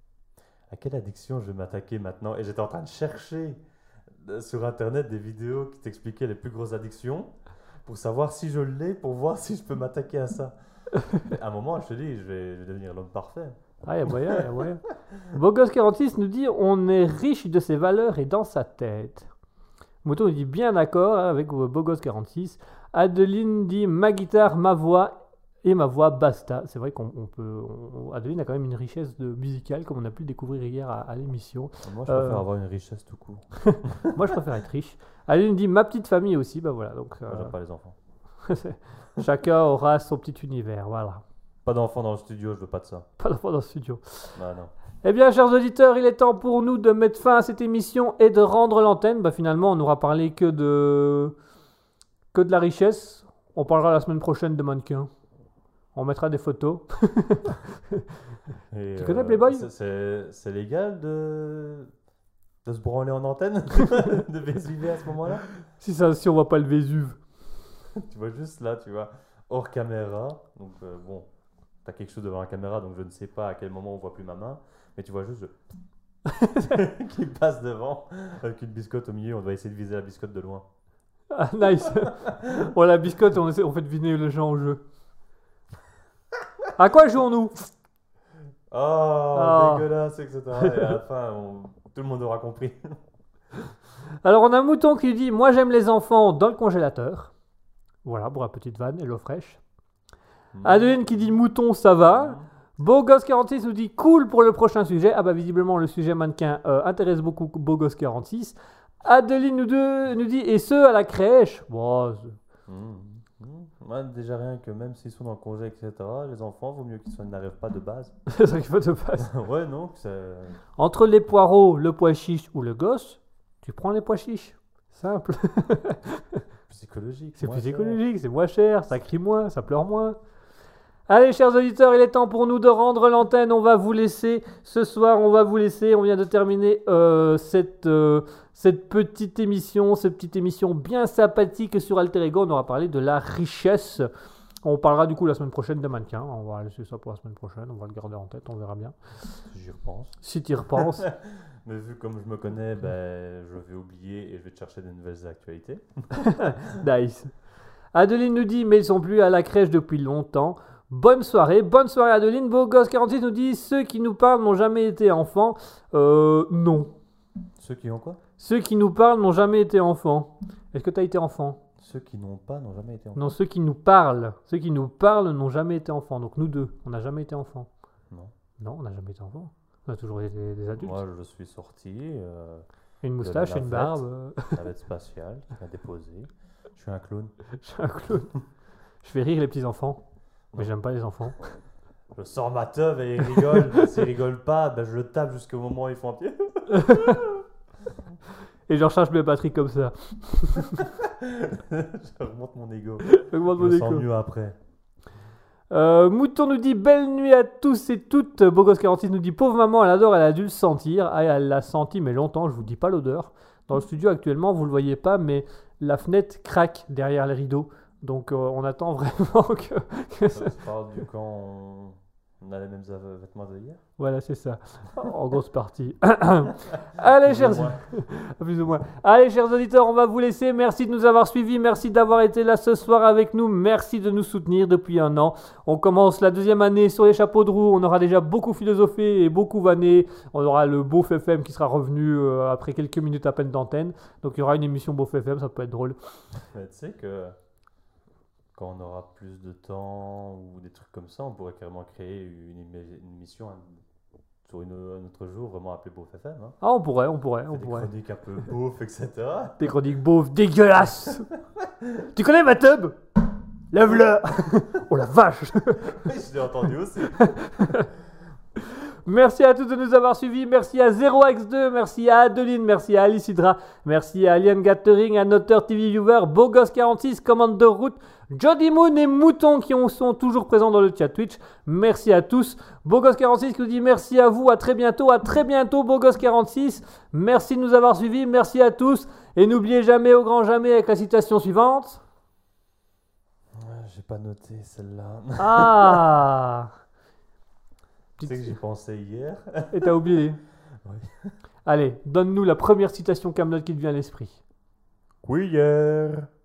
à quelle addiction je vais m'attaquer maintenant? Et j'étais en train de chercher euh, sur Internet des vidéos qui t'expliquaient les plus grosses addictions pour savoir si je l'ai, pour voir si je peux m'attaquer à ça. Mais à un moment, je te dis, je vais, je vais devenir l'homme parfait. Ah, il y a moyen, il y a moyen. Bogos quarante-six nous dit on est riche de ses valeurs et dans sa tête. Mouton nous dit bien d'accord hein, avec Bogos quarante-six. Adeline dit ma guitare, ma voix et ma voix basta. C'est vrai qu'on on peut. on- Adeline a quand même une richesse de musicale comme on a pu le découvrir hier à, à l'émission. Moi, je Euh. préfère avoir une richesse tout court. Moi je préfère être riche. Adeline dit ma petite famille aussi. Bah voilà donc Moi, euh, j'aime pas les enfants. chacun aura son petit univers. Voilà. Pas d'enfants dans le studio, je veux pas de ça. Pas d'enfant dans le studio. Bah non. Eh bien, chers auditeurs, il est temps pour nous de mettre fin à cette émission et de rendre l'antenne. Bah, finalement, on n'aura parlé que de... que de la richesse. On parlera la semaine prochaine de mannequins. On mettra des photos. Et, Tu connais Playboy c'est- C'est c'est légal de... de se branler en antenne de Vésuve à ce moment-là? Si, ça, si on voit pas le Vésuve. Tu vois juste là, tu vois, hors caméra. Donc euh, bon, t'as quelque chose devant la caméra, donc je ne sais pas à quel moment on voit plus ma main. Mais tu vois juste je... qui passe devant avec une biscotte au milieu. On doit essayer de viser la biscotte de loin. Ah, nice. On la biscotte, on, essaie- on fait deviner les gens au jeu. À quoi jouons-nous? Oh, Ah. dégueulasse, et cetera. Et à la fin, on- tout le monde aura compris. Alors, on a un mouton qui dit moi, j'aime les enfants dans le congélateur. Voilà, pour la petite vanne, elle l'eau fraîche. Adeline qui dit mouton, ça va. Bogos quarante-six nous dit cool pour le prochain sujet. Ah bah visiblement le sujet mannequin euh, intéresse beaucoup Bogos quarante-six. Adeline nous, deux- nous dit et ceux à la crèche. Bon, c'est- Mmh, mmh. Moi, déjà rien que même s'ils sont dans le congé, et cetera, les enfants, vaut mieux qu'ils soient- n'arrivent pas de base. c'est ça qu'il faut te passer. Ouais, non, c'est... Entre les poireaux, le pois chiche ou le gosse, tu prends les pois chiches. Simple. psychologique. C'est moins plus cher. écologique, c'est moins cher, ça crie moins, ça pleure moins. Allez, chers auditeurs, il est temps pour nous de rendre l'antenne. On va vous laisser ce soir, on va vous laisser. On vient de terminer euh, cette, euh, cette petite émission, cette petite émission bien sympathique sur Alter Ego. On aura parlé de la richesse. On parlera du coup la semaine prochaine des mannequins. On va laisser ça pour la semaine prochaine. On va le garder en tête, on verra bien. Si j'y repense. Si tu y repenses. Mais vu comme je me connais, ben, je vais oublier et je vais te chercher des nouvelles actualités. Nice. Adeline nous dit, mais ils sont plus à la crèche depuis longtemps. Bonne soirée, bonne soirée Adeline. Beau Gosse quarante-six nous dit, ceux qui nous parlent n'ont jamais été enfants. Euh, non. Ceux qui ont quoi? Ceux qui nous parlent n'ont jamais été enfants. Est-ce que tu as été enfant? Ceux qui n'ont pas n'ont jamais été enfants. Non, ceux qui nous parlent. Ceux qui nous parlent n'ont jamais été enfants. Donc nous deux, on n'a jamais été enfants. Non. Non, on n'a jamais été enfants. On a toujours été des adultes. Moi, je suis sorti. Euh, Une moustache, de une la barbe. navette. Navette spatiale qui m'a déposé. Je suis un clown. Je suis un clown. Je fais rire les petits enfants. Mais Non. j'aime pas les enfants. Je sors ma teub et ils rigolent. S'ils rigolent pas, ben, je le tape jusqu'au moment où ils font un pied. Et je recharge mes batteries comme ça. Je remonte mon ego. Augmente Je mon me sens écho. mieux après. Euh, Mouton nous dit belle nuit à tous et toutes. Bogos quarante-six nous dit pauvre maman, elle adore, elle a dû le sentir. Ah, elle l'a senti, mais longtemps, je vous dis pas l'odeur. Dans le studio actuellement, vous le voyez pas, mais la fenêtre craque derrière les rideaux. Donc euh, on attend vraiment que, que ça... Ça se parle du quand on... on a les mêmes av- vêtements de hier. Voilà, c'est ça. En grosse partie. Allez, Plus ou chers... moins. Plus ou moins. Allez, chers auditeurs, on va vous laisser. Merci de nous avoir suivis. Merci d'avoir été là ce soir avec nous. Merci de nous soutenir depuis un an. On commence la deuxième année sur les chapeaux de roue. On aura déjà beaucoup philosophé et beaucoup vanné. On aura le Beauf F M qui sera revenu euh, après quelques minutes à peine d'antenne. Donc il y aura une émission Beauf F M, ça peut être drôle. Mais tu sais que quand on aura plus de temps ou des trucs comme ça, on pourrait carrément créer une, émi- une émission hein, sur une, un autre jour, vraiment appelée Beauf F M. Hein. Ah, on pourrait, on pourrait, on Faire des pourrait. chroniques un peu beauf, et cetera. Des chroniques beaufs dégueulasses. Tu connais ma tub? Lève-le. Oh la vache. Oui, je l'ai entendu aussi. Merci à tous de nous avoir suivis. Merci à zéro x deux, merci à Adeline, merci à Alice Hydra, merci à Alien Gathering, à Noteur T V Viewer, Bogos quarante-six, Commande de route, Jody Moon et Mouton qui ont- sont toujours présents dans le chat Twitch. Merci à tous. Bogos quarante-six qui nous dit merci à vous, à très bientôt, à très bientôt Bogos quarante-six. Merci de nous avoir suivis, merci à tous. Et n'oubliez jamais au grand jamais avec la citation suivante. Ouais, j'ai pas noté celle-là. Ah. Tu sais que j'y pensais hier. Et t'as oublié. Oui. Allez, donne-nous la première citation Kaamelott qui te vient à l'esprit. Queer.